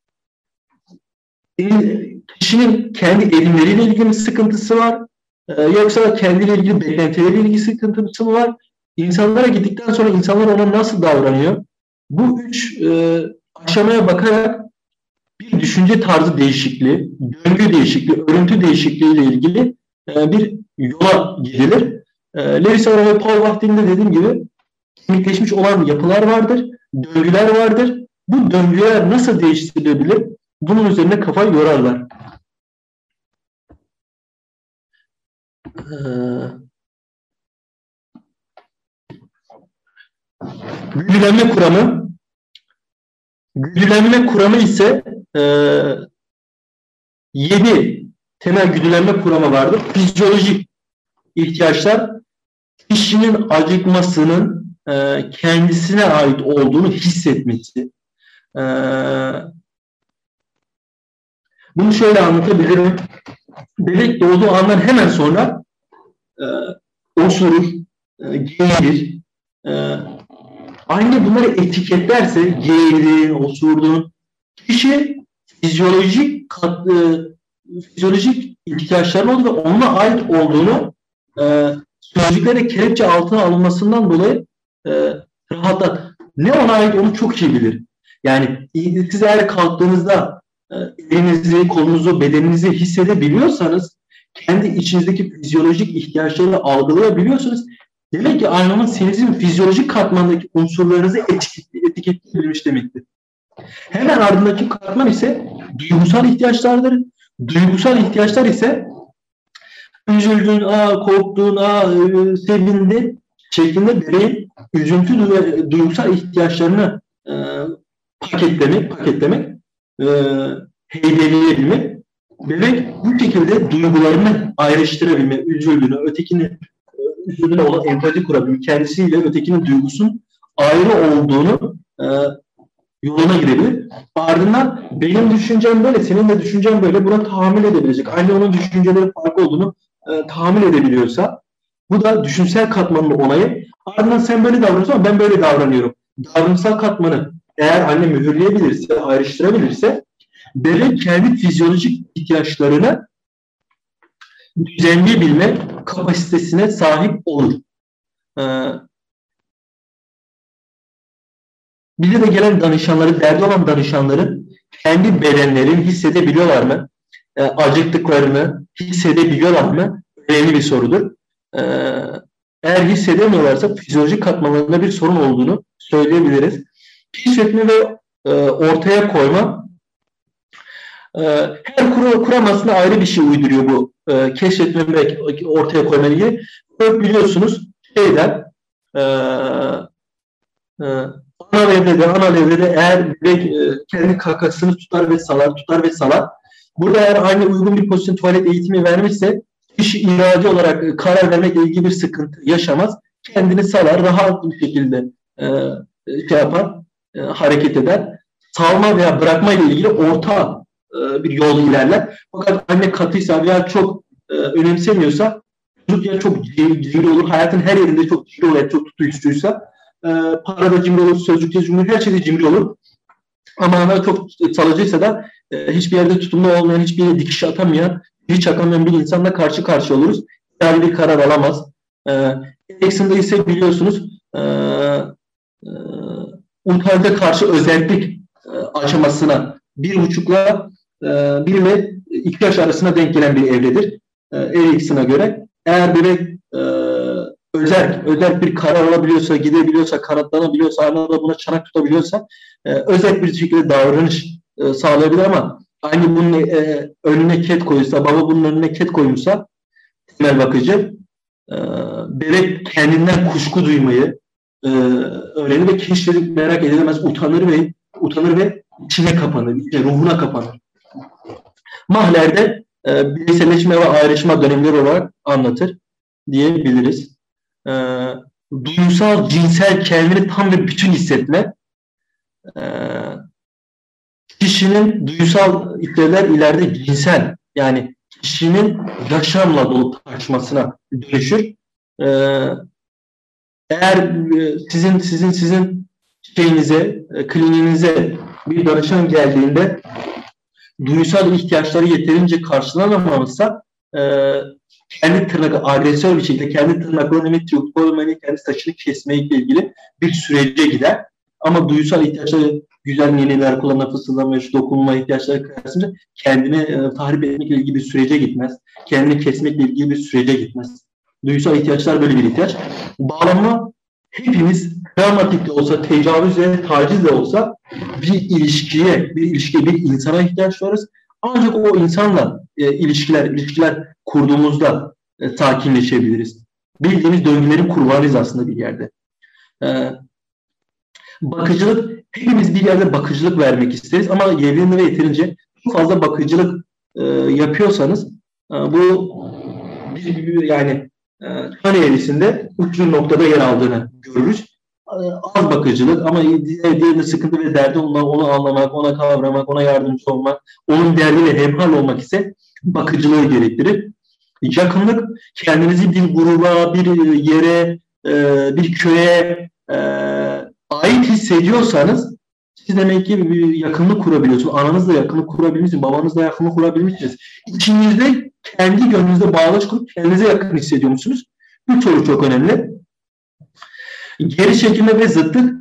S2: kişinin kendi edimleriyle ilgili bir sıkıntısı var. Ee, yoksa kendiyle ilgili beklentileriyle ilgili sıkıntısı mı var? İnsanlara gittikten sonra insanlar ona nasıl davranıyor? Bu üç e, aşamaya bakarak bir düşünce tarzı değişikliği, döngü değişikliği, örüntü değişikliği ile ilgili e, bir yola gidilir. E, Levi-Savon ve Paul Wachtel'in de dediğim gibi kemikleşmiş olan yapılar vardır, döngüler vardır. Bu döngüler nasıl değiştirilebilir? Bunun üzerine kafa yorarlar. Ee, güdülenme kuramı güdülenme kuramı ise e, yedi temel güdülenme kuramı vardır. Fizyolojik ihtiyaçlar, kişinin acıkmasının e, kendisine ait olduğunu hissetmesi, e, Bunu şöyle anlatabilirim. Bebek doğduğu andan hemen sonra e, osurur, e, geğirir. E, anne bunları etiketlerse, geğirdin, osurdun, kişi fizyolojik kat, e, fizyolojik ihtiyaçların olduğu ve ona ait olduğunu e, sözcüklere kelepçe altına alınmasından dolayı e, rahatlar. Ne ona ait onu çok iyi bilir. Yani siz eğer kalktığınızda e, elinizi, kolunuzu, bedeninizi hissedebiliyorsanız, kendi içinizdeki fizyolojik ihtiyaçları algılayabiliyorsunuz. Demek ki aynanın sizin fizyolojik katmandaki unsurlarınızı etiketleyebilmiş demektir. Hemen ardındaki katman ise duygusal ihtiyaçlardır. Duygusal ihtiyaçlar ise üzüldün, aa, korktun, aa, sevindin şeklinde bireyin üzüntü ve duygusal ihtiyaçlarını e, paketlemek, paketlemek, e, heydeleyebilmek, bebek bu şekilde duygularını ayrıştırabilme, üzüldüğünü, ötekini üzüldüğüne olan empati kurabilme, kendisiyle ötekinin duygusunun ayrı olduğunu e, yoluna girebilir. Ardından benim düşüncem böyle, senin de düşüncen böyle, buna tahammül edebilecek. Anne onun düşünceleri farklı olduğunu e, tahammül edebiliyorsa, bu da düşünsel katmanın onayı. Ardından sen böyle davranıyorsun ama ben böyle davranıyorum. Davranışsal katmanı eğer anne mühürleyebilirse, ayrıştırabilirse, bebek kendi fizyolojik ihtiyaçlarını düzenleyebilme kapasitesine sahip olur. Ee, bize de gelen danışanları, derdi olan danışanların kendi bedenlerini hissedebiliyorlar mı? E, acıktıklarını hissedebiliyorlar mı? Önemli bir sorudur. E, eğer hissedemiyorlarsa fizyolojik katmanlarında bir sorun olduğunu söyleyebiliriz. Keşfetme ve e, ortaya koyma. E, her kuru, kuramasına ayrı bir şey uyduruyor bu e, keşfetme ve ortaya koyma ilgili. Biliyorsunuz şeyden e, e, ana evrede, ana evrede eğer bebek e, kendi kakasını tutar ve salar, tutar ve salar. Burada eğer anne uygun bir pozisyon tuvalet eğitimi vermişse, kişi iradi olarak e, karar vermekle ilgili bir sıkıntı yaşamaz. Kendini salar, rahat bir şekilde e, şey yapar, e, hareket eder. Salma veya bırakma ile ilgili orta e, bir yol ilerler. Fakat anne katıysa veya çok e, önemsemiyorsa, çocuk ya çok cimri olur, hayatın her yerinde çok cimri olur, çok tutuyucuysa, e, parada cimri olur, sözcükte cimri olur, her şeyde cimri olur. Ama ana çok salıcıysa da e, hiçbir yerde tutumlu olmayan, hiçbir yere dikiş atamayan, hiç çakamayan bir insanla karşı karşıya oluruz. Yani bir karar alamaz. E, Exxon'da ise biliyorsunuz e, e, utanca karşı özellik e, aşamasına bir buçukla e, bir ve iki yaş arasına denk gelen bir evredir. E, Erikson'a göre. Eğer bebek e, özel, özel bir karar alabiliyorsa, gidebiliyorsa, kanatlanabiliyorsa, anında buna çanak tutabiliyorsa e, özel bir şekilde davranış e, sağlayabilir ama aynı bunun e, önüne ket koysa, baba bunun önüne ket koymuşsa, temel bakıcı e, bebek kendinden kuşku duymayı e, öğrenir ve keşfedip merak edilemez, utanır ve utanır ve içine kapanır, içine, ruhuna kapanır. Mahler'de e, bireyselleşme ve ayrışma dönemleri olarak anlatır diyebiliriz. E, duygusal, cinsel kendini tam ve bütün hissetme, e, kişinin duygusal ihtiyaçlar ileride cinsel, yani kişinin yaşamla dolu taşmasına dönüşür. E, eğer e, sizin sizin sizin şeyinize, e, kliniğinize bir danışan geldiğinde duygusal ihtiyaçları yeterince karşılanamamışsa, e, kendi tırnak, agresör bir şekilde kendi tırnaklarını koymayı, kendi saçını kesmeyle ilgili bir sürece gider. Ama duygusal ihtiyaçları, güzel nineler kullanan, fısıldama, dokunma ihtiyaçları karşısında kendini e, tahrip etmekle ilgili bir sürece gitmez. Kendini kesmekle ilgili bir sürece gitmez. Duygusal ihtiyaçlar böyle bir ihtiyaç. Bağlanma, hepimiz travmatik de olsa, tecavüz ve taciz de olsa bir ilişkiye, bir ilişkiye, bir insana ihtiyaç varız. Ancak o insanla e, ilişkiler, ilişkiler kurduğumuzda e, sakinleşebiliriz. Bildiğimiz döngülerin kurbanıyız aslında bir yerde. E, bakıcılık, hepimiz bir yerde bakıcılık vermek isteriz ama yerinde ve yeterince çok fazla bakıcılık e, yapıyorsanız e, bu bir, bir, yani e, kan eğrisinde uç bir noktada yer aldığını görürüz. az bakıcılık ama diğerinde sıkıntı ve derdi onu, onu anlamak, ona kavramak, ona yardımcı olmak, onun derdiyle hemhal olmak ise bakıcılığı gerektirir. Yakınlık, kendinizi bir gruba, bir yere, bir köye ait hissediyorsanız siz demek ki bir yakınlık kurabiliyorsunuz. Ananızla yakınlık kurabilmişsiniz, babanızla yakınlık kurabilmişsiniz. İçinizde kendi gönlünüzde bağlaç kurup kendinize yakın hissediyormuşsunuz. Bu soru çok önemli. Geri çekilme ve zıtlık,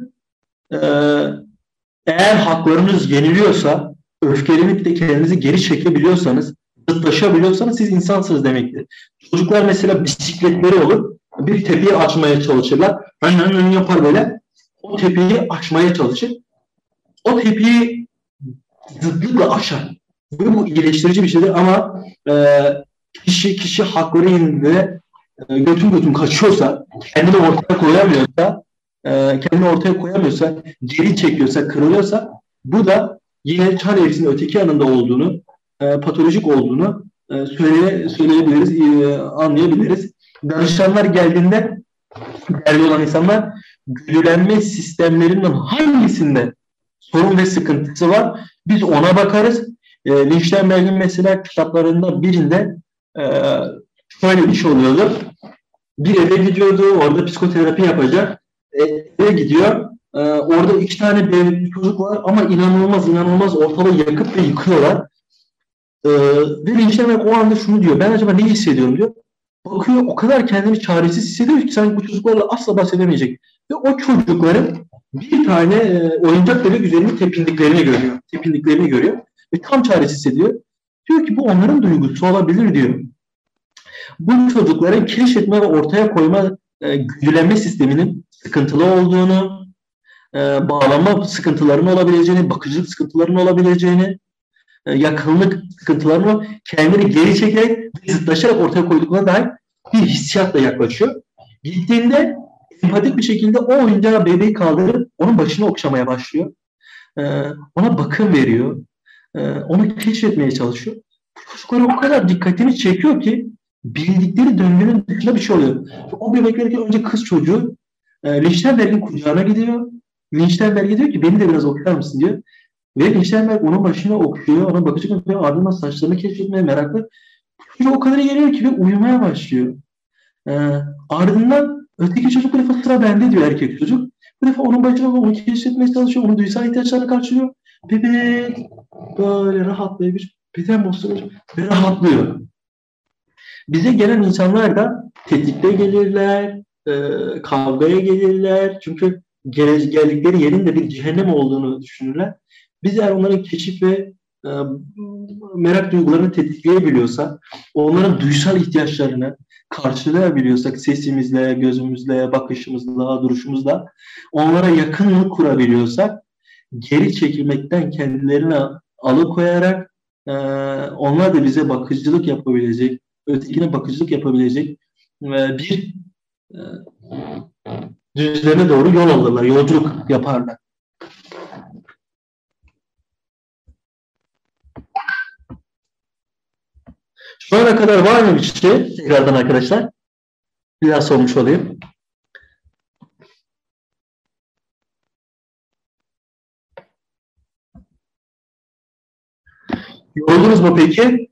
S2: eğer haklarınız yeniliyorsa, öfkelenip de kendinizi geri çekebiliyorsanız, zıtlaşabiliyorsanız siz insansınız demektir. Çocuklar mesela bisikletleri olur, bir tepeyi açmaya çalışırlar. Önden ön yapar böyle, o tepeyi aşmaya çalışır. O tepeyi zıtlıkla aşar. Ve bu iyileştirici bir şeydir ama e, kişi kişi hakları yenildiğinde e, götüm götüm kaçıyorsa, kendini ortaya koyamıyorsa, e, kendini ortaya koyamıyorsa, geri çekiyorsa, kırılıyorsa, bu da yine çar eğrisinin öteki yanında olduğunu, e, patolojik olduğunu e, söyle, söyleyebiliriz, e, anlayabiliriz. Danışanlar geldiğinde, değerli olan insanlar, güdülenme sistemlerinden hangisinde sorun ve sıkıntısı var? Biz ona bakarız. E, Lichtenberg'in mesela kitaplarından birinde e, şöyle bir şey oluyordu. Bir eve gidiyordu, orada psikoterapi yapacak. E, eve gidiyor. E, orada iki tane bir çocuk var ama inanılmaz inanılmaz ortalığı yakıp ve yıkıyorlar. E, ve Lichtenberg o anda şunu diyor. Ben acaba ne hissediyorum diyor. Bakıyor, o kadar kendini çaresiz hissediyor ki sanki bu çocuklarla asla baş edemeyecek. Ve o çocukların bir tane e, oyuncak bebek üzerinde tepindiklerini görüyor. Tepindiklerini görüyor. Ve tam çaresiz hissediyor. Diyor ki bu onların duygusu olabilir diyor. Bu çocukların keşfetme ve ortaya koyma e, güdülenme sisteminin sıkıntılı olduğunu, e, bağlanma sıkıntılarının olabileceğini, bakıcılık sıkıntılarının olabileceğini, e, yakınlık sıkıntılarını kendini geri çekerek ve zıtlaşarak ortaya koyduklarına dair bir hissiyatla yaklaşıyor. Gittiğinde empatik bir şekilde o oyuncağı bebeği kaldırıp onun başını okşamaya başlıyor. E, ona bakım veriyor. E, onu keşfetmeye çalışıyor. Çocuklara o kadar dikkatini çekiyor ki bildikleri döngünün dışında bir şey oluyor. O bebeklerki önce kız çocuğu e, Lichtenberg'in kucağına gidiyor. Lichtenberg diyor ki beni de biraz okşar mısın diyor. Ve Lichtenberg onun başına okşuyor, ona bakıcı yapıyor, ardından saçlarını keşfetmeye meraklı. Çocuk o kadar geliyor ki ve uyumaya başlıyor. E, ardından öteki çocuk bu defa sıra bende diyor erkek çocuk. Bu defa onun başına onu keşfetmeye çalışıyor, onun duysal ihtiyaçlarını karşılıyor. Bebek böyle rahatlayıp beden bozuluyor ve rahatlıyor. Bize gelen insanlar da tetikte gelirler, e, kavgaya gelirler. Çünkü gele, geldikleri yerin de bir cehennem olduğunu düşünürler. Biz eğer onların keşif ve e, merak duygularını tetikleyebiliyorsak, onların duysal ihtiyaçlarını karşılayabiliyorsak sesimizle, gözümüzle, bakışımızla, duruşumuzla, onlara yakınlık kurabiliyorsak, geri çekilmekten kendilerini alıkoyarak e, onlar da bize bakıcılık yapabilecek, ötekine bakıcılık yapabilecek e, bir e, düzleme doğru yol alırlar, yolculuk yaparlar. Şu ana kadar var mı bir şey? Tekrardan arkadaşlar. Bir daha sormuş olayım. Yoruldunuz mu peki?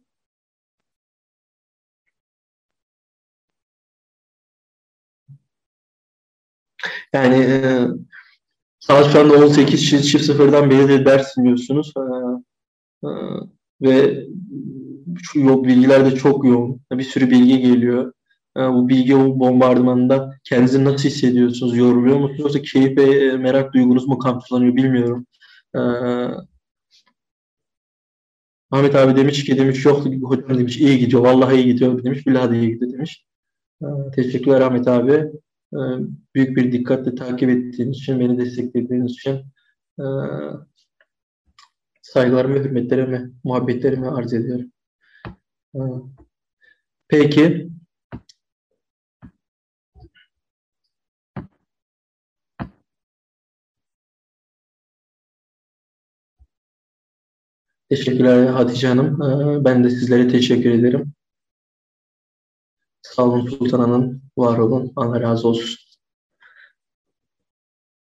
S2: Yani e, saat şu anda on sekiz çift sıfırdan beri de ders dinliyorsunuz. E, e, ve şu yok, bilgiler de çok yoğun. Bir sürü bilgi geliyor. E, bu bilgi bombardımanında kendinizi nasıl hissediyorsunuz? Yoruluyor musunuz? Yoksa keyif ve merak duygunuz mu kamçılanıyor bilmiyorum. E, Ahmet abi demiş ki demiş yok hocam demiş iyi gidiyor. Vallahi iyi gidiyor demiş. Billahi de iyi gidiyor demiş. E, teşekkürler Ahmet abi. E, büyük bir dikkatle takip ettiğiniz için, beni desteklediğiniz için e, saygılarımı, hürmetlerimi, muhabbetlerimi arz ediyorum. E, peki. Teşekkürler Hatice Hanım. E, ben de sizlere teşekkür ederim. Sağ olun Sultan Hanım. Var olun. Allah razı olsun.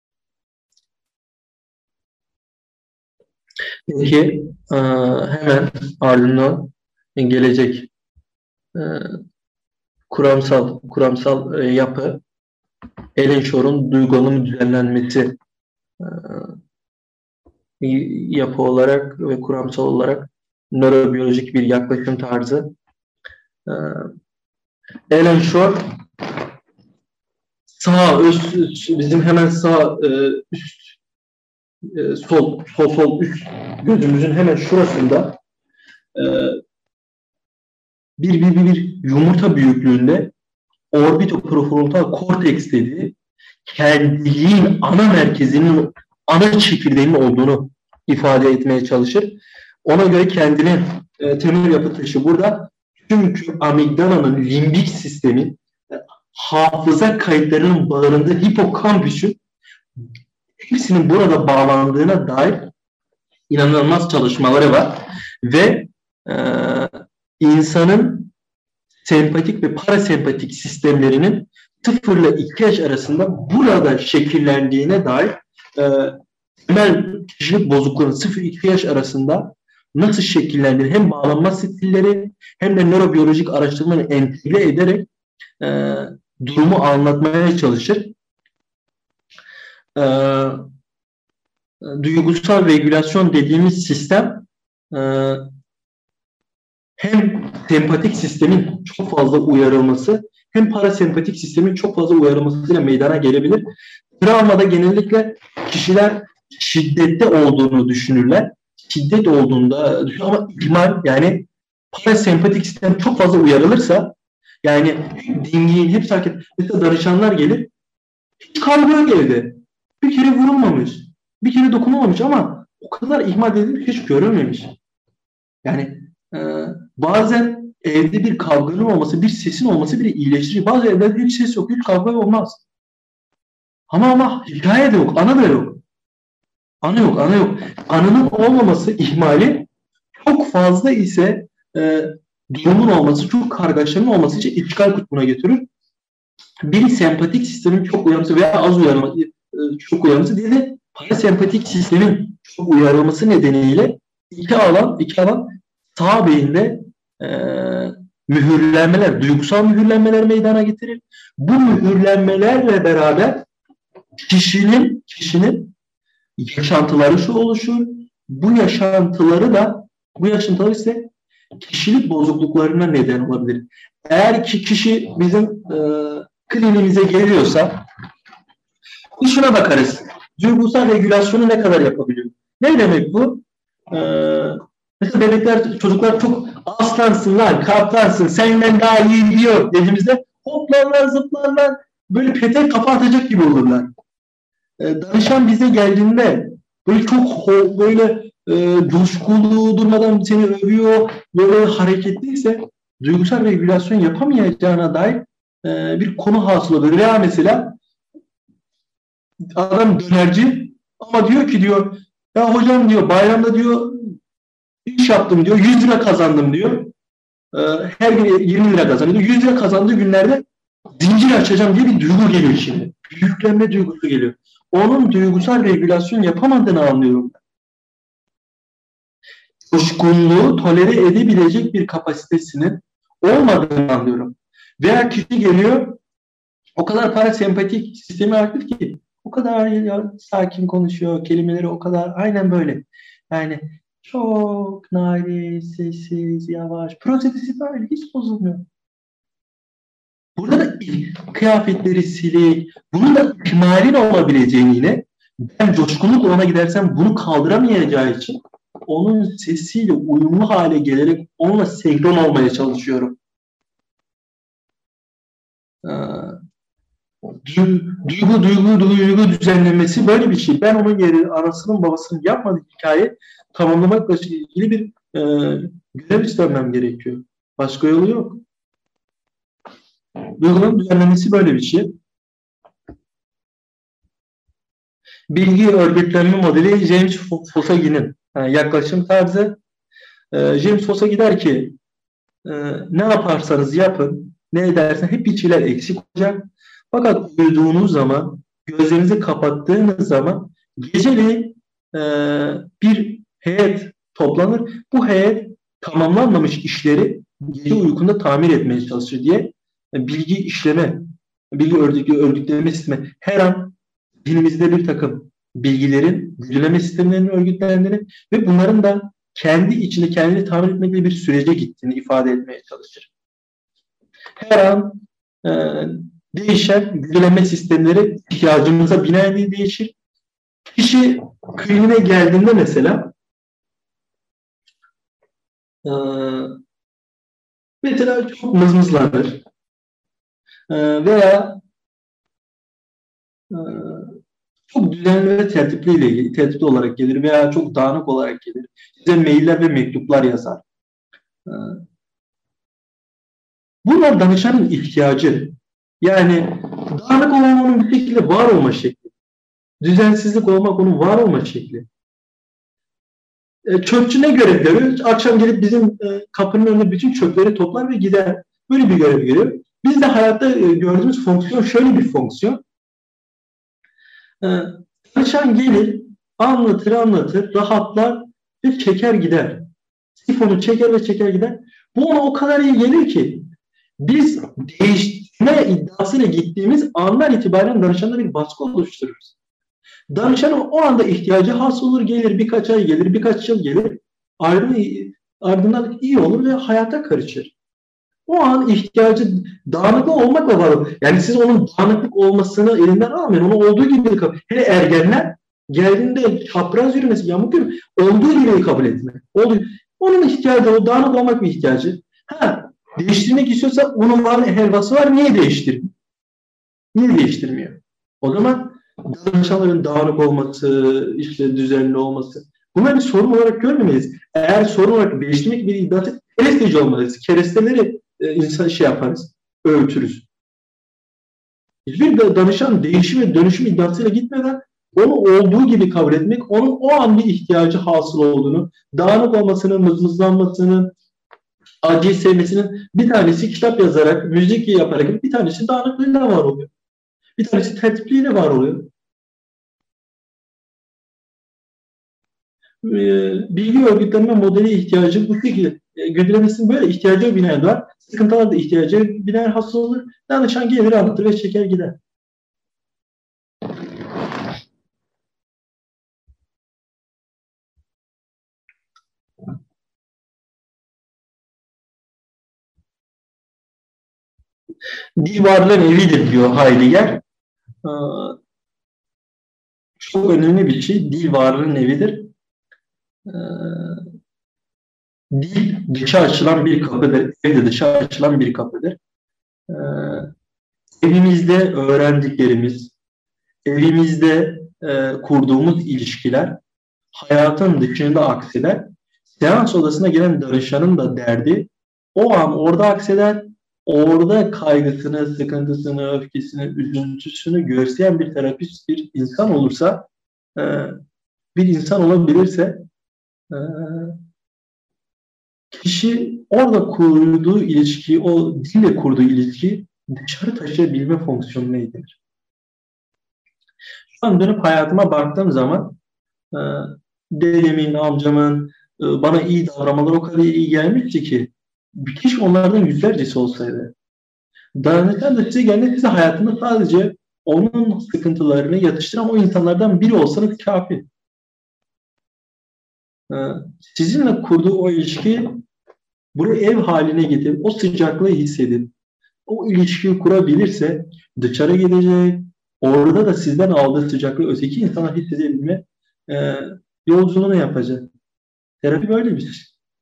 S2: Peki e, hemen ardından gelecek e, kuramsal kuramsal e, yapı Alan Shore'un duygu anlamı düzenlenmesi e, yapı olarak ve kuramsal olarak nörobiyolojik bir yaklaşım tarzı. E, Alan Shore sağ üst, bizim hemen sağ e, üst e, sol sol sol üst gözümüzün hemen şurasında e, bir, bir, bir, bir yumurta büyüklüğünde orbitoprofrontal korteks dediği kendiliğin ana merkezinin, ana çekirdeğinin olduğunu ifade etmeye çalışır. Ona göre kendini e, temel yapı taşı burada. Çünkü amigdalanın limbik sistemi hafıza kayıtlarının bağlandığı hipokampüsün hepsinin burada bağlandığına dair inanılmaz çalışmaları var. Ve e, insanın sempatik ve parasempatik sistemlerinin sıfır ile iki yaş arasında burada şekillendiğine dair e, temel kişilik bozukluğunun sıfır iki yaş arasında nasıl şekillendiğini hem bağlanma stilleri hem de nörobiyolojik araştırmaları entegre ederek e, durumu anlatmaya çalışır. E, duygusal regülasyon dediğimiz sistem e, hem sempatik sistemin çok fazla uyarılması hem parasempatik sistemin çok fazla uyarılmasıyla meydana gelebilir. Travmada genellikle kişiler şiddette olduğunu düşünürler. Şiddet olduğunda ama ihmal, yani parasempatik sistem çok fazla uyarılırsa, yani dingiyin hep sakin. Mesela danışanlar gelir, hiç kavga yok evde. Bir kere vurulmamış, bir kere dokunulmamış ama o kadar ihmal edilmiş, hiç görülmemiş. Yani e, bazen evde bir kavganın olması, bir sesin olması bile iyileştirici. Bazı evlerde hiç ses yok, hiç kavga olmaz. Ama ama hikaye de yok, ana da yok. Ana yok, ana yok. Anının olmaması ihmali, çok fazla ise e, durumun olması, çok kargaşanın olması için işgal kutbuna götürür. Biri sempatik sistemin çok uyarması veya az uyarılması, e, çok uyarılması, diye de parasempatik sistemin çok uyarılması nedeniyle iki alan, iki alan sağ beyinde e, mühürlenmeler, duygusal mühürlenmeler meydana getirir. Bu mühürlenmelerle beraber kişinin kişinin yaşantıları şu oluşur. Bu yaşantıları da bu yaşantılar ise kişilik bozukluklarına neden olabilir. Eğer ki kişi bizim e, kliniğimize geliyorsa biz şuna bakarız. Duygusal regülasyonu ne kadar yapabiliyor? Ne demek bu? Ee, mesela bebekler, çocuklar çok aslansın lan, kaplansın, senden daha iyi diyor dediğimizde hoplarlar, zıplarlar, böyle petek kafa atacak gibi olurlar. Ee, danışan bize geldiğinde böyle çok böyle e, coşkulu, durmadan seni övüyor, böyle hareketliyse duygusal regülasyon yapamayacağına dair e, bir konu hasıl oluyor. Veya mesela adam dönerci ama diyor ki diyor, ya hocam diyor bayramda diyor iş yaptım diyor, yüz lira kazandım diyor. Ee, her gün yirmi lira kazanıyor. yüz lira kazandığı günlerde zincir açacağım diye bir duygu geliyor şimdi. Yüklenme duygusu geliyor. Onun duygusal regülasyon yapamadığını anlıyorum. Coşkunluğu tolere edebilecek bir kapasitesinin olmadığını anlıyorum. Veya kişi geliyor, o kadar parasempatik sistemi aktif ki, o kadar ya, sakin konuşuyor, kelimeleri o kadar aynen böyle. Yani çok narin, sessiz, yavaş. Prosedüsü böyle hiç bozulmuyor. Burada da kıyafetleri silik, bunun da ihmalin olabileceğini, yine ben coşkunlukla ona gidersem bunu kaldıramayacağı için onun sesiyle uyumlu hale gelerek onunla senkron olmaya çalışıyorum. Ee, Duygu, duygu, duygu düzenlemesi böyle bir şey. Ben onun yeri anasının babasının yapmadığı hikaye tamamlamakla ilgili bir e, görev üstlenmem gerekiyor. Başka yolu yok. Duygunun düzenlemesi böyle bir şey. Bilgi örgütlenme modeli James Fossaghi'nin yani yaklaşım tarzı. E, James Fossaghi der ki e, ne yaparsanız yapın, ne edersen hep bir şeyler eksik olacak. Fakat uyuduğunuz zaman, gözlerinizi kapattığınız zaman geceleyin e, bir heyet toplanır. Bu heyet tamamlanmamış işleri gece uykunda tamir etmeye çalışır diye bilgi işleme, bilgi örgü, örgütleme sistemi her an dilimizde bir takım bilgilerin, güdüleme sistemlerinin örgütlendiğini ve bunların da kendi içinde kendini tamir etmekle bir sürece gittiğini ifade etmeye çalışır. Her an e, değişen güdüleme sistemleri ihtiyacımıza binaen değişir. Kişi kliniğe geldiğinde mesela e, mesela çok mızmızlanır e, veya e, çok düzenli ve tertipli ile ilgili, tertipli olarak gelir veya çok dağınık olarak gelir. Size mailler ve mektuplar yazar. E, bunlar danışanın ihtiyacı. Yani dağınık olan onun bir şekilde var olma şekli. Düzensizlik olmak onun var olma şekli. E, çöpçü ne görev görüyor? Akşam gelip bizim e, kapının önünde bütün çöpleri toplar ve gider. Böyle bir görev görüyor. Biz de hayatta e, gördüğümüz fonksiyon şöyle bir fonksiyon. E, danışan gelir, anlatır anlatır, rahatlar ve çeker gider. Sifonu çeker ve çeker gider. Bu ona o kadar iyi gelir ki biz değiştirme iddiasıyla gittiğimiz andan itibaren danışanla bir baskı oluştururuz. Danışanın o anda ihtiyacı hasıl olur, gelir, birkaç ay gelir, birkaç yıl gelir, ardından, ardından iyi olur ve hayata karışır. O an ihtiyacı dağınıklık olmakla var olur. Yani siz onun dağınıklık olmasını elinden almayın, onu olduğu gibi kabul. Hele ergenler geldiğinde çapraz yürümesi, yamuk yürümesi, olduğu gibi kabul etmek. Olduğu, onun ihtiyacı, o dağınık olmak bir ihtiyacı. Ha, değiştirmek istiyorsa onun var, helvası var, niye değiştirmiyor? Niye değiştirmiyor? O zaman danışanların dağınık olması, işte düzenli olması. Bunları bir sorun olarak görmemeliyiz. Eğer sorun olarak değiştirmek bir iddiası, keresteci olmalıyız. Keresteleri e, insan şey yaparız, öğütürüz. Hiçbir danışan değişim ve dönüşüm iddiasıyla gitmeden onu olduğu gibi kabul etmek, onun o an bir ihtiyacı hasıl olduğunu, dağınık olmasının, mızmızlanmasının, acıyı sevmesinin bir tanesi kitap yazarak, müzik yaparak, bir tanesi dağınıklığıyla var oluyor. Bir tanesi tertipliğiyle var oluyor. Bilgi örgütlenme modeli ihtiyacı bu şekilde. Güdülemesinin böyle ihtiyacı binaen var. Sıkıntılar da ihtiyacı binaen hasıl olur. Danışan gelir, anlatır ve çeker gider. Dil varlığın evidir diyor Heidegger. Çok önemli bir şey. Dil varlığın evidir. Dil dışa açılan bir kapıdır. Evde dışa açılan bir kapıdır. Evimizde öğrendiklerimiz, evimizde kurduğumuz ilişkiler hayatın dışında akseder. Seans odasına gelen danışanın da derdi o an orada akseder. Orada kaygısını, sıkıntısını, öfkesini, üzüntüsünü göğüsleyen bir terapist, bir insan olursa, bir insan olabilirse, kişi orada kurduğu ilişkiyi, o dille kurduğu ilişkiyi dışarı taşıyabilme fonksiyonuna gelir. Şu an dönüp hayatıma baktığım zaman, dedemin, amcamın bana iyi davranmaları o kadar iyi gelmişti ki, bir kişi onlardan yüzlercesi olsaydı, danışan da size geldiğinde size hayatında sadece onun sıkıntılarını yatıştıran o insanlardan biri olsanız kafi. Sizinle kurduğu o ilişki burayı ev haline getirip o sıcaklığı hissedip o ilişkiyi kurabilirse dışarı gidecek, orada da sizden aldığı sıcaklığı öteki insana hissedebilme e, yolculuğunu yapacak. Terapi böyle bir şey.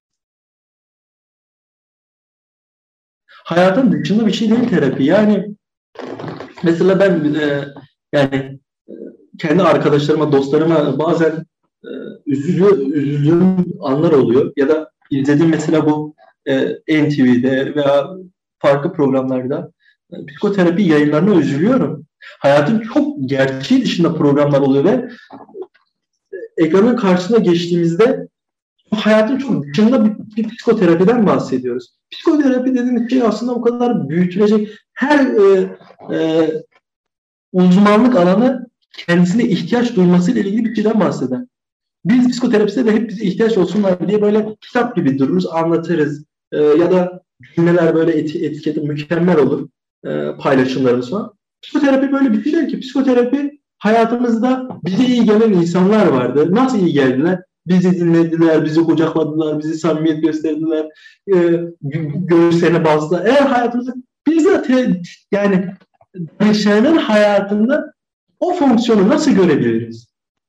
S2: Hayatın dışında bir şey değil terapi. Yani mesela ben e, yani e, kendi arkadaşlarıma, dostlarıma bazen e, üzülüyor, üzüldüğüm anlar oluyor. Ya da izlediğim mesela bu e, N T V'de veya farklı programlarda e, psikoterapi yayınlarına üzülüyorum. Hayatın çok gerçeği dışında programlar oluyor ve ekranın karşısına geçtiğimizde hayatın çok dışında bir, bir psikoterapiden bahsediyoruz. Psikoterapi dediğimiz şey aslında o kadar büyütülecek. Her e, e, uzmanlık alanı kendisine ihtiyaç duymasıyla ilgili bir şeyden bahseder. Biz psikoterapiste de hep bize ihtiyaç olsunlar diye böyle kitap gibi dururuz, anlatırız. Ee, ya da cümleler böyle eti, etiketi mükemmel olur e, paylaşımlarımız falan. Psikoterapi böyle bir şey değil ki. Psikoterapi hayatımızda bize iyi gelen insanlar vardı. Nasıl iyi geldiler? Bizi dinlediler, bizi kucakladılar, bizi samimiyet gösterdiler, e, gö- göğüslerine bastılar. Eğer hayatımızda bizzat yani yaşayanın hayatında o fonksiyonu nasıl görebiliriz?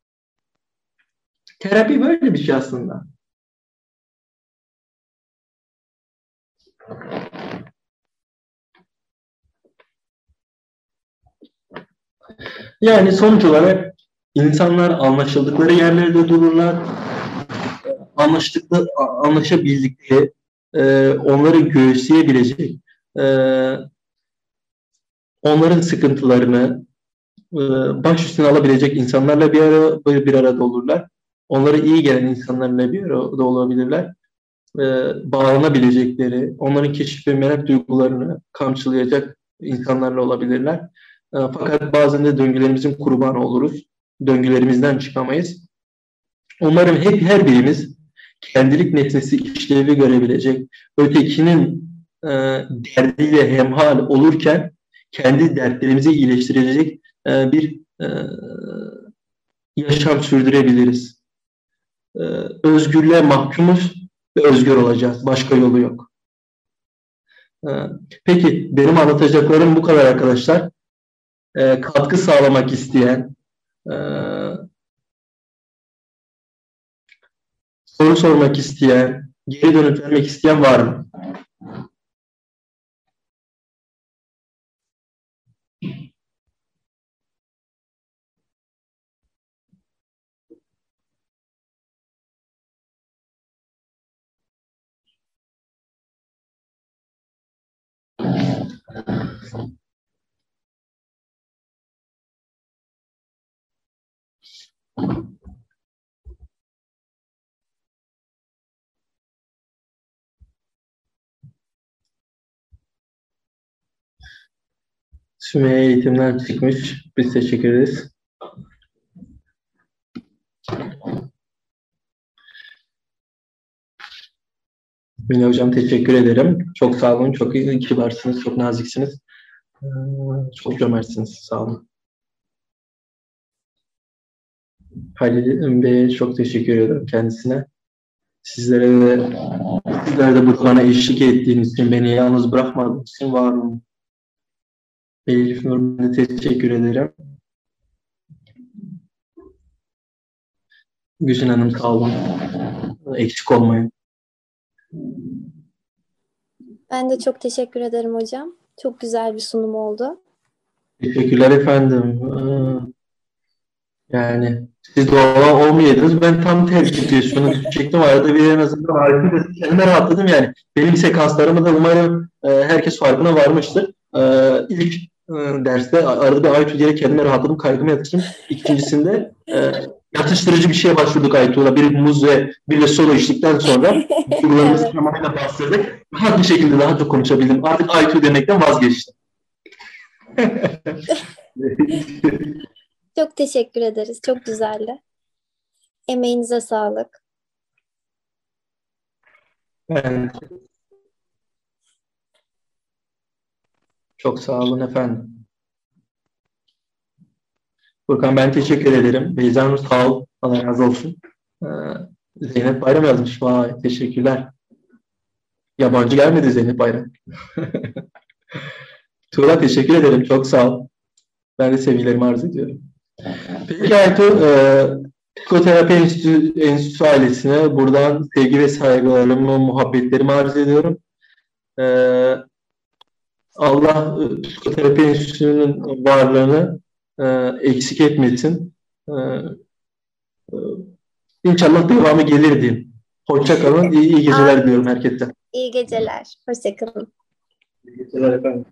S2: Terapi böyle bir şey aslında. Yani sonuç olarak insanlar anlaşıldıkları yerlerde dururlar, anlaştıkları, anlaşabildikleri, e, onları göğüsleyebilecek, e, onların sıkıntılarını e, baş üstüne alabilecek insanlarla bir ara bir arada olurlar. Onlara iyi gelen insanlarla bir arada olabilirler. E, bağlanabilecekleri, onların keşif ve merak duygularını kamçılayacak insanlarla olabilirler. E, fakat bazen de döngülerimizin kurbanı oluruz. Döngülerimizden çıkamayız. Umarım hep her birimiz kendilik nesnesi işlevi görebilecek, ötekinin e, derdiyle hemhal olurken kendi dertlerimizi iyileştirecek e, bir e, yaşam sürdürebiliriz. E, özgürlüğe mahkumuz ve özgür olacağız. Başka yolu yok. E, peki benim anlatacaklarım bu kadar arkadaşlar. E, katkı sağlamak isteyen, e, soru sormak isteyen, geri dönüt vermek isteyen var mı? Sümeyye eğitimden çıkmış. Biz teşekkür ederiz. Mine Hocam teşekkür ederim. Çok sağ olun. Çok iyi, kibarsınız. Çok naziksiniz. Ee, Çok cömertsiniz. Sağ olun. Halil Bey'e çok teşekkür ederim kendisine. Sizlere de sizler de bu bana eşlik ettiğiniz için, beni yalnız bırakmadığınız için var olun. Elif Nur'a teşekkür ederim. Güzin Hanım sağ olun. Eksik olmayın.
S1: Ben de çok teşekkür ederim hocam. Çok güzel bir sunum oldu.
S2: Teşekkürler efendim. Ee, Yani siz doğal olmayaydınız. Ben tam tersi şunu düşecektim. Arada bir en azından harika kendime rahatladım yani. Benim sekanslarımı da umarım e, herkes farkına varmıştır. E, ilk e, derste arada bir Aytu diyerek kendime rahatladım. Kaygımı yatıştım. İkincisinde e, yatıştırıcı bir şeye başvurduk Aytu'la. Bir muz ve bir de solo içtikten sonra duygularımızı
S1: Evet.
S2: tamamıyla bastırdık. Rahat bir şekilde daha çok konuşabildim. Artık Aytu demekten vazgeçtim.
S1: Çok teşekkür ederiz. Çok güzeldi. Emeğinize sağlık.
S2: Ben çok sağ olun efendim. Furkan ben teşekkür ederim. Beyza Nur sağ ol. Allah razı olsun. Ee, Zeynep Bayram yazmış. Vay teşekkürler. Yabancı gelmedi Zeynep Bayram. Tuğla teşekkür ederim. Çok sağ ol. Ben de sevgilerimi arz ediyorum. Peki Aytu, e, Psikoterapi Enstitüsü, Enstitüsü ailesine buradan sevgi ve saygılarımı, muhabbetlerimi arz ediyorum. E, Allah e, Psikoterapi Enstitüsü'nün varlığını e, eksik etmesin. E, e, İnşallah devamı gelir diyeyim. Hoşça kalın. İyi, iyi geceler
S1: Amin.
S2: diliyorum herkese.
S1: İyi geceler. Hoşçakalın.
S2: İyi geceler efendim.